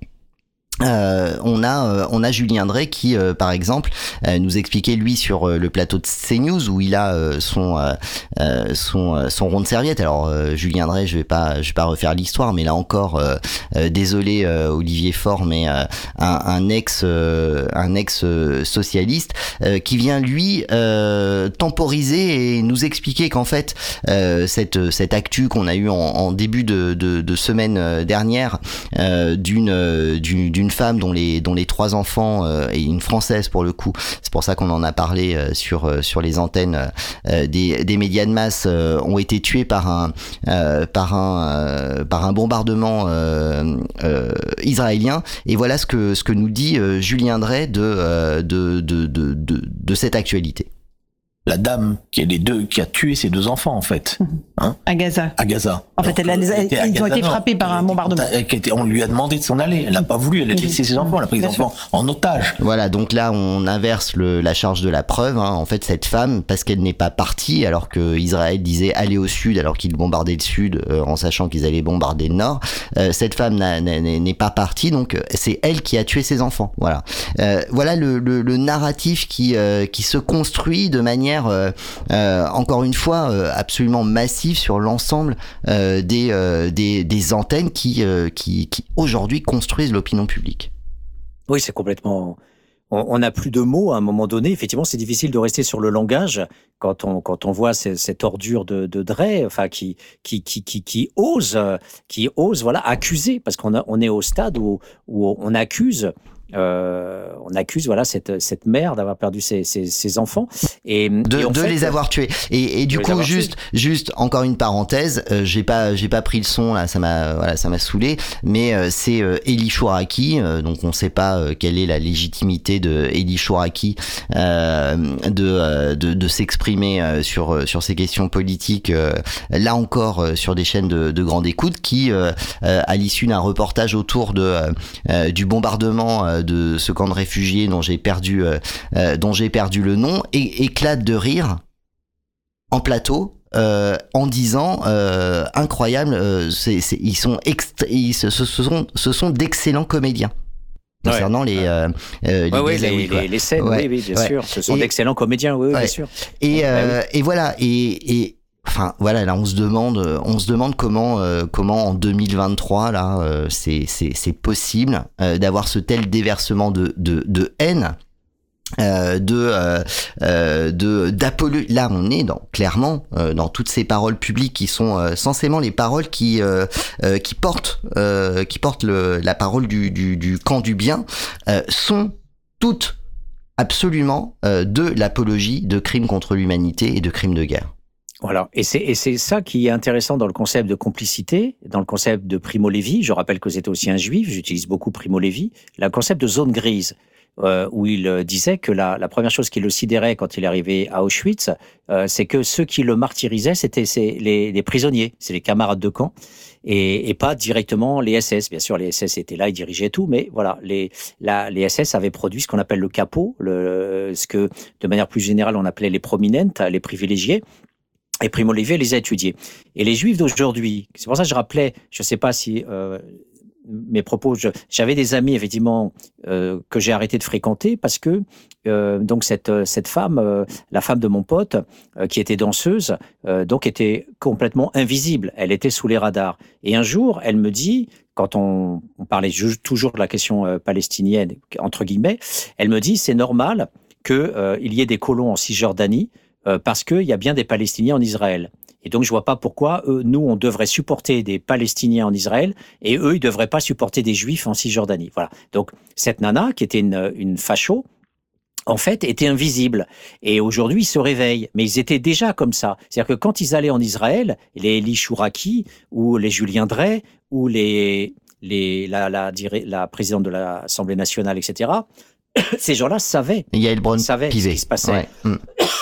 Euh, on a euh, on a Julien Drey qui euh, par exemple euh, nous expliquait lui sur euh, le plateau de CNews où il a euh, son euh, son euh, son rond de serviette. Alors euh, Julien Drey, je vais pas je vais pas refaire l'histoire, mais là encore euh, euh, désolé euh, Olivier Faure, mais euh, un, un ex euh, un ex socialiste euh, qui vient lui euh, temporiser et nous expliquer qu'en fait euh, cette cette actu qu'on a eu en, en début de, de de semaine dernière euh, d'une d'une d'une femme dont les dont les trois enfants euh, et une française pour le coup, c'est pour ça qu'on en a parlé euh, sur euh, sur les antennes euh, des des médias de masse, euh, ont été tués par un euh, par un euh, par un bombardement euh, euh, israélien. Et voilà ce que ce que nous dit euh, Julien Drey de, euh, de de de de de cette actualité. la dame qui, est les deux, qui a tué ses deux enfants, en fait. Hein, à Gaza. À Gaza. En fait, elle a, elle ils ont Gaza, été frappés par un bombardement. On lui a demandé de s'en aller. Elle n'a pas voulu. Elle a laissé ses enfants. Elle a pris les enfants en otage. Voilà, donc là, on inverse le, la charge de la preuve. Hein. En fait, cette femme, parce qu'elle n'est pas partie, alors que Israël disait aller au sud, alors qu'ils bombardaient le sud, euh, en sachant qu'ils allaient bombarder le nord, euh, cette femme n'a, n'a, n'est pas partie, donc c'est elle qui a tué ses enfants. Voilà, euh, voilà le, le, le narratif qui, euh, qui se construit de manière, euh, euh, encore une fois, euh, absolument massive sur l'ensemble euh, des, euh, des, des antennes qui, euh, qui, qui aujourd'hui construisent l'opinion publique. Oui, c'est complètement... On n'a plus de mots à un moment donné. Effectivement, c'est difficile de rester sur le langage quand on quand on voit ces, cette ordure de, de Drey, enfin qui qui qui qui qui ose qui ose voilà accuser, parce qu'on a, on est au stade où où on accuse. Euh, on accuse voilà cette cette mère d'avoir perdu ses ses, ses enfants et de, et de fait, les avoir tués et, et du coup juste tués. juste encore une parenthèse, euh, j'ai pas j'ai pas pris le son là, ça m'a voilà ça m'a saoulé, mais euh, c'est euh, Élie Chouraqui, euh, donc on sait pas euh, quelle est la légitimité de Élie Chouraqui euh, de, euh, de de s'exprimer euh, sur sur ces questions politiques, euh, là encore euh, sur des chaînes de, de grande écoute, qui euh, euh, à l'issue d'un reportage autour de euh, du bombardement euh, de ce camp de réfugiés dont j'ai perdu euh, euh, dont j'ai perdu le nom, et éclate de rire en plateau euh, en disant euh, incroyable, euh, c'est, c'est, ils sont extra- ils, ce, ce sont ce sont d'excellents comédiens. Concernant ouais. les, euh, euh, les, ouais, ouais, les, les, les scènes, ouais. oui, oui, bien ouais. sûr, ce sont et, d'excellents comédiens, oui, ouais. bien sûr. Et, euh, bah, oui. et voilà, et, et enfin voilà, là on se demande, on se demande comment, euh, comment en deux mille vingt-trois là, euh, c'est, c'est, c'est possible euh, d'avoir ce tel déversement de, de, de haine. Euh, de euh, euh, de d'apolo là on est dans clairement euh, dans toutes ces paroles publiques qui sont euh, censément les paroles qui euh, euh, qui portent euh, qui portent le, la parole du, du du camp du bien, euh, sont toutes absolument euh, de l'apologie de crimes contre l'humanité et de crimes de guerre. Voilà, et c'est et c'est ça qui est intéressant dans le concept de complicité, dans le concept de Primo Levi. Je rappelle que c'était aussi un juif, j'utilise beaucoup Primo Levi. Le concept de zone grise, Euh, où il euh, disait que la, la première chose qui le sidérait quand il est arrivé à Auschwitz, euh, c'est que ceux qui le martyrisaient, c'était c'est les, les prisonniers, c'est les camarades de camp, et, et pas directement les S S. Bien sûr, les S S étaient là, ils dirigeaient tout, mais voilà, les, la, les S S avaient produit ce qu'on appelle le capot, le, ce que de manière plus générale on appelait les prominentes, les privilégiés. Et Primo Levi les a étudiés. Et les Juifs d'aujourd'hui, c'est pour ça que je rappelais, je ne sais pas si... Euh, mes propos, je, j'avais des amis effectivement euh, que j'ai arrêté de fréquenter parce que euh, donc cette cette femme, euh, la femme de mon pote, euh, qui était danseuse, euh, donc était complètement invisible. Elle était sous les radars. Et un jour, elle me dit, quand on, on parlait toujours de la question euh, palestinienne entre guillemets, elle me dit c'est normal que euh, il y ait des colons en Cisjordanie euh, parce qu'il y a bien des Palestiniens en Israël. Et donc, je vois pas pourquoi eux, nous, on devrait supporter des Palestiniens en Israël et eux, ils devraient pas supporter des Juifs en Cisjordanie. Voilà. Donc, cette nana, qui était une, une facho, en fait, était invisible. Et aujourd'hui, ils se réveillent. Mais ils étaient déjà comme ça. C'est-à-dire que quand ils allaient en Israël, les Élie Chouraqui ou les Julien Drey ou les, les, la, la, la, la présidente de l'Assemblée nationale, et cetera, ces gens-là savaient. Il y a le Braun savaient Pivet. ce qui se passait. Ouais. Mm.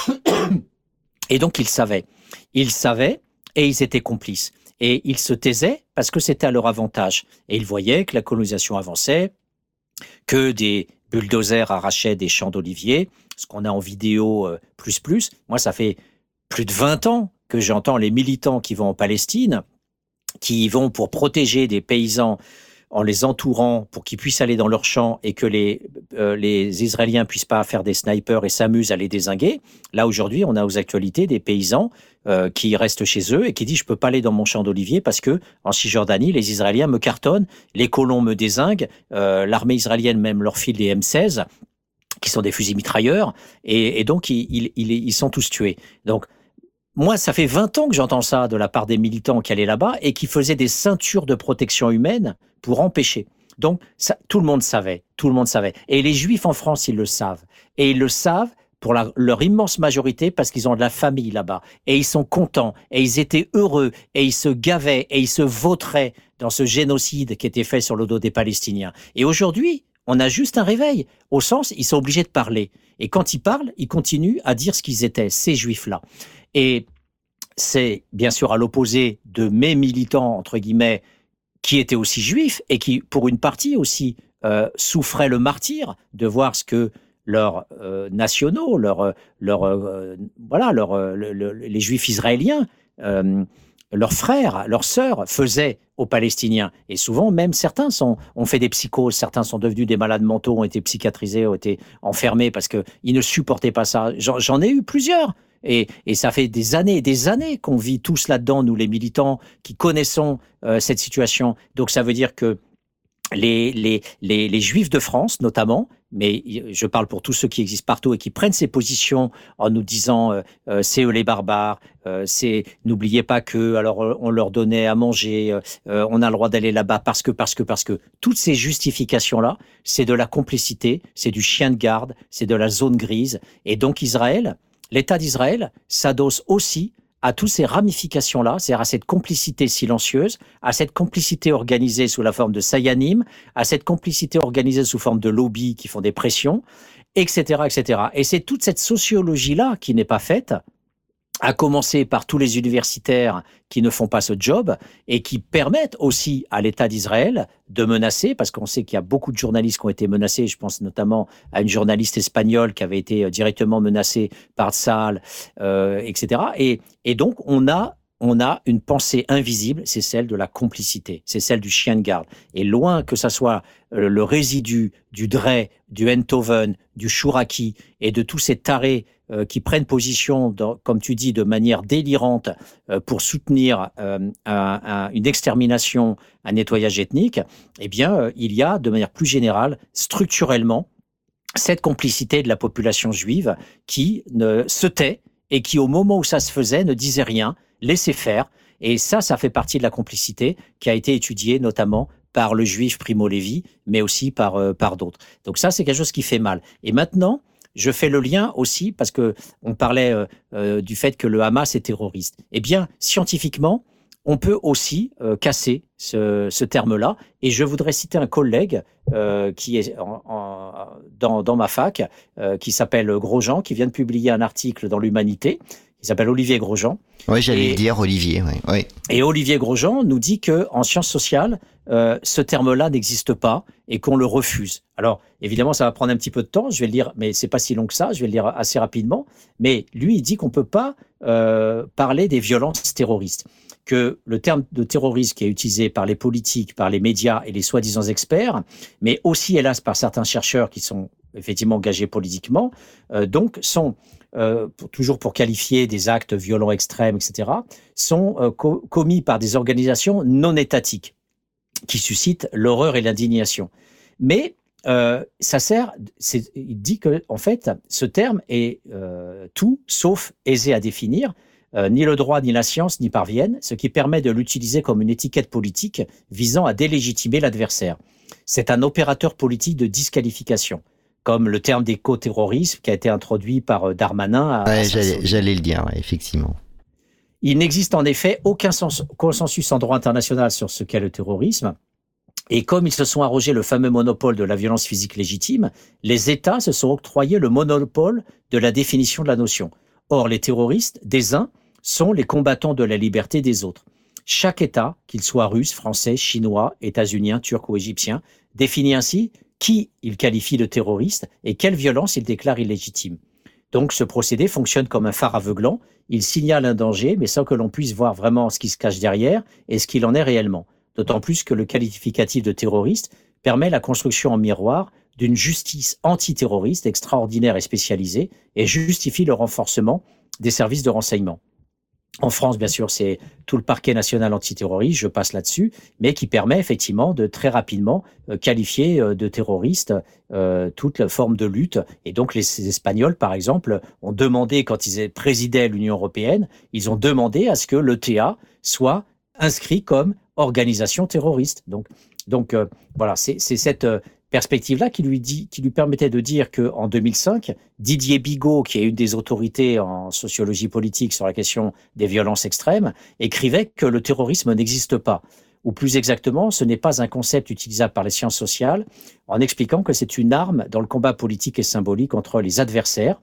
Et donc, ils savaient. Ils savaient et ils étaient complices. Et ils se taisaient parce que c'était à leur avantage. Et ils voyaient que la colonisation avançait, que des bulldozers arrachaient des champs d'oliviers, ce qu'on a en vidéo euh, plus plus. Moi, ça fait plus de vingt ans que j'entends les militants qui vont en Palestine, qui y vont pour protéger des paysans en les entourant pour qu'ils puissent aller dans leurs champs et que les, euh, les Israéliens puissent pas faire des snipers et s'amusent à les dézinguer. Là, aujourd'hui, on a aux actualités des paysans euh, qui restent chez eux et qui disent « je peux pas aller dans mon champ d'olivier parce que en Cisjordanie, les Israéliens me cartonnent, les colons me dézinguent, euh, l'armée israélienne même leur file des M seize, qui sont des fusils mitrailleurs, et, et donc ils, ils, ils, ils sont tous tués. » Donc, moi, ça fait vingt ans que j'entends ça de la part des militants qui allaient là-bas et qui faisaient des ceintures de protection humaine pour empêcher. Donc, ça, tout le monde savait, tout le monde savait. Et les Juifs en France, ils le savent. Et ils le savent pour la, leur immense majorité parce qu'ils ont de la famille là-bas. Et ils sont contents, et ils étaient heureux, et ils se gavaient, et ils se vautraient dans ce génocide qui était fait sur le dos des Palestiniens. Et aujourd'hui, on a juste un réveil. Au sens, ils sont obligés de parler. Et quand ils parlent, ils continuent à dire ce qu'ils étaient, ces juifs-là. Et c'est bien sûr à l'opposé de mes militants, entre guillemets, qui étaient aussi juifs et qui, pour une partie aussi, euh, souffraient le martyre de voir ce que leurs euh, nationaux, leurs, leurs, euh, voilà, leurs, euh, le, le, les juifs israéliens, euh, leurs frères, leurs sœurs faisaient aux Palestiniens. Et souvent, même certains sont, ont fait des psychoses, certains sont devenus des malades mentaux, ont été psychiatrisés, ont été enfermés parce qu'ils ne supportaient pas ça. J'en, j'en ai eu plusieurs. Et, et ça fait des années et des années qu'on vit tous là-dedans, nous les militants, qui connaissons euh, cette situation. Donc ça veut dire que les, les, les, les Juifs de France, notamment, mais je parle pour tous ceux qui existent partout et qui prennent ces positions en nous disant euh, euh, c'est eux les barbares, euh, c'est n'oubliez pas que alors on leur donnait à manger, euh, on a le droit d'aller là-bas parce que parce que parce que toutes ces justifications là, c'est de la complicité, c'est du chien de garde, c'est de la zone grise. Et donc Israël, l'État d'Israël s'adosse aussi à toutes ces ramifications-là, c'est-à-dire à cette complicité silencieuse, à cette complicité organisée sous la forme de sayanim, à cette complicité organisée sous forme de lobbies qui font des pressions, et cetera, et cetera. Et c'est toute cette sociologie-là qui n'est pas faite, à commencer par tous les universitaires qui ne font pas ce job et qui permettent aussi à l'État d'Israël de menacer, parce qu'on sait qu'il y a beaucoup de journalistes qui ont été menacés, je pense notamment à une journaliste espagnole qui avait été directement menacée par Tsahal, euh, et cetera. Et, et donc, on a, on a une pensée invisible, c'est celle de la complicité, c'est celle du chien de garde. Et loin que ça soit euh, le résidu du Drey, du Enthoven, du Chouraki et de tous ces tarés Euh, qui prennent position, dans, comme tu dis, de manière délirante euh, pour soutenir euh, un, un, une extermination, un nettoyage ethnique, eh bien, euh, il y a, de manière plus générale, structurellement, cette complicité de la population juive qui ne, se tait et qui, au moment où ça se faisait, ne disait rien, laissait faire. Et ça, ça fait partie de la complicité qui a été étudiée notamment par le juif Primo Levi, mais aussi par, euh, par d'autres. Donc ça, c'est quelque chose qui fait mal. Et maintenant, je fais le lien aussi, parce que on parlait euh, euh, du fait que le Hamas est terroriste. Eh bien, scientifiquement, on peut aussi euh, casser ce, ce terme-là. Et je voudrais citer un collègue euh, qui est en, en, dans, dans ma fac, euh, qui s'appelle Grosjean, qui vient de publier un article dans l'Humanité. Il s'appelle Olivier Grosjean. Oui, j'allais et, le dire, Olivier. Oui, oui. Et Olivier Grosjean nous dit que en sciences sociales, euh, ce terme-là n'existe pas et qu'on le refuse. Alors, évidemment, ça va prendre un petit peu de temps. Je vais le dire, mais c'est pas si long que ça. Je vais le dire assez rapidement. Mais lui, il dit qu'on peut pas euh, parler des violences terroristes. Que le terme de terrorisme qui est utilisé par les politiques, par les médias et les soi-disant experts, mais aussi, hélas, par certains chercheurs qui sont effectivement engagés politiquement, euh, donc sont Euh, pour, toujours pour qualifier des actes violents extrêmes, et cetera, sont euh, co- commis par des organisations non étatiques qui suscitent l'horreur et l'indignation. Mais euh, ça sert, c'est, il dit que en fait, ce terme est euh, tout sauf aisé à définir. Euh, ni le droit ni la science n'y parviennent, ce qui permet de l'utiliser comme une étiquette politique visant à délégitimer l'adversaire. C'est un opérateur politique de disqualification, comme le terme d'éco-terrorisme qui a été introduit par Darmanin. À, ouais, à j'allais, j'allais le dire, ouais, effectivement. Il n'existe en effet aucun sens, consensus en droit international sur ce qu'est le terrorisme. Et comme ils se sont arrogés le fameux monopole de la violence physique légitime, les États se sont octroyés le monopole de la définition de la notion. Or, les terroristes, des uns, sont les combattants de la liberté des autres. Chaque État, qu'il soit russe, français, chinois, états-unien, turc ou égyptien, définit ainsi qui il qualifie de terroriste et quelle violence il déclare illégitime. Donc ce procédé fonctionne comme un phare aveuglant, il signale un danger mais sans que l'on puisse voir vraiment ce qui se cache derrière et ce qu'il en est réellement. D'autant plus que le qualificatif de terroriste permet la construction en miroir d'une justice antiterroriste extraordinaire et spécialisée et justifie le renforcement des services de renseignement. En France, bien sûr, c'est tout le parquet national antiterroriste, je passe là-dessus, mais qui permet effectivement de très rapidement euh, qualifier euh, de terroriste euh, toute la forme de lutte. Et donc les, les Espagnols, par exemple, ont demandé, quand ils présidaient l'Union européenne, ils ont demandé à ce que l'E T A soit inscrit comme organisation terroriste. Donc, donc euh, voilà, c'est, c'est cette euh, perspective-là qui lui, dit, qui lui permettait de dire qu'en deux mille cinq, Didier Bigot, qui est une des autorités en sociologie politique sur la question des violences extrêmes, écrivait que le terrorisme n'existe pas. ou plus exactement, ce n'est pas un concept utilisable par les sciences sociales, en expliquant que c'est une arme dans le combat politique et symbolique entre les adversaires.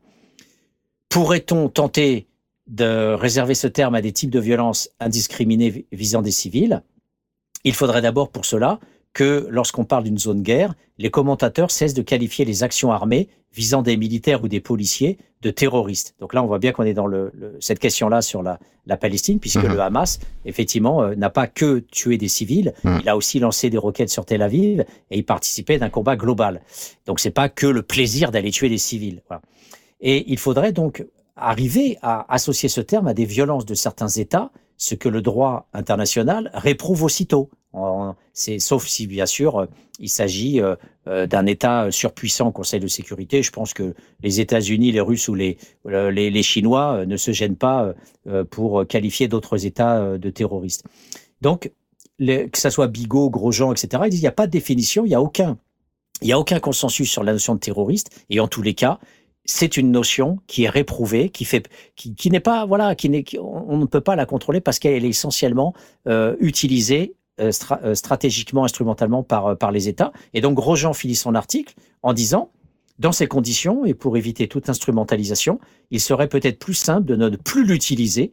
Pourrait-on tenter de réserver ce terme à des types de violences indiscriminées visant des civils? Il faudrait d'abord pour cela que, lorsqu'on parle d'une zone guerre, les commentateurs cessent de qualifier les actions armées visant des militaires ou des policiers de terroristes. Donc là, on voit bien qu'on est dans le, le, cette question-là sur la, la Palestine, puisque mmh. le Hamas, effectivement, euh, n'a pas que tué des civils, mmh. il a aussi lancé des roquettes sur Tel Aviv et il participait d'un combat global. Donc c'est pas que le plaisir d'aller tuer des civils. Voilà. Et il faudrait donc arriver à associer ce terme à des violences de certains États, ce que le droit international réprouve aussitôt. C'est, sauf si, bien sûr, il s'agit euh, d'un État surpuissant au Conseil de sécurité. Je pense que les États-Unis, les Russes ou les, les, les Chinois ne se gênent pas euh, pour qualifier d'autres États de terroristes. Donc, les, que ça soit Bigot, Grosjean, et cetera, ils disent qu'il n'y a pas de définition, il n'y a aucun, il n'y a aucun consensus sur la notion de terroriste. Et en tous les cas, c'est une notion qui est réprouvée, qui fait, qui, qui n'est pas, voilà, qui n'est, on ne peut pas la contrôler parce qu'elle est essentiellement euh, utilisée euh, stra, euh, stratégiquement, instrumentalement par par les États. Et donc Grosjean finit son article en disant, dans ces conditions et pour éviter toute instrumentalisation, il serait peut-être plus simple de ne plus l'utiliser,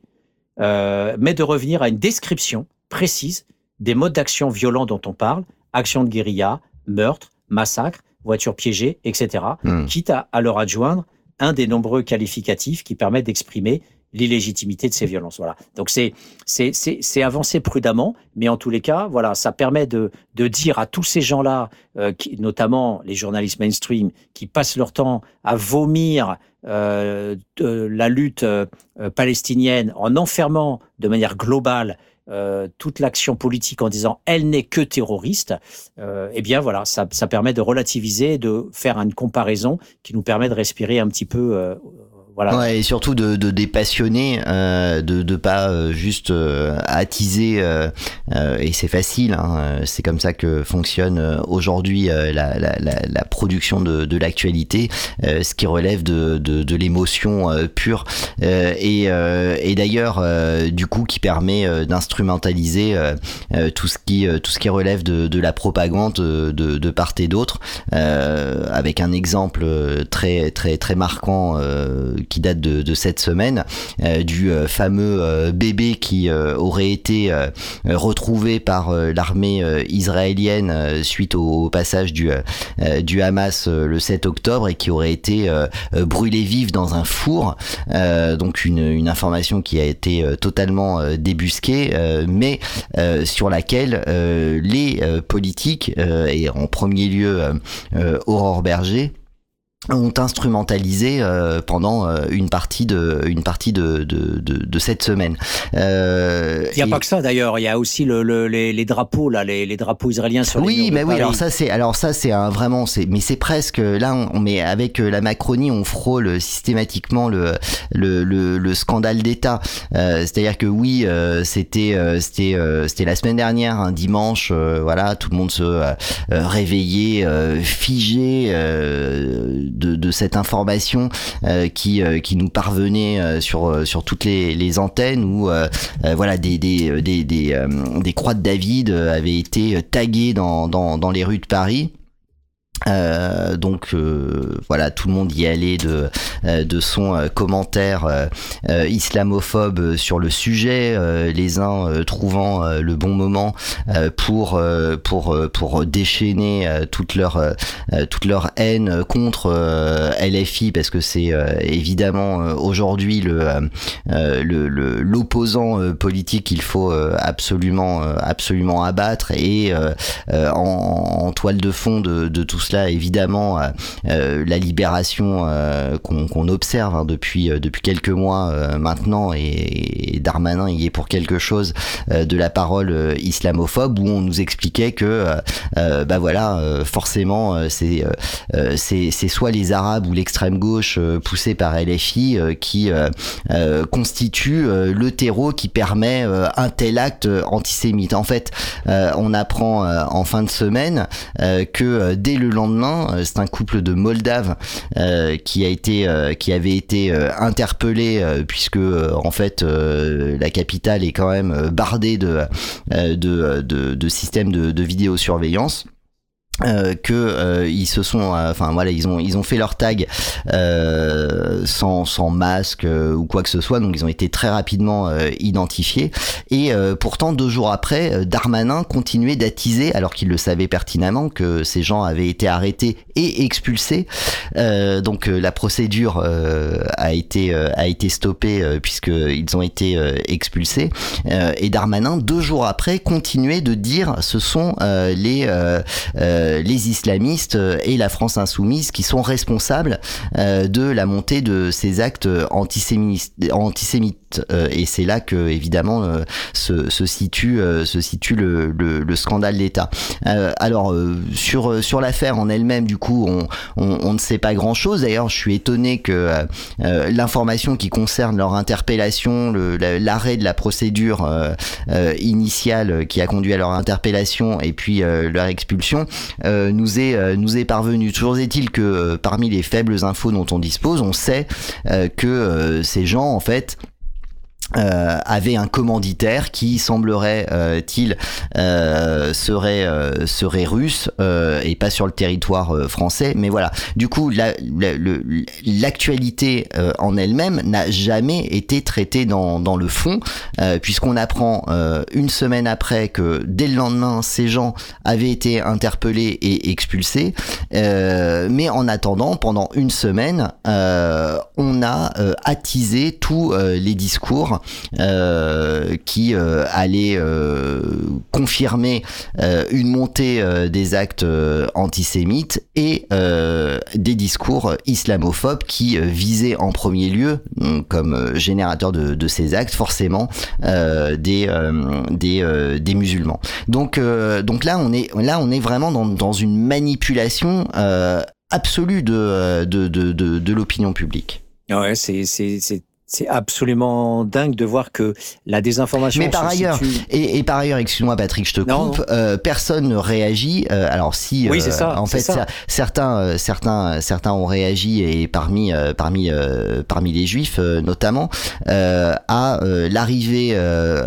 euh, mais de revenir à une description précise des modes d'action violents dont on parle, action de guérilla, meurtre, massacre, voitures piégées, et cetera, mmh. quitte à, à leur adjoindre un des nombreux qualificatifs qui permettent d'exprimer l'illégitimité de ces violences. Voilà. Donc c'est c'est c'est c'est avancer prudemment, mais en tous les cas, voilà, ça permet de de dire à tous ces gens-là, euh, qui, notamment les journalistes mainstream, qui passent leur temps à vomir euh, de la lutte euh, palestinienne en enfermant de manière globale Euh, toute l'action politique en disant elle n'est que terroriste, euh, eh bien voilà, ça, ça permet de relativiser, de faire une comparaison qui nous permet de respirer un petit peu. Euh, voilà. Ouais, et surtout de, de dépassionner, euh, de de pas euh, juste euh, attiser. Euh, euh, et c'est facile, hein, c'est comme ça que fonctionne euh, aujourd'hui euh, la, la, la, la production de, de l'actualité, euh, ce qui relève de de, de l'émotion euh, pure euh, et euh, et d'ailleurs euh, du coup qui permet euh, d'instrumentaliser euh, euh, tout ce qui euh, tout ce qui relève de de la propagande de de, de part et d'autre, euh, avec un exemple très très très marquant. Euh, qui date de, de cette semaine, euh, du euh, fameux euh, bébé qui euh, aurait été euh, retrouvé par euh, l'armée euh, israélienne euh, suite au, au passage du, euh, du Hamas euh, le sept octobre et qui aurait été euh, brûlé vif dans un four. Euh, donc une, une information qui a été euh, totalement euh, débusquée, euh, mais euh, sur laquelle euh, les euh, politiques, euh, et en premier lieu euh, euh, Aurore Berger, ont instrumentalisé euh, pendant euh, une partie de une partie de de de, de cette semaine. Euh, il y a et... pas que ça d'ailleurs, il y a aussi le, le les, les drapeaux là, les, les drapeaux israéliens sur les oui, murs mais de oui, Paris. alors ça c'est alors ça c'est un vraiment c'est mais c'est presque là on mais avec la Macronie on frôle systématiquement le le le, le scandale d'État. Euh, c'est-à-dire que oui, euh, c'était euh, c'était euh, c'était la semaine dernière, un dimanche, euh, voilà, tout le monde se euh, réveillait euh, figé euh, De, de cette information euh, qui euh, qui nous parvenait euh, sur sur toutes les, les antennes où euh, euh, voilà des des des des, euh, des croix de David avaient été taguées dans dans dans les rues de Paris. Euh, donc euh, voilà, tout le monde y allait de euh, de son euh, commentaire euh, euh, islamophobe sur le sujet, euh, les uns euh, trouvant euh, le bon moment euh, pour euh, pour euh, pour déchaîner euh, toute leur euh, toute leur haine contre euh, L F I parce que c'est euh, évidemment euh, aujourd'hui le, euh, le le l'opposant euh, politique qu'il faut euh, absolument euh, absolument abattre et euh, euh, en, en toile de fond de de tout cela, évidemment, euh, euh, la libération euh, qu'on, qu'on observe hein, depuis euh, depuis quelques mois euh, maintenant, et, et Darmanin y est pour quelque chose, euh, de la parole euh, islamophobe, où on nous expliquait que euh, euh, bah voilà, euh, forcément euh, c'est euh, c'est c'est soit les Arabes ou l'extrême gauche euh, poussée par L F I euh, qui euh, euh, constitue euh, le terreau qui permet euh, un tel acte antisémite. En fait, euh, on apprend euh, en fin de semaine euh, que euh, dès le lendemain lendemain. C'est un couple de Moldaves euh, qui a été, euh, qui avait été euh, interpellé euh, puisque euh, en fait euh, la capitale est quand même bardée de euh, de, de, de systèmes de, de vidéosurveillance. Euh, que euh, ils se sont, enfin euh, voilà, ils ont ils ont fait leur tag euh, sans sans masque euh, ou quoi que ce soit, donc ils ont été très rapidement euh, identifiés. Et euh, pourtant deux jours après, Darmanin continuait d'attiser, alors qu'il le savait pertinemment que ces gens avaient été arrêtés et expulsés. Euh, donc euh, la procédure euh, a été euh, a été stoppée euh, puisque ils ont été euh, expulsés. Euh, et Darmanin deux jours après continuait de dire ce sont euh, les euh, euh, les islamistes et la France insoumise qui sont responsables euh, de la montée de ces actes antisémites, antisémites. Euh, et c'est là que évidemment euh, se, se situe euh, se situe le, le, le scandale d'État. Euh, alors euh, sur sur l'affaire en elle-même, du coup, on, on, on ne sait pas grand-chose. D'ailleurs, je suis étonné que euh, l'information qui concerne leur interpellation, le, l'arrêt de la procédure euh, euh, initiale qui a conduit à leur interpellation et puis euh, leur expulsion Euh, nous est euh, nous est parvenu. Toujours est-il que euh, parmi les faibles infos dont on dispose, on sait euh, que euh, ces gens en fait Euh, avait un commanditaire qui semblerait-il euh, serait euh, serait russe euh, et pas sur le territoire euh, français. Mais voilà. Du coup, la, la, le, l'actualité euh, en elle-même n'a jamais été traitée dans dans le fond, euh, puisqu'on apprend euh, une semaine après que dès le lendemain, ces gens avaient été interpellés et expulsés. Euh, mais en attendant, pendant une semaine, euh, on a euh, attisé tous euh, les discours Euh, qui euh, allait euh, confirmer euh, une montée euh, des actes euh, antisémites et euh, des discours islamophobes qui euh, visaient en premier lieu, donc, comme euh, générateur de, de ces actes, forcément euh, des euh, des euh, des musulmans. Donc euh, donc là on est là on est vraiment dans dans une manipulation euh, absolue de de de de, de l'opinion publique. Ouais, c'est c'est c'est C'est absolument dingue de voir que la désinformation. Mais par ailleurs, situe... et, et par ailleurs, excuse-moi Patrick, je te non, coupe. non. Euh, personne ne réagit. Euh, alors si, oui, euh, c'est ça, en c'est fait, ça. certains, euh, certains, certains ont réagi et parmi, euh, parmi, euh, parmi les Juifs euh, notamment, euh, à euh, l'arrivée euh,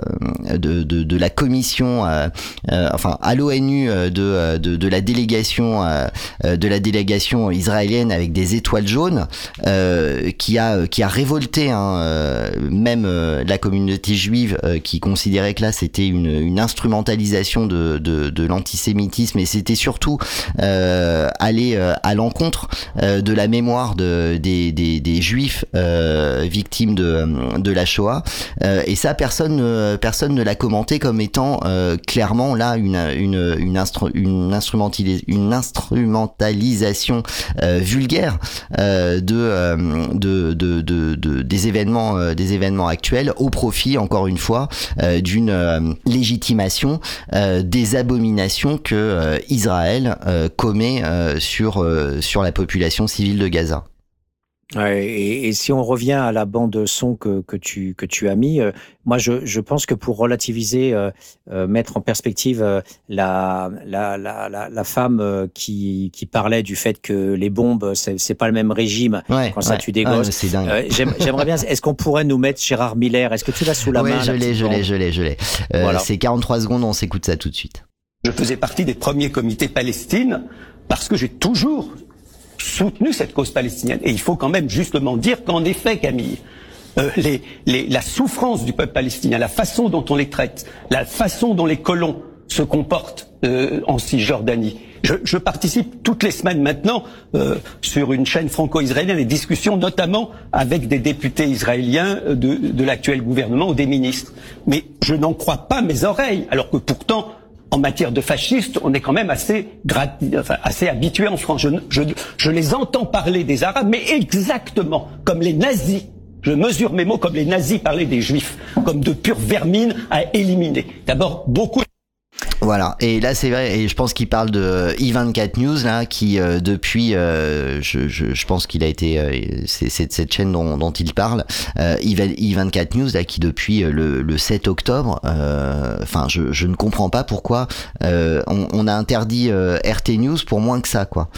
de, de, de la commission, euh, euh, enfin à l'ONU de, de, de la délégation, euh, de la délégation israélienne avec des étoiles jaunes, euh, qui a, qui a révolté. Hein, euh, même euh, la communauté juive euh, qui considérait que là c'était une, une instrumentalisation de, de, de l'antisémitisme et c'était surtout euh, aller euh, à l'encontre euh, de la mémoire de, des, des, des juifs euh, victimes de, de la Shoah euh, et ça personne ne, personne ne l'a commenté comme étant euh, clairement là une, une, une, instru- une, instrumentalis- une instrumentalisation euh, vulgaire euh, de, euh, de, de, de, de des événements euh, des événements actuels au profit encore une fois euh, d'une euh, légitimation euh, des abominations que euh, Israël euh, commet euh, sur euh, sur la population civile de Gaza. Ouais, et, et si on revient à la bande son que, que tu que tu as mis, euh, moi je, je pense que pour relativiser, euh, euh, mettre en perspective euh, la, la la la la femme euh, qui qui parlait du fait que les bombes c'est, c'est pas le même régime ouais, quand ça ouais, tue des gosses. Ouais, c'est dingue. Euh, j'aime, j'aimerais bien. Est-ce qu'on pourrait nous mettre Gérard Miller? Est-ce que tu l'as sous la ouais, main? Je l'ai, je l'ai, je l'ai, je l'ai, euh, voilà. C'est quarante-trois secondes, on s'écoute ça tout de suite. Je faisais partie des premiers comités Palestine parce que j'ai toujours soutenu cette cause palestinienne. Et il faut quand même justement dire qu'en effet, Camille, euh, les, les, la souffrance du peuple palestinien, la façon dont on les traite, la façon dont les colons se comportent euh, en Cisjordanie. Je, je participe toutes les semaines maintenant euh, sur une chaîne franco-israélienne des discussions notamment avec des députés israéliens de, de l'actuel gouvernement ou des ministres. Mais je n'en crois pas mes oreilles, alors que pourtant en matière de fascistes, on est quand même assez, grat... enfin, assez habitué en France. Je, je, je les entends parler des Arabes, mais exactement comme les nazis. Je mesure mes mots comme les nazis parlaient des Juifs, comme de pure vermine à éliminer. D'abord, beaucoup... Voilà, et là c'est vrai, et je pense qu'il parle de I vingt-quatre News là, qui euh, depuis, euh, je, je, je pense qu'il a été, euh, c'est, c'est cette chaîne dont, dont il parle, euh, I vingt-quatre News là, qui depuis le, le sept octobre, enfin, euh, je, je ne comprends pas pourquoi euh, on, on a interdit euh, R T News pour moins que ça, quoi.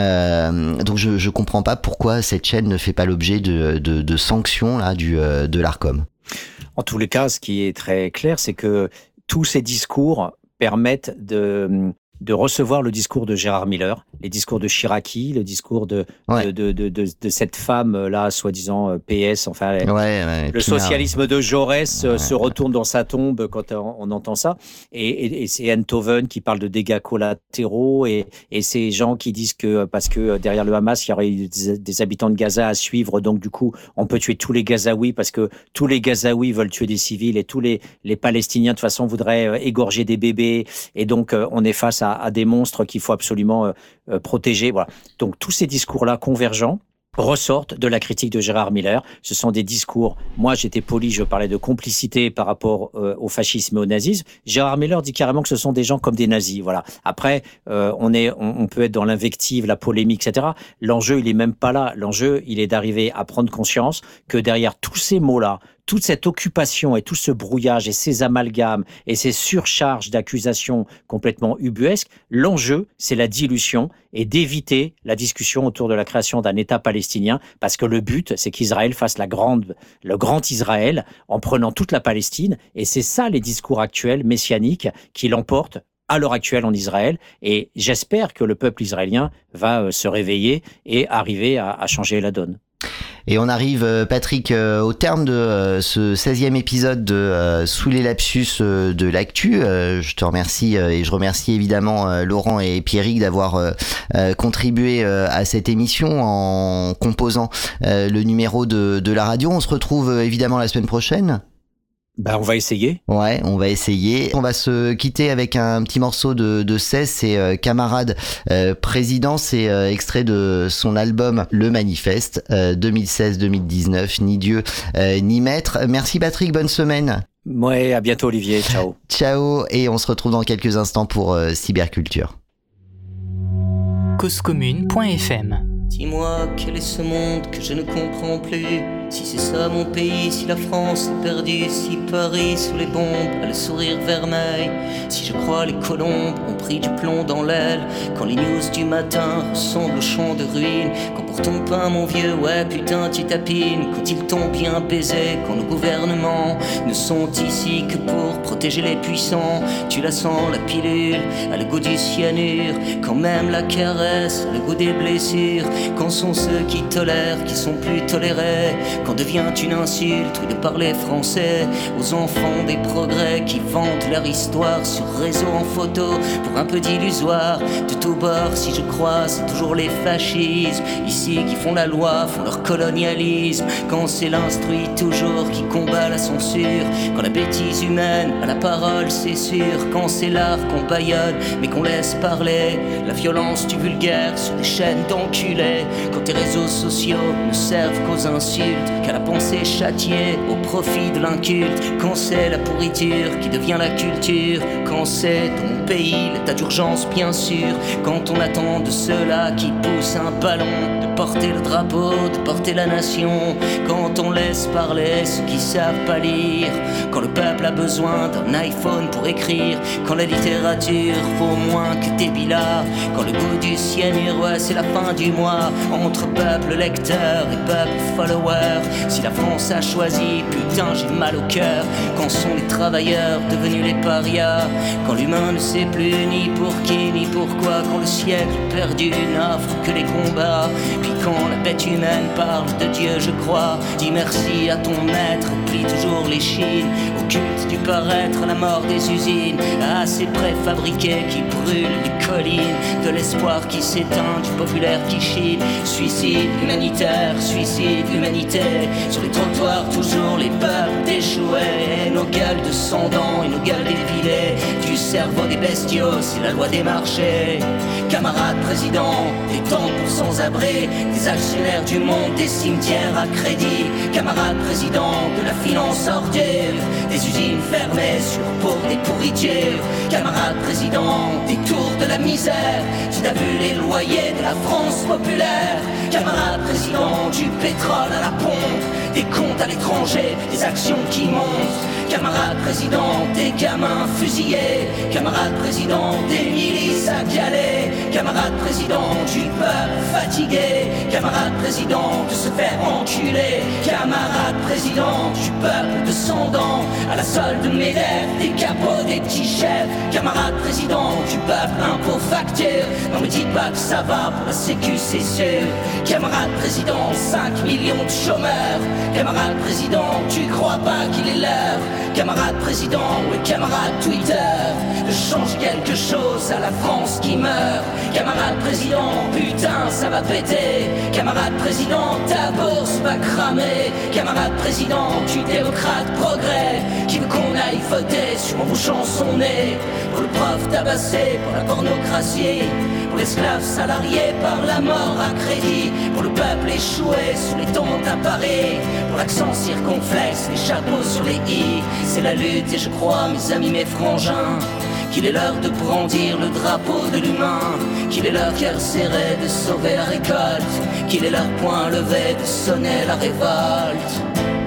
Euh, donc je, je comprends pas pourquoi cette chaîne ne fait pas l'objet de, de, de sanctions là du euh, de l'Arcom. En tous les cas, ce qui est très clair, c'est que tous ces discours permettent de, de recevoir le discours de Gérard Miller, les discours de Chiraki, le discours de, ouais. de, de, de, de, de cette femme-là, soi-disant P S, enfin, ouais, ouais, le socialisme de Jaurès ouais. se retourne dans sa tombe quand on, on entend ça. Et, et, et c'est Enthoven qui parle de dégâts collatéraux, et, et ces gens qui disent que parce que derrière le Hamas, il y aurait des, des habitants de Gaza à suivre, donc du coup, on peut tuer tous les Gazaouis parce que tous les Gazaouis veulent tuer des civils et tous les, les Palestiniens, de toute façon, voudraient égorger des bébés. Et donc, on est face à, à des monstres qu'il faut absolument euh, protéger. Voilà. Donc tous ces discours-là convergents ressortent de la critique de Gérard Miller. Ce sont des discours, moi j'étais poli, je parlais de complicité par rapport euh, au fascisme et au nazisme. Gérard Miller dit carrément que ce sont des gens comme des nazis. Voilà. Après, euh, on, est, on, on peut être dans l'invective, la polémique, et cetera. L'enjeu, il est même pas là. L'enjeu, il est d'arriver à prendre conscience que derrière tous ces mots-là, toute cette occupation et tout ce brouillage et ces amalgames et ces surcharges d'accusations complètement ubuesques, l'enjeu, c'est la dilution et d'éviter la discussion autour de la création d'un État palestinien, parce que le but, c'est qu'Israël fasse la grande, le grand Israël en prenant toute la Palestine, et c'est ça les discours actuels messianiques qui l'emportent à l'heure actuelle en Israël, et j'espère que le peuple israélien va se réveiller et arriver à, à changer la donne. Et on arrive, Patrick, au terme de ce seizième épisode de Sous les lapsus de l'actu. Je te remercie et je remercie évidemment Laurent et Pierrick d'avoir contribué à cette émission en composant le numéro de, de la radio. On se retrouve évidemment la semaine prochaine. Ben, on va essayer. Ouais, on va essayer. On va se quitter avec un petit morceau de, de Cesse, c'est euh, Camarade euh, Président, c'est euh, extrait de son album Le Manifeste, euh, deux mille seize deux mille dix-neuf, Ni Dieu, euh, ni Maître. Merci Patrick, bonne semaine. Ouais, à bientôt Olivier, ciao. Ciao, et on se retrouve dans quelques instants pour euh, Cyberculture. cause commune point f m. Dis-moi, quel est ce monde que je ne comprends plus? Si c'est ça mon pays, si la France est perdue, si Paris sous les bombes a le sourire vermeil, si je crois les colombes ont pris du plomb dans l'aile, quand les news du matin ressemblent au champ de ruines, quand pour ton pain mon vieux, ouais putain tu tapines, quand ils t'ont bien baisé, quand nos gouvernements ne sont ici que pour protéger les puissants, tu la sens la pilule, a le goût du cyanure, quand même la caresse a le goût des blessures, quand sont ceux qui tolèrent, qui sont plus tolérés, quand devient une insulte de parler français aux enfants des progrès qui vantent leur histoire sur réseau en photo pour un peu d'illusoire. De tous bords, si je crois, c'est toujours les fascismes ici qui font la loi, font leur colonialisme. Quand c'est l'instruit toujours qui combat la censure, quand la bêtise humaine a la parole, c'est sûr. Quand c'est l'art qu'on baïonne mais qu'on laisse parler, la violence du vulgaire sur des chaînes d'enculés. Quand tes réseaux sociaux ne servent qu'aux insultes, qu'à la pensée châtiée au profit de l'inculte, quand c'est la pourriture qui devient la culture, quand c'est dans mon pays l'état d'urgence bien sûr, quand on attend de ceux-là qui poussent un ballon de porter le drapeau, de porter la nation, quand on laisse parler ceux qui savent pas lire, quand le peuple a besoin d'un iPhone pour écrire, quand la littérature vaut moins que des billards, quand le goût du cyanure, ouais c'est la fin du mois, entre peuple lecteur et peuple follower. Si la France a choisi, putain j'ai mal au cœur, quand sont les travailleurs devenus les parias, quand l'humain ne sait plus ni pour qui ni pourquoi, quand le siècle perdu n'offre que les combats, puis quand la bête humaine parle de Dieu je crois, dis merci à ton maître, plie toujours les chines au culte du paraître, à la mort des usines, à ces préfabriqués qui brûlent les collines, de l'espoir qui s'éteint, du populaire qui chine, suicide humanitaire, suicide humanité, sur les trottoirs toujours les peuples déchoués, nos gueules de sang-dents et nos gueules dépilées, du cerveau des bestiaux, c'est la loi des marchés. Camarade président, des temples pour sans-abri, des actionnaires du monde, des cimetières à crédit. Camarade président de la finance ordure, des usines fermées sur pour des pourritures. Camarade président des tours de la misère, tu t'as vu les loyers de la France populaire. Camarade président du pétrole à la pompe, des comptes à l'étranger, des actions qui montent. Camarade président des gamins fusillés, camarade président des milices à Calais, camarade président du peuple fatigué, camarade président de se faire enculer, camarade président du peuple descendant à la solde de Médère, des capots des petits chefs, camarade président du peuple impôt facture. Non me dites pas que ça va pour la sécu, c'est sûr. Camarade président, cinq millions de chômeurs, camarade président, tu crois pas qu'il est l'heure? Camarade président, ouais camarade Twitter, de changer quelque chose à la France qui meurt. Camarade président, putain ça va péter. Camarade président, ta bourse va cramer. Camarade président, tu démocrate progrès, qui veut qu'on aille voter sur en bouchant son nez. Pour le prof tabassé, pour la pornocratie, pour l'esclave salarié par la mort à crédit, pour le peuple échoué sous les tentes à Paris, pour l'accent circonflexe, les chapeaux sur les i. C'est la lutte et je crois, mes amis, mes frangins, qu'il est l'heure de brandir le drapeau de l'humain, qu'il est leur cœur serré de sauver la récolte, qu'il est leur poing levé de sonner la révolte.